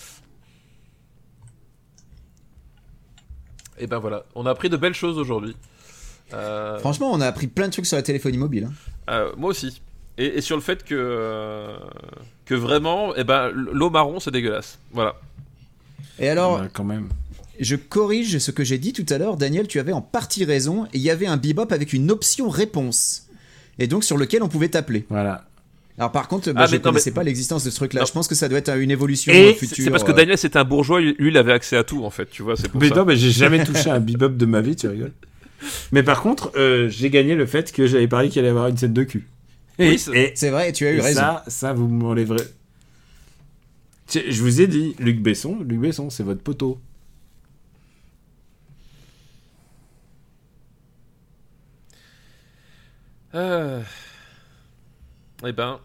Et ben voilà, on a appris de belles choses aujourd'hui. Franchement, on a appris plein de trucs sur la téléphonie mobile. Moi aussi. Et sur le fait que vraiment, eh ben, l'eau marron c'est dégueulasse. Voilà. Et alors, Quand même. je corrige ce que j'ai dit tout à l'heure, Daniel, tu avais en partie raison. Il y avait un bebop avec une option réponse. Et donc sur lequel on pouvait t'appeler. Voilà. Alors par contre, Ah, je mais ne non, connaissais mais- pas l'existence de ce truc-là. Non. Je pense que ça doit être une évolution Et future. C'est parce que Daniel c'était un bourgeois, lui il avait accès à tout en fait, tu vois, c'est pour Mais ça. non, mais j'ai jamais touché un bebop de ma vie, tu rigoles. Mais par contre, j'ai gagné le fait que j'avais parié qu'il allait y avoir une scène de cul. Oui, C'est vrai, tu as eu raison. Ça, vous m'enlèverez. Je vous ai dit, Luc Besson, c'est votre poteau. Eh ben,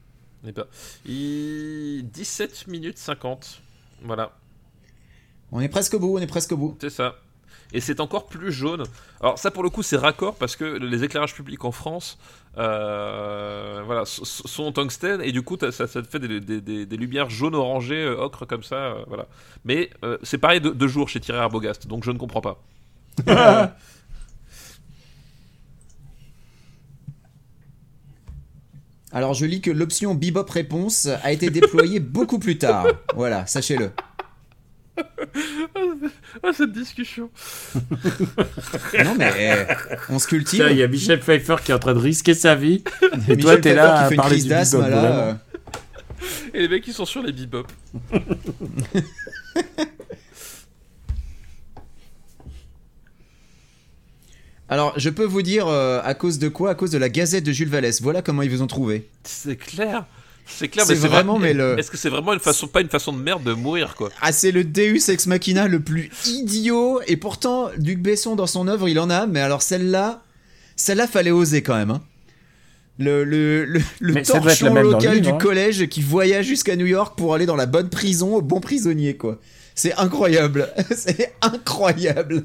17 minutes 50. Voilà, On est presque au bout, c'est ça. Et c'est encore plus jaune. Alors ça pour le coup c'est raccord parce que les éclairages publics en France voilà, sont en tungstène et du coup ça te fait des lumières jaune orangées, ocre comme ça, voilà. Mais c'est pareil de jour chez Thierry Arbogast, donc je ne comprends pas. Alors je lis que l'option bebop réponse a été déployée beaucoup plus tard. Voilà, sachez-le. Ah cette discussion. Non mais on se cultive. Tiens, il y a Michel Pfeiffer qui est en train de risquer sa vie. Et Michel toi, t'es là Pfeiffer qui à fait une parler crise du d'asthme bebop, là. vraiment. Et les mecs ils sont sur les bebop. Alors je peux vous dire à cause de quoi? À cause de la Gazette de Jules Vallès. Voilà comment ils vous ont trouvé. C'est clair, C'est mais vraiment, mais le- Est-ce que c'est vraiment pas une façon de merde de mourir quoi? Ah, c'est le Deus Ex Machina le plus idiot. Et pourtant, Luc Besson, dans son œuvre, il en a. Mais alors, celle-là, fallait oser quand même. Hein. Le Mais ça doit être le torchon même dans le local livre, du hein. collège qui voyage jusqu'à New York pour aller dans la bonne prison, au bon prisonnier, quoi. C'est incroyable. C'est incroyable.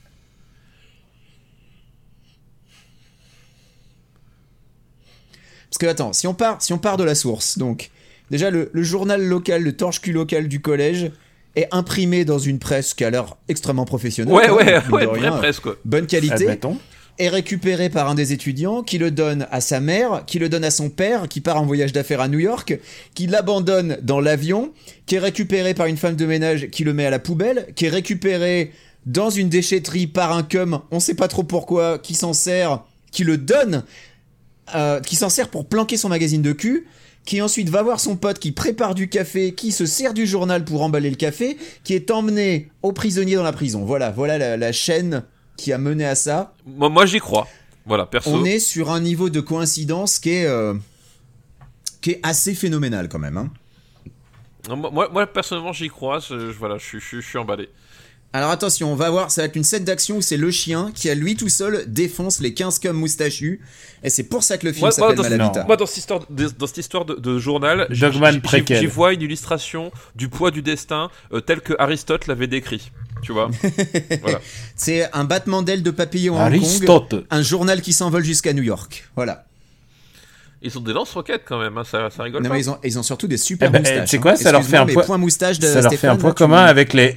Parce que, attends, si on part de la source, donc, déjà, le journal local, le torche-cul local du collège est imprimé dans une presse qui a l'air extrêmement professionnelle. Ouais, quand même, mine de vraie rien. presse quoi. Bonne qualité. Admettons. Est récupéré par un des étudiants, qui le donne à sa mère, qui le donne à son père, qui part en voyage d'affaires à New York, qui l'abandonne dans l'avion, qui est récupéré par une femme de ménage qui le met à la poubelle, qui est récupéré dans une déchetterie par un cum, on sait pas trop pourquoi, qui s'en sert, qui le donne, qui s'en sert pour planquer son magazine de cul, qui ensuite va voir son pote qui prépare du café, qui se sert du journal pour emballer le café, qui est emmené au prisonnier dans la prison. Voilà la chaîne qui a mené à ça. Moi j'y crois. Voilà, perso. On est sur un niveau de coïncidence qui est assez phénoménal quand même. Hein. Non, moi personnellement j'y crois, voilà, je suis emballé. Alors attention, on va voir, ça va être une scène d'action où c'est le chien qui, à lui tout seul, défonce les 15 scums moustachus. Et c'est pour ça que le film s'appelle Malavita. Moi, dans cette histoire de journal, Dogman préquel. j'y vois une illustration du poids du destin tel que Aristote l'avait décrit. Tu vois. Voilà. C'est un battement d'ailes de papillon à Hong Aristote. Kong, un journal qui s'envole jusqu'à New York. Voilà. Ils ont des lance-roquettes quand même, hein, ça rigole Non, pas. mais ils ont surtout des super Eh ben, moustaches. tu sais quoi, ça leur fait un point moustache de ça leur fait Stéphane, un point là, tu- commun avec les.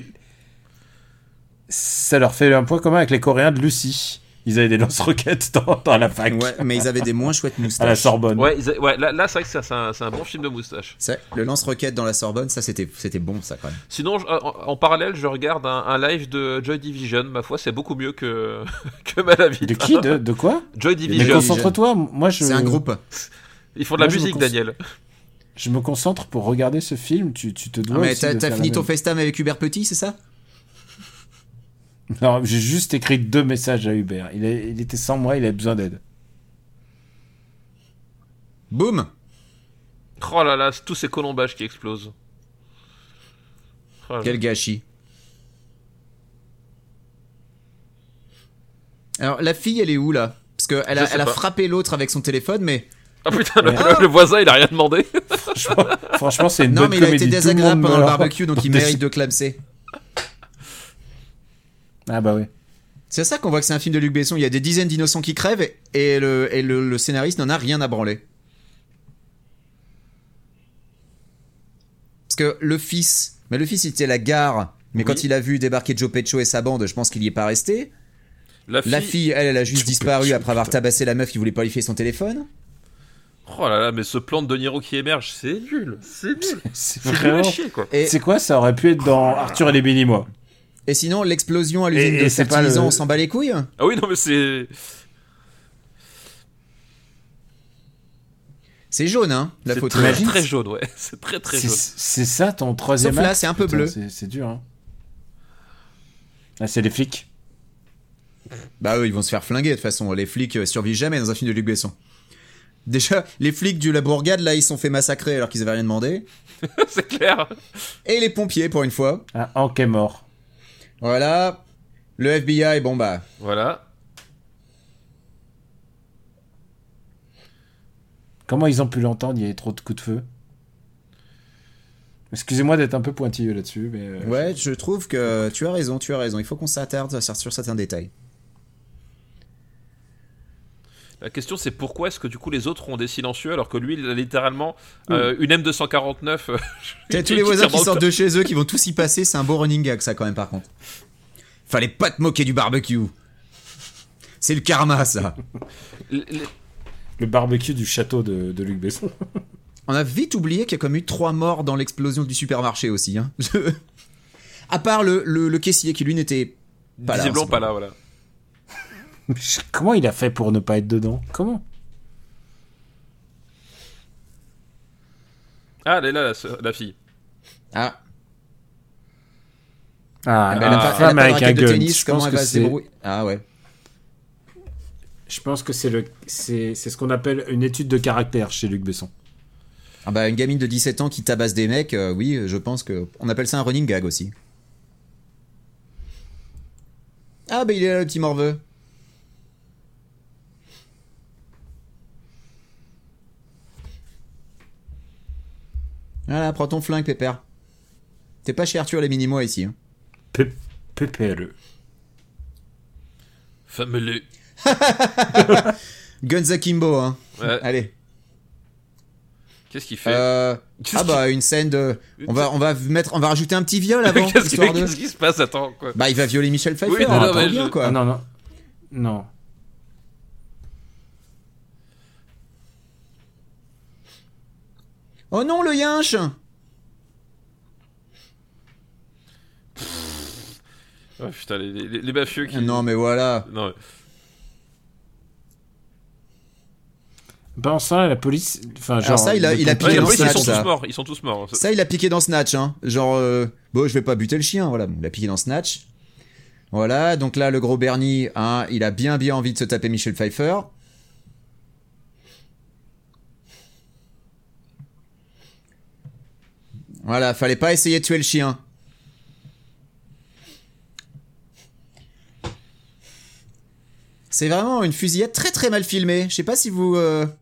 Ça leur fait un point commun avec les Coréens de Lucie. Ils avaient des lance-roquettes dans la fac. Ouais, mais ils avaient des moins chouettes moustaches. À la Sorbonne. Ouais, là c'est vrai que c'est un bon film de moustache. C'est le lance-roquette dans la Sorbonne, ça c'était bon ça quand même. Sinon, en parallèle, je regarde un live de Joy Division. Ma foi, c'est beaucoup mieux que Malavita. De qui de quoi Joy Mais Division. concentre-toi, moi je. C'est un groupe. Ils font de la Moi, je me musique, Daniel. Je me concentre pour regarder ce film. Tu te dois. Ah, mais aussi t'as de faire fini la ton même. FaceTime avec Hubert Petit, c'est ça? Non, j'ai juste écrit 2 messages à Hubert. Il était sans moi, il avait besoin d'aide. Boum. Oh là là, c'est tous ces colombages qui explosent. Oh là là. Quel gâchis. Alors la fille, elle est où là? Parce qu'elle Je sais elle a pas. frappé l'autre avec son téléphone, mais Ah putain, le voisin, il a rien demandé. Franchement, c'est une non, bonne mais il a comédie. été Tout le désagréable monde pendant le meurt. barbecue, donc il mérite de clamser. Ah bah oui. C'est ça qu'on voit que c'est un film de Luc Besson. Il y a des dizaines d'innocents qui crèvent et le scénariste n'en a rien à branler. Parce que le fils il était à la gare, mais Oui. quand il a vu débarquer Joe Pesci et sa bande, je pense qu'il y est pas resté. La fille, elle a juste Joe disparu Pesci, après avoir putain. tabassé la meuf qui voulait pas lui filer son téléphone. Oh là là, mais ce plan de De Niro qui émerge, c'est nul. C'est nul. C'est C'est nul à vraiment. chier, quoi. Et, C'est quoi, ça aurait pu être dans Arthur et les Béninois. et sinon, l'explosion à l'usine Et de c'est pas fertilisant, le- on s'en bat les couilles. Ah oui, non, mais c'est. C'est jaune, hein, la C'est photo. très, T'imagines très jaune, ouais. C'est très très jaune. C'est ça ton troisième Sauf là, acte c'est un peu Putain, bleu. C'est dur, hein. Ah, c'est les flics. Bah eux, ils vont se faire flinguer de toute façon. Les flics survivent jamais dans un film de Luc Besson. Déjà, les flics de la bourgade, là, ils se sont fait massacrer alors qu'ils avaient rien demandé. C'est clair. Et les pompiers, pour une fois. Ah, Hank est mort. Voilà. Le FBI, bon bah... Voilà. Comment ils ont pu l'entendre? Il y avait trop de coups de feu. Excusez-moi d'être un peu pointilleux là-dessus, mais... Ouais, je trouve que tu as raison. Il faut qu'on s'attarde sur certains détails. La question, c'est pourquoi est-ce que du coup les autres ont des silencieux alors que lui, il a littéralement une M249. T'as tous les voisins qui sortent de chez eux, qui vont tous y passer. C'est un beau running gag, ça, quand même, par contre. Fallait pas te moquer du barbecue. C'est le karma, ça. Le barbecue du château de Luc Besson. On a vite oublié qu'il y a comme eu 3 morts dans l'explosion du supermarché aussi. Hein. À part le caissier qui, lui, n'était pas là. Visiblement pas là, voilà. Comment il a fait pour ne pas être dedans? Comment? Ah, elle est là, la fille. Ah, Ah, elle a pas, femme elle a pas de avec un raquette de gun. tennis, Je comment pense elle que va se c'est... débrouiller? Ah ouais. Je pense que c'est ce qu'on appelle une étude de caractère chez Luc Besson. Ah bah, une gamine de 17 ans qui tabasse des mecs, oui, je pense que... On appelle ça un running gag aussi. Ah bah, il est là, le petit morveux. Voilà, prends ton flingue, Pépère. T'es pas chez Arthur les Minimois ici. Hein. Pépère. Fameux. Guns Akimbo, hein. Ouais. Allez. Qu'est-ce qu'il fait Qu'est-ce Ah bah, une scène de... On va rajouter un petit viol avant, Qu'est-ce histoire de... qui se passe? Attends, quoi. Bah, il va violer Michel Pfeiffer, Oui, non, on non, entend mais bien, je- quoi. Ah non. Non. Oh non, le yinche. Oh, putain, les mafieux qui. Non, mais voilà. Non, Ben ça, la police... Enfin, genre, Alors ça, il a les piqué ouais, dans la police, Snatch, ils sont ça. tous morts. Ils sont tous morts. Ça, il a piqué dans Snatch, hein. Genre, bon, je vais pas buter le chien, voilà. Il a piqué dans Snatch. Voilà, donc là, le gros Bernie, hein, il a bien envie de se taper Michel Pfeiffer. Voilà, fallait pas essayer de tuer le chien. C'est vraiment une fusillade très très mal filmée. Je sais pas si vous...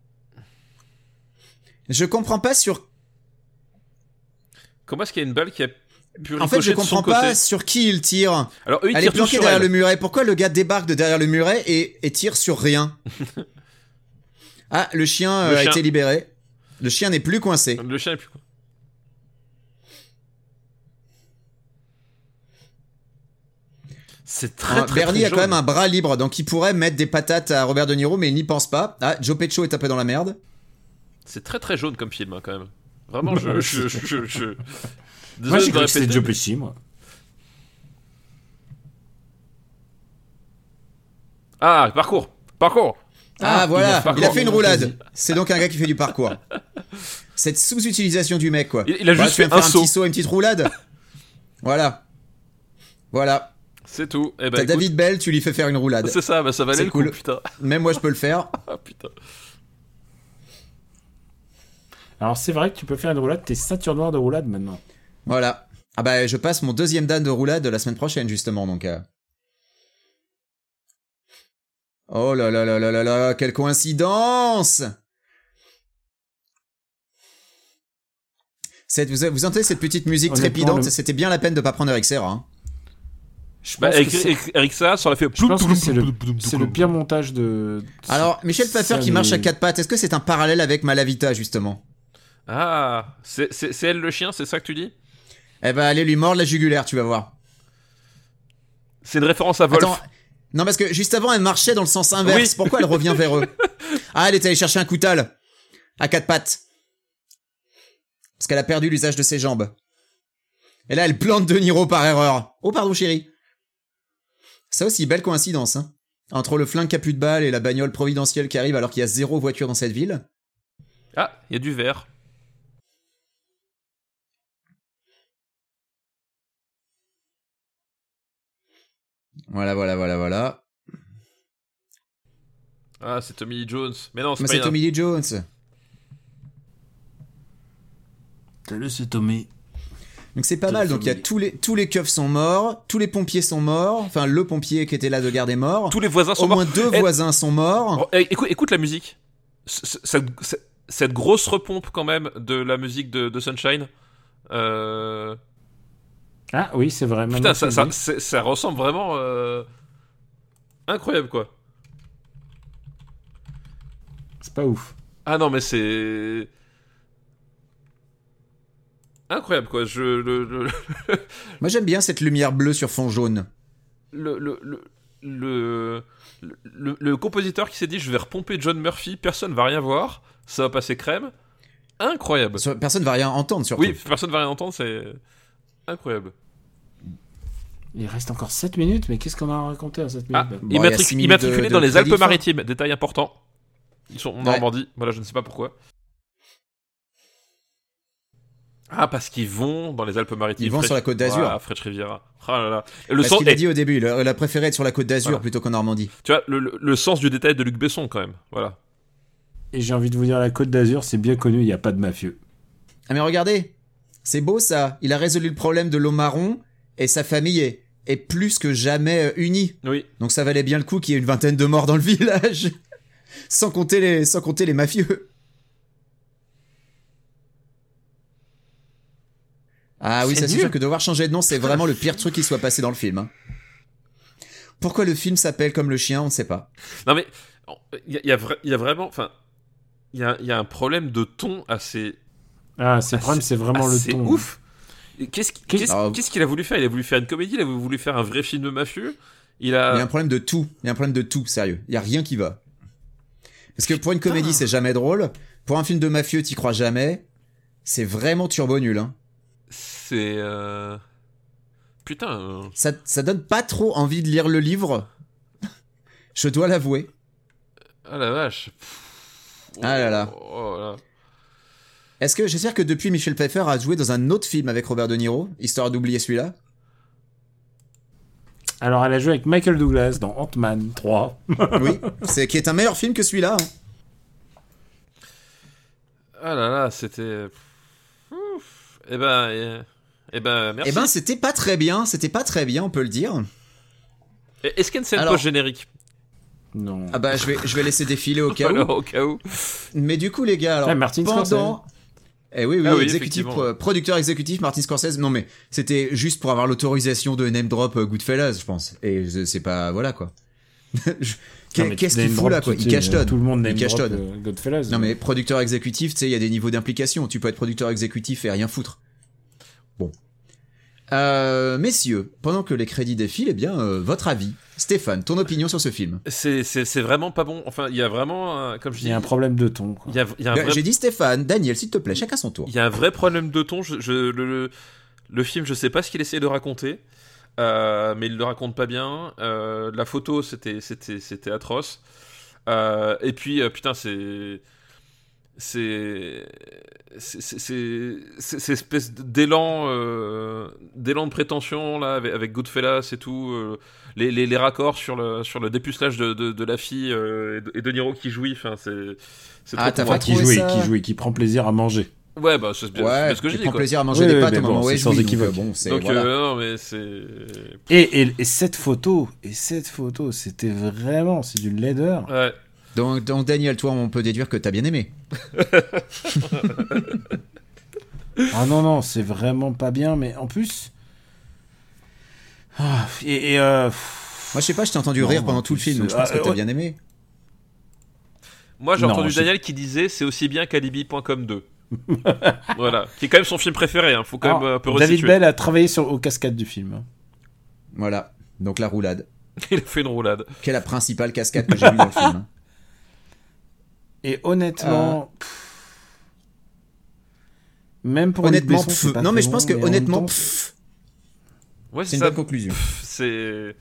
Je comprends pas sur... Comment est-ce qu'il y a une balle qui a pu En fait, je ricocher de son comprends côté? pas sur qui il tire. Alors, eux, ils Elle est tirent tous planquée sur derrière elle. le muret. Pourquoi le gars débarque de derrière le muret et tire sur rien? Ah, le chien Le a chien. été libéré. Le chien n'est plus coincé. Le chien est plus... C'est très, très, Bernie très a quand même jaune. un bras libre, donc il pourrait mettre des patates à Robert De Niro, mais il n'y pense pas. Ah, Joe Pesci est tapé dans la merde. C'est très très jaune comme film, hein, quand même. Vraiment, je... Moi, Désolé j'ai de cru que c'était répéter. Joe Pesci, moi. Ah, parcours. Ah, voilà, il il a a fait une parcours. roulade. C'est donc un gars qui fait du parcours. Cette sous-utilisation du mec, quoi. Il a juste tu vas fait me un faire un saut. petit saut, une petite roulade. Voilà. Voilà. C'est tout. Eh ben, T'as écoute, David Bell, tu lui fais faire une roulade. c'est ça, bah ça valait C'est le cool. coup, putain. Même moi, je peux le faire. Ah, putain. Alors, c'est vrai que tu peux faire une roulade. T'es ceinture noire de roulade maintenant. Voilà. Ah bah, je passe mon deuxième dan de roulade la semaine prochaine, justement, donc... Oh là là là là là là, quelle coïncidence! Vous entendez cette petite musique Honnêtement, trépidante? le- C'était bien la peine de pas prendre Eric Serra. Hein. Je Bah, pense que c'est- Eric Salas, ça aurait fait... je pense que c'est le pire montage de... Alors, Michel Pfeiffer Ça, qui marche à mais- quatre pattes, est-ce que c'est un parallèle avec Malavita, justement? Ah, c'est elle le chien, c'est ça que tu dis? Eh ben, allez lui mordre la jugulaire, tu vas voir. C'est une référence à Wolf. Attends, non, parce que juste avant, elle marchait dans le sens inverse. Oui. Pourquoi elle revient vers eux? Ah, elle est allée chercher un coutal. À quatre pattes. Parce qu'elle a perdu l'usage de ses jambes. Et là, elle plante De Niro par erreur. Oh, pardon, chérie. Ça aussi, belle coïncidence, hein. Entre le flingue qui a plus de balles et la bagnole providentielle qui arrive alors qu'il y a 0 voiture dans cette ville. Ah, il y a du vert. Voilà, voilà, voilà, voilà. Ah, c'est Tommy Lee Jones. Mais non, c'est Mais pas c'est une- Tommy Lee Jones. Salut, c'est Tommy. Donc c'est pas mal. Donc il y a tous les keufs sont morts, tous les pompiers sont morts. Enfin, le pompier qui était là de garde est mort. Tous les voisins sont Au morts. moins 2 Eh, voisins sont morts. oh, écoute la musique. Cette grosse repompe quand même de la musique de Sunshine. Ah oui, c'est vrai. Putain, maintenant que tu le dis. ça ressemble vraiment incroyable quoi. C'est pas ouf. Ah non mais c'est incroyable quoi. Moi j'aime bien cette lumière bleue sur fond jaune. Le compositeur qui s'est dit je vais repomper John Murphy, personne va rien voir, ça va passer crème. Incroyable. Personne va rien entendre surtout. Oui, personne va rien entendre, c'est incroyable. Il reste encore 7 minutes, mais qu'est-ce qu'on a raconté à 7 minutes Ah, bah Bon, il y a 6 minutes immatriculé de dans les crédit de fin. Alpes-Maritimes, détail important. Ils sont en Normandie, voilà, je ne sais pas pourquoi. Ah, parce qu'ils vont dans les Alpes-Maritimes. Ils vont sur la Côte d'Azur. Ah, French Riviera. Ah là là. Et le Parce sens, qu'il a dit au début, il a préféré être sur la Côte d'Azur Voilà. plutôt qu'en Normandie. tu vois, le sens du détail de Luc Besson, quand même. Voilà. Et j'ai envie de vous dire, la Côte d'Azur, c'est bien connu, il n'y a pas de mafieux. Ah mais regardez, c'est beau ça. Il a résolu le problème de l'eau marron et sa famille est plus que jamais unie. Oui. Donc ça valait bien le coup qu'il y ait une vingtaine de morts dans le village. sans compter les mafieux. Ah oui, C'est ça c'est nul. sûr que devoir changer de nom, c'est vraiment le pire truc qui soit passé dans le film. Hein. Pourquoi le film s'appelle comme le chien, on ne sait pas. Non, mais il y a vraiment. Enfin, il y a un problème de ton assez. Ah, c'est le problème, c'est vraiment le assez ton. ouf. Et Alors- Qu'est-ce qu'il a voulu faire? Il a voulu faire une comédie, il a voulu faire un vrai film de mafieux. Il y a un problème de tout. Il y a un problème de tout, sérieux. Il y a rien qui va. Parce que pour une comédie, c'est jamais drôle. Pour un film de mafieux, t'y crois jamais. C'est vraiment turbo nul. Hein. C'est. Putain. Ça donne pas trop envie de lire le livre. Je dois l'avouer. Ah la vache. Ah là là. Oh là. J'espère que depuis Michel Pfeiffer a joué dans un autre film avec Robert De Niro, histoire d'oublier celui-là. Alors, elle a joué avec Michael Douglas dans Ant-Man 3. Oui, qui est un meilleur film que celui-là. Hein. Ah là là, c'était. Ouf. Eh ben, merci. Eh ben, c'était pas très bien, on peut le dire. Est-ce qu'il y a une scène Alors- post-générique? Non. Ah bah, je vais laisser défiler au cas Alors, où. au cas où. Mais du coup, les gars, alors, Martin pendant... Eh oui, Ah oui, exécutif, effectivement. producteur exécutif, Martin Scorsese. Non, mais c'était juste pour avoir l'autorisation de name drop Goodfellas, je pense. Et c'est pas... Voilà, quoi. Qu'est-ce qu'il fout là, quoi? Il cache Todd. Tout le monde name cache drop Todd. Goodfellas. Non, mais producteur exécutif, tu sais, il y a des niveaux d'implication. Tu peux être producteur exécutif et rien foutre. Bon. Messieurs, pendant que les crédits défilent, eh bien, votre avis. Stéphane, ton opinion sur ce film? C'est vraiment pas bon. Enfin, il y a vraiment, comme je dis, Il y a un problème de ton, quoi. il y a un vrai J'ai dit Stéphane, Daniel, s'il te plaît, chacun son tour. Il y a un vrai problème de ton. Le film, je sais pas ce qu'il essayait de raconter, mais il le raconte pas bien. La photo, c'était atroce. Et puis, putain, c'est espèce d'élan de prétention là avec Goodfellas et tout, les raccords sur le dépucelage de la fille et de Niro qui jouit. Enfin, c'est Ah, trop t'as pour moi. pas trouvé ça qui prend plaisir à manger. Ouais, bah c'est bien, Ouais, ce que je tu dis, prends quoi. plaisir à manger Oui, des oui, pâtes mais au bon, moment où c'est elle sans jouit, équivoque. donc, bon, c'est Donc voilà. non, mais c'est Et cette photo, c'était vraiment, c'est d'une laideur. ouais. Donc Daniel, toi, on peut déduire que t'as bien aimé. Ah non, c'est vraiment pas bien, mais en plus... Ah, Moi, je sais pas, je t'ai entendu Non, rire pendant en tout le plus, film, donc je pense que t'as ouais. bien aimé. Moi, j'ai Non, entendu je- Daniel qui disait c'est aussi bien qu'Alibi.com 2. Voilà, qui est quand même son film préféré, hein. Faut quand même un peu David resituer. Bell a travaillé aux cascades du film. hein. Voilà, donc la roulade. Il a fait une roulade. Quelle est la principale cascade que j'ai vue dans le film, hein. Et honnêtement... Même pour Honnêtement, Luc Besson, c'est pas non, très mais je pense bon, que mais en honnêtement, même temps, Ouais, c'est c'est une ça. bonne conclusion. C'est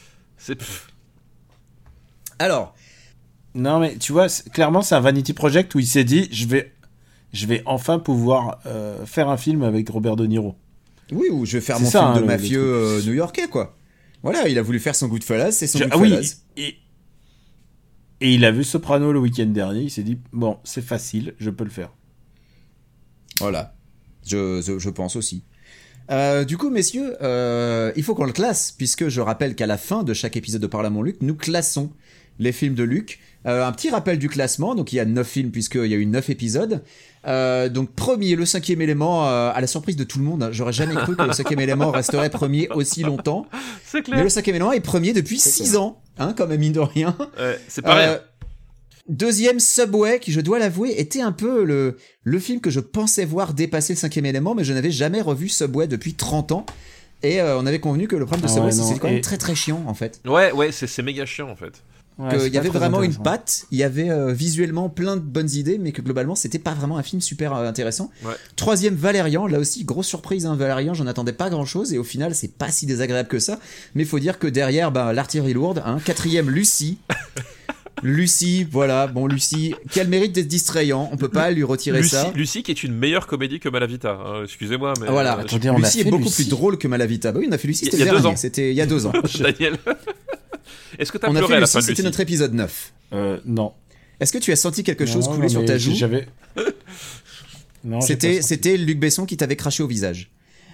Alors, Non, mais tu vois, clairement, c'est un Vanity Project où il s'est dit, je vais enfin pouvoir faire un film avec Robert De Niro. oui, ou je vais faire C'est mon ça, film hein, de le mafieux new-yorkais, quoi. Voilà, il a voulu faire son Goodfellas, c'est son Ah oui, Goodfellas. et il a vu Soprano le week-end dernier, il s'est dit, bon, c'est facile, je peux le faire. Voilà, je pense aussi. Du coup, messieurs, il faut qu'on le classe, puisque je rappelle qu'à la fin de chaque épisode de Parle à mon Luc, nous classons les films de Luc. Un petit rappel du classement, donc il y a 9 films puisqu'il y a eu 9 épisodes. Donc premier, le 5e élément, à la surprise de tout le monde, hein, j'aurais jamais cru que le 5e élément resterait premier aussi longtemps. c'est Mais clair. le 5e élément est premier depuis 6 ans, hein, quand même, mine de rien. Ouais, c'est pas rien. Deuxième, Subway, qui je dois l'avouer était un peu le film que je pensais voir dépasser le 5e élément, mais je n'avais jamais revu Subway depuis 30 ans. Et on avait convenu que le problème de Ah Subway, ouais, c'est que non, c'était quand même et- très très chiant en fait. Ouais, c'est méga chiant en fait. Ouais, Qu'il c'est y pas avait très vraiment une intéressant. patte, il y avait visuellement plein de bonnes idées, mais que globalement c'était pas vraiment un film super intéressant. Ouais. Troisième, Valérian, là aussi grosse surprise, hein, Valérian, j'en attendais pas grand chose et au final c'est pas si désagréable que ça. Mais faut dire que derrière, l'artillerie lourde. Hein. Quatrième, Lucie. Lucie, voilà, bon Lucie, qui a le mérite d'être distrayant, on peut pas lui retirer ça. Lucie qui est une meilleure comédie que Malavita. hein, excusez-moi, mais Voilà, Attendez, on a Lucie est fait beaucoup Lucie. plus drôle que Malavita. Bah oui, on a fait Lucie, Il y a c'était le 2 dernier, ans. c'était il y a 2 ans. Daniel. Est-ce que t'as On a pleuré fait à la Lucie, fin de c'était Lucie notre épisode 9. Non. Est-ce que tu as senti quelque chose Non, couler non, sur mais ta joue j'avais... Non, j'ai pas senti. C'était Luc Besson qui t'avait craché au visage.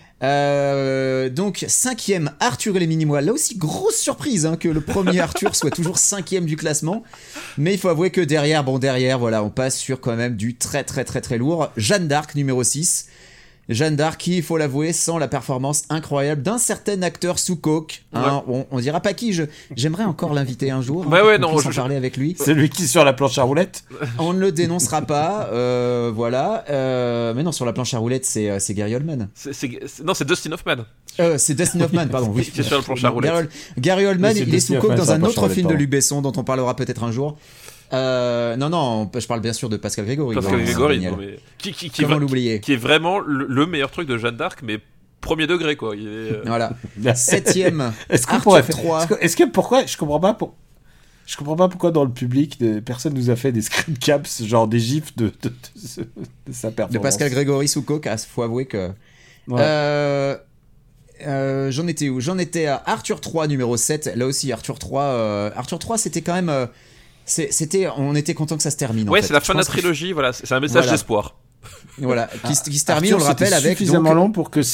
Donc 5e, Arthur et les Minimois. Là aussi grosse surprise hein, que le premier Arthur soit toujours 5e du classement. Mais il faut avouer que derrière, voilà, on passe sur quand même du très très très très lourd. Jeanne d'Arc numéro 6. Jeanne d'Arc qui, il faut l'avouer, sans la performance incroyable d'un certain acteur sous coke. Hein, on dira pas qui, j'aimerais encore l'inviter un jour. Ouais, pour ouais, qu'on non, puisse en je- parler avec lui. C'est lui qui est sur la planche à roulettes. On ne le dénoncera pas, voilà. Mais non, sur la planche à roulettes, c'est Gary Oldman. Non, c'est Dustin Hoffman. C'est Dustin Hoffman, pardon. Oui. Qui est sur la planche à roulettes. Gary Oldman, Oui, c'est il est Dustin sous coke Hoffman dans sur la un planche à autre roulettes, film de pardon. Luc Besson dont on parlera peut-être un jour. Non, je parle bien sûr de Pascal Grégory. Pascal Daniel. Grégory. non, mais qui Comment l'oublier. qui est vraiment le meilleur truc de Jeanne d'Arc, mais premier degré quoi. Il est, Voilà. 7e, Est-ce qu'on Arthur pourrait faire... 3. Est-ce que pourquoi je comprends pas pourquoi dans le public personne nous a fait des screen caps genre des gifs de sa performance. De Pascal Grégory sous coke, faut avouer que... Ouais. J'en étais où? J'en étais à Arthur 3 numéro 7. Là aussi Arthur 3 c'était quand même on était content que ça se termine. Ouais, en fait. c'est la Je fin de la pense qu'il trilogie. Voilà, c'est un message Voilà. d'espoir. Voilà, qui se termine, Arthur, on le rappelle, c'était avec suffisamment donc, long pour que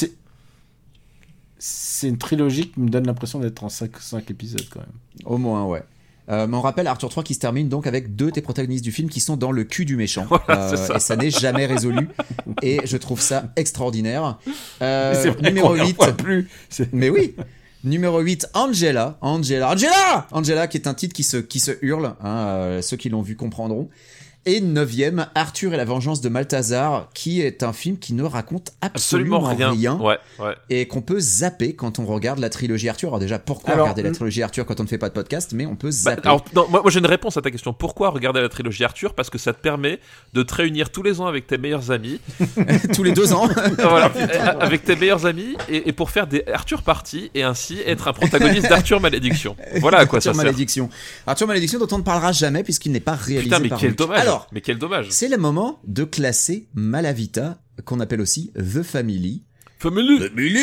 c'est une trilogie qui me donne l'impression d'être en 5 épisodes quand même. au moins, ouais. Mais on rappelle Arthur 3 qui se termine donc avec 2 des protagonistes du film qui sont dans le cul du méchant. Voilà, c'est ça. Et ça n'est jamais résolu. Et je trouve ça extraordinaire. C'est vrai Numéro qu'on en 8. voit plus. Mais oui. Numéro 8, Angela qui est un titre qui se hurle, hein, ceux qui l'ont vu comprendront. Et 9ème, Arthur et la vengeance de Malthazar, qui est un film qui ne raconte absolument rien. Ouais. Et qu'on peut zapper quand on regarde la trilogie Arthur. Alors déjà, pourquoi regarder la trilogie Arthur quand on ne fait pas de podcast, mais on peut zapper. Moi j'ai une réponse à ta question. Pourquoi regarder la trilogie Arthur ? Parce que ça te permet de te réunir tous les ans avec tes meilleurs amis. Tous les 2 ans. Voilà, avec tes meilleurs amis et pour faire des Arthur Party et ainsi être un protagoniste d'Arthur Malédiction. Voilà à quoi ça sert. Arthur Malédiction dont on ne parlera jamais puisqu'il n'est pas réalisé Putain, mais par quel Luc. dommage. Alors, mais quel dommage. C'est le moment de classer Malavita, qu'on appelle aussi The Family. Family.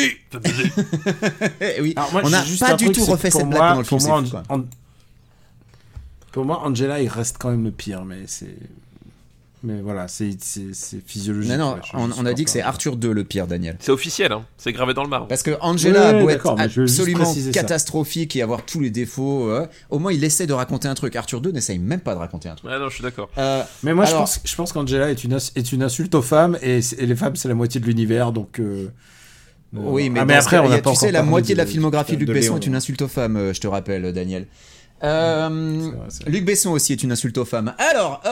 Oui, Alors moi, on n'a pas du tout refait cette blague pendant le film. Pour moi, Angela, il reste quand même le pire, mais voilà, c'est physiologique. Non, on a dit que c'est Arthur 2 le pire, Daniel. C'est officiel, hein. C'est gravé dans le marbre. Parce que Angela a beau être je veux juste absolument préciser ça. catastrophique et avoir tous les défauts, au moins il essaie de raconter un truc. Arthur 2 n'essaye même pas de raconter un truc. Ouais, non, je suis d'accord. Mais moi, je pense qu'Angela est une insulte aux femmes et les femmes, c'est la moitié de l'univers, donc. Oui, mais après, on a pas tu sais, encore la parlé moitié de la filmographie de Luc Besson Léon. est une insulte aux femmes, je te rappelle, Daniel. C'est vrai. Luc Besson aussi est une insulte aux femmes. Alors,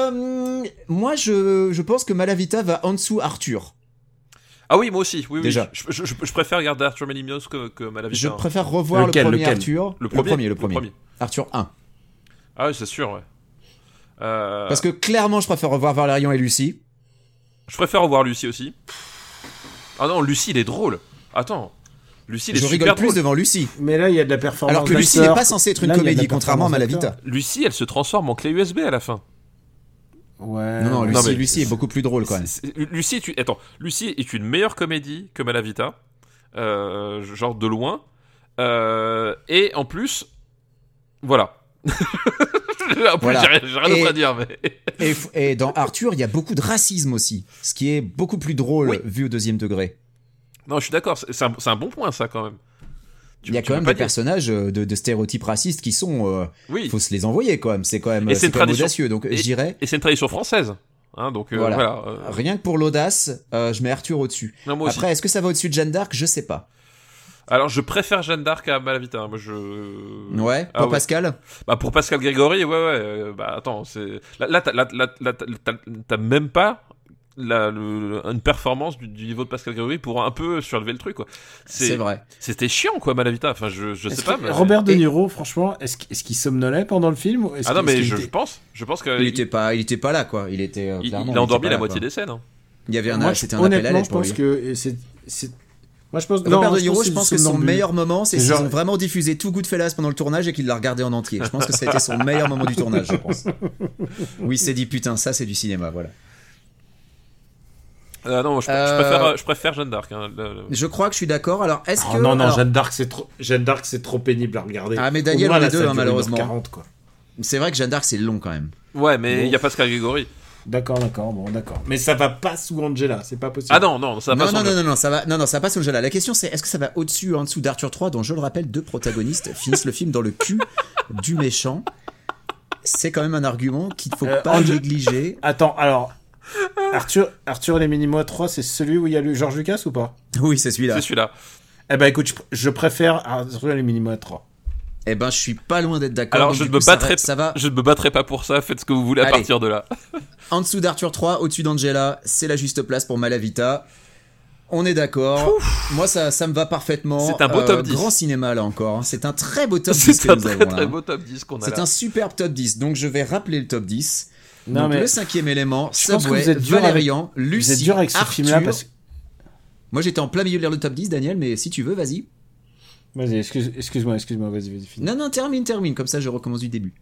moi je pense que Malavita va en dessous Arthur. Ah oui, moi aussi. Oui, Déjà. Je préfère regarder Arthur Malignos que Malavita. Je préfère revoir Lequel le premier Arthur. Le premier. Arthur 1. Ah oui, c'est sûr, ouais. Parce que clairement, je préfère revoir Valérian et Lucie. Je préfère revoir Lucie aussi. Ah non, Lucie, il est drôle. Attends. Lucie, il est Je super rigole plus drôle. devant Lucie. Mais là, il y a de la performance. Alors que Lucie n'est pas censée être une Là, il y a de la comédie, contrairement à performance Malavita. d'acteur. Lucie, elle se transforme en clé USB à la fin. Ouais. Non, Non, mais- Lucie est beaucoup plus drôle quand même. Lucie est une meilleure comédie que Malavita. Genre de loin. Et en plus, voilà. En plus, Voilà. j'ai rien d'autre à dire. Mais... Et dans Arthur, il y a beaucoup de racisme aussi, ce qui est beaucoup plus drôle Oui. vu au 2e degré. Non, je suis d'accord. C'est un bon point, ça, quand même. Il y a quand même des personnages de stéréotypes racistes qui sont... Oui. faut se les envoyer quand même, c'est quand même, Et c'est une quand même tradition. audacieux. Donc je dirais, Et c'est une tradition française. Hein, donc Voilà. voilà. rien que pour l'audace, je mets Arthur au-dessus. Non, moi aussi. Après, est-ce que ça va au-dessus de Jeanne d'Arc? Je sais pas. Alors, je préfère Jeanne d'Arc à Malavita. Moi, Ouais, pour Pascal. Bah, pour Pascal Grégory, ouais. Bah, attends, c'est... Là, t'as même pas une performance du niveau de Pascal Grégory pour un peu surlever le truc, quoi. C'est vrai. C'était chiant, quoi, Malavita. Enfin, je sais pas. Mais... Robert De Niro, franchement, est-ce qu'il somnolait pendant le film ou est-ce Ah non, mais qu'il je était- pense que... Il était pas là, quoi. Il était clairement. il a endormi était pas la là, moitié quoi. des scènes. Hein. Il y avait Moi, c'était un appel à honnêtement, l'aide je pour pense lui. que moi, je pense. Robert non, De Niro, je pense que son meilleur moment, c'est C'est qu'ils genre- ont vraiment diffusé tout Goodfellas pendant le tournage et qu'il l'a regardé en entier. Je pense que ça a été son meilleur moment du tournage, je pense. Oui, c'est dit, putain, ça c'est du cinéma, voilà. Non, je préfère Jeanne d'Arc. Hein, Je crois que je suis d'accord. Alors, est-ce que... Oh non, alors, Jeanne d'Arc, c'est trop pénible à regarder. Ah, mais Daniel, Au moins, on est là, deux, ça hein, dure malheureusement. 1h40, quoi. c'est vrai que Jeanne d'Arc, c'est long quand même. Ouais, mais il Bon. y a Pascal Grégory. D'accord. Mais ça va pas sous Angela, c'est pas possible. Ah non, ça va pas. Non, ça va. Non, ça passe au jeu là. La question c'est est-ce que ça va au-dessus ou en dessous d'Arthur 3, dont je le rappelle, 2 protagonistes finissent le film dans le cul du méchant. C'est quand même un argument qu'il ne faut pas négliger. Attends, alors. Arthur et les Minimois 3, c'est celui où il y a le George Lucas ou pas? Oui, c'est celui-là. C'est celui-là. Eh ben écoute, je préfère Arthur et les Minimois 3. Eh ben, je suis pas loin d'être d'accord. Alors, donc, je du ne me coup, ça battrai ça va Je ne me battrai pas pour ça. Faites ce que vous voulez à Allez. partir de là. en dessous d'Arthur 3, au-dessus d'Angela, c'est la juste place pour Malavita. On est d'accord. Moi, ça me va parfaitement. C'est un beau top 10. Grand cinéma, là encore. hein. C'est un très beau top 10 C'est que un nous très avons, très là. beau top 10 qu'on a C'est là. un superbe top 10. Donc, je vais rappeler le top 10. Non, Donc, mais le 5e élément, je pense que Subway, vous êtes dur Valérian, Lucie, vous êtes dur avec ce Arthur. film-là parce que. Moi, j'étais en plein milieu de lire le top 10, Daniel, mais si tu veux, vas-y. Vas-y, excuse-moi, vas-y, finis. Non, termine. Comme ça, je recommence du début.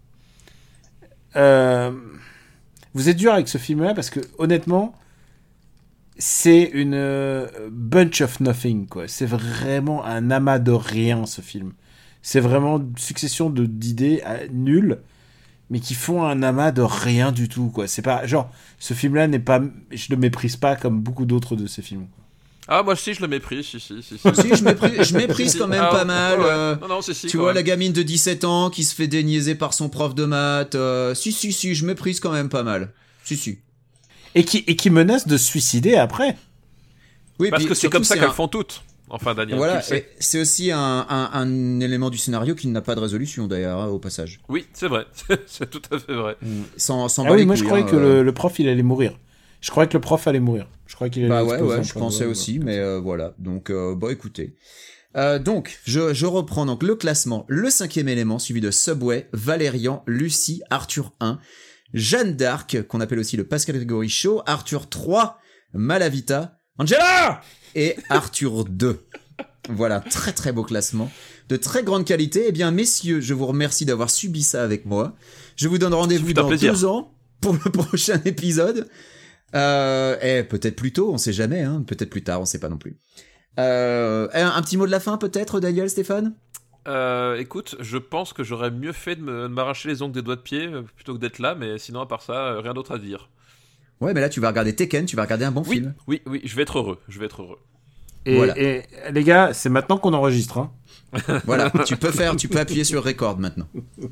Vous êtes dur avec ce film-là parce que, honnêtement, c'est une bunch of nothing, quoi. C'est vraiment un amas de rien, ce film. C'est vraiment une succession d'idées nulles, mais qui font un amas de rien du tout, quoi. C'est pas... Genre, ce film-là n'est pas... Je le méprise pas comme beaucoup d'autres de ces films. Ah, moi aussi, je le méprise, si. Si, je méprise quand même pas mal. Ouais. Non, si. Tu vois, la gamine de 17 ans qui se fait déniaiser par son prof de maths. Si, je méprise quand même pas mal. Si. Et qui menace de se suicider après. Oui, parce puis que c'est surtout, comme ça qu'elles font toutes. Enfin, Daniel, voilà, tu le sais. c'est aussi un élément du scénario qui n'a pas de résolution d'ailleurs, au passage. Oui, c'est vrai. C'est tout à fait vrai. Sans Ah oui, moi je croyais que le prof il allait mourir. Je croyais que le prof allait mourir. Je croyais qu'il allait exploser ouais, en je plein pensais vol, aussi, mais voilà. Donc, écoutez. Donc, je reprends donc le classement. Le 5e élément, suivi de Subway, Valérian, Lucie, Arthur 1, Jeanne d'Arc, qu'on appelle aussi le Pascal Grégory Show, Arthur 3, Malavita, Angela et Arthur 2. Voilà, très très beau classement. De très grande qualité. Eh bien, messieurs, je vous remercie d'avoir subi ça avec moi. Je vous donne rendez-vous dans 2 ans pour le prochain épisode. Peut-être plus tôt, on sait jamais, hein. Peut-être plus tard, on sait pas non plus. Un petit mot de la fin peut-être, Daniel, Stéphane? Écoute, je pense que j'aurais mieux fait de m'arracher les ongles des doigts de pied plutôt que d'être là, mais sinon à part ça, rien d'autre à dire. Ouais, mais là tu vas regarder Tekken, tu vas regarder un bon film. Oui, je vais être heureux. Et, voilà. Et les gars, c'est maintenant qu'on enregistre. Hein. Voilà, tu peux appuyer sur record maintenant.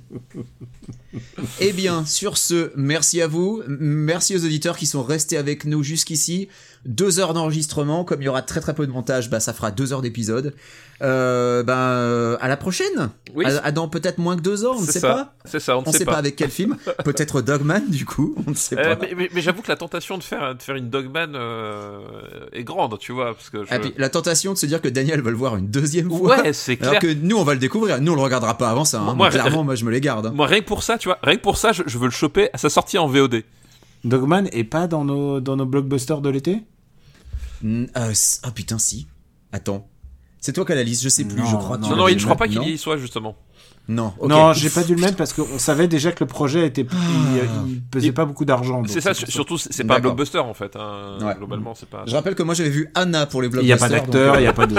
Eh bien, sur ce, merci à vous, merci aux auditeurs qui sont restés avec nous jusqu'ici. 2 heures d'enregistrement, comme il y aura très très peu de montage, ça fera 2 heures d'épisode. À la prochaine. Oui. À dans peut-être moins que 2 ans, on ne sait pas. C'est ça, on ne sait pas avec quel film. Peut-être Dogman, du coup, on ne sait pas. Mais j'avoue que la tentation de faire une Dogman est grande, tu vois, parce que. Et puis, la tentation de se dire que Daniel va le voir une 2e fois. Ouais, c'est clair. Alors que nous, on va le découvrir. Nous, on le regardera pas avant ça. Hein. Moi, clairement, moi, je me les garde. Hein. Moi, rien que pour ça, tu vois, je veux le choper à sa sortie en VOD. Dogman est pas dans nos blockbusters de l'été? Putain, si. Attends. C'est toi qui as la liste, je sais plus, je crois. Non, je crois pas qu'il y soit, justement. Non, okay. Non, j'ai pas dû le mettre parce qu'on savait déjà que le projet était, il pesait pas beaucoup d'argent. C'est ça, surtout, c'est pas un blockbuster en fait. Hein. Ouais. Globalement, c'est pas. Je rappelle que moi j'avais vu Anna pour les blockbusters. Il y a pas d'acteur, il y a pas de.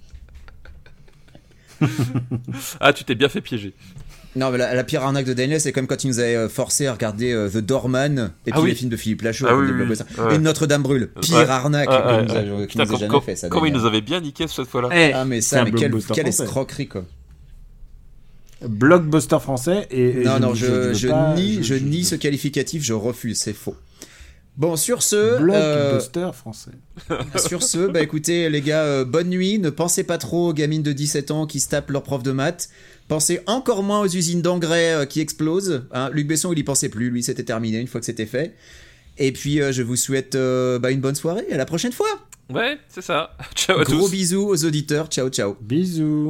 Ah, tu t'es bien fait piéger. Non, mais la pire arnaque de Daniel, c'est comme quand il nous avait forcé à regarder The Doorman et puis les films de Philippe Lachaud et Notre-Dame brûle. Pire arnaque qu'il nous a jamais fait ça. Comme il nous avait bien niqué cette fois-là. Mais quelle escroquerie quoi. Blockbuster français et non, je nie ce qualificatif, je refuse, c'est faux. Bon, sur ce... Blockbuster français. Sur ce, écoutez les gars, bonne nuit, ne pensez pas trop aux gamines de 17 ans qui se tapent leur prof de maths, pensez encore moins aux usines d'engrais qui explosent, hein. Luc Besson il y pensait plus, lui c'était terminé une fois que c'était fait, et puis je vous souhaite une bonne soirée, à la prochaine fois. Ouais, c'est ça, ciao à tous. Gros bisous aux auditeurs, ciao. Bisous.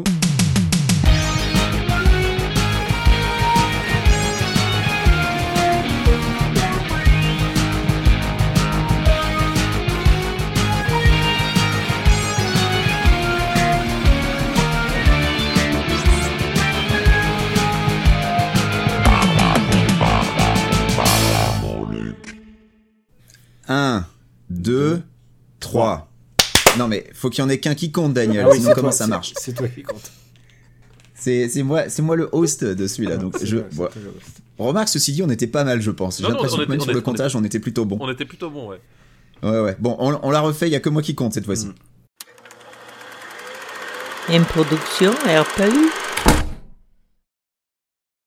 Un, 2, 3. Non mais faut qu'il y en ait qu'un qui compte, Daniel. Sinon comment ça marche? C'est toi qui compte. C'est moi le host de celui-là. Donc remarque, ceci dit, on était pas mal, je pense. J'ai l'impression que même sur le comptage, on était plutôt bon. On était plutôt bon, ouais. Ouais. Bon, on l'a refait. Il y a que moi qui compte cette fois-ci. Une production RPU.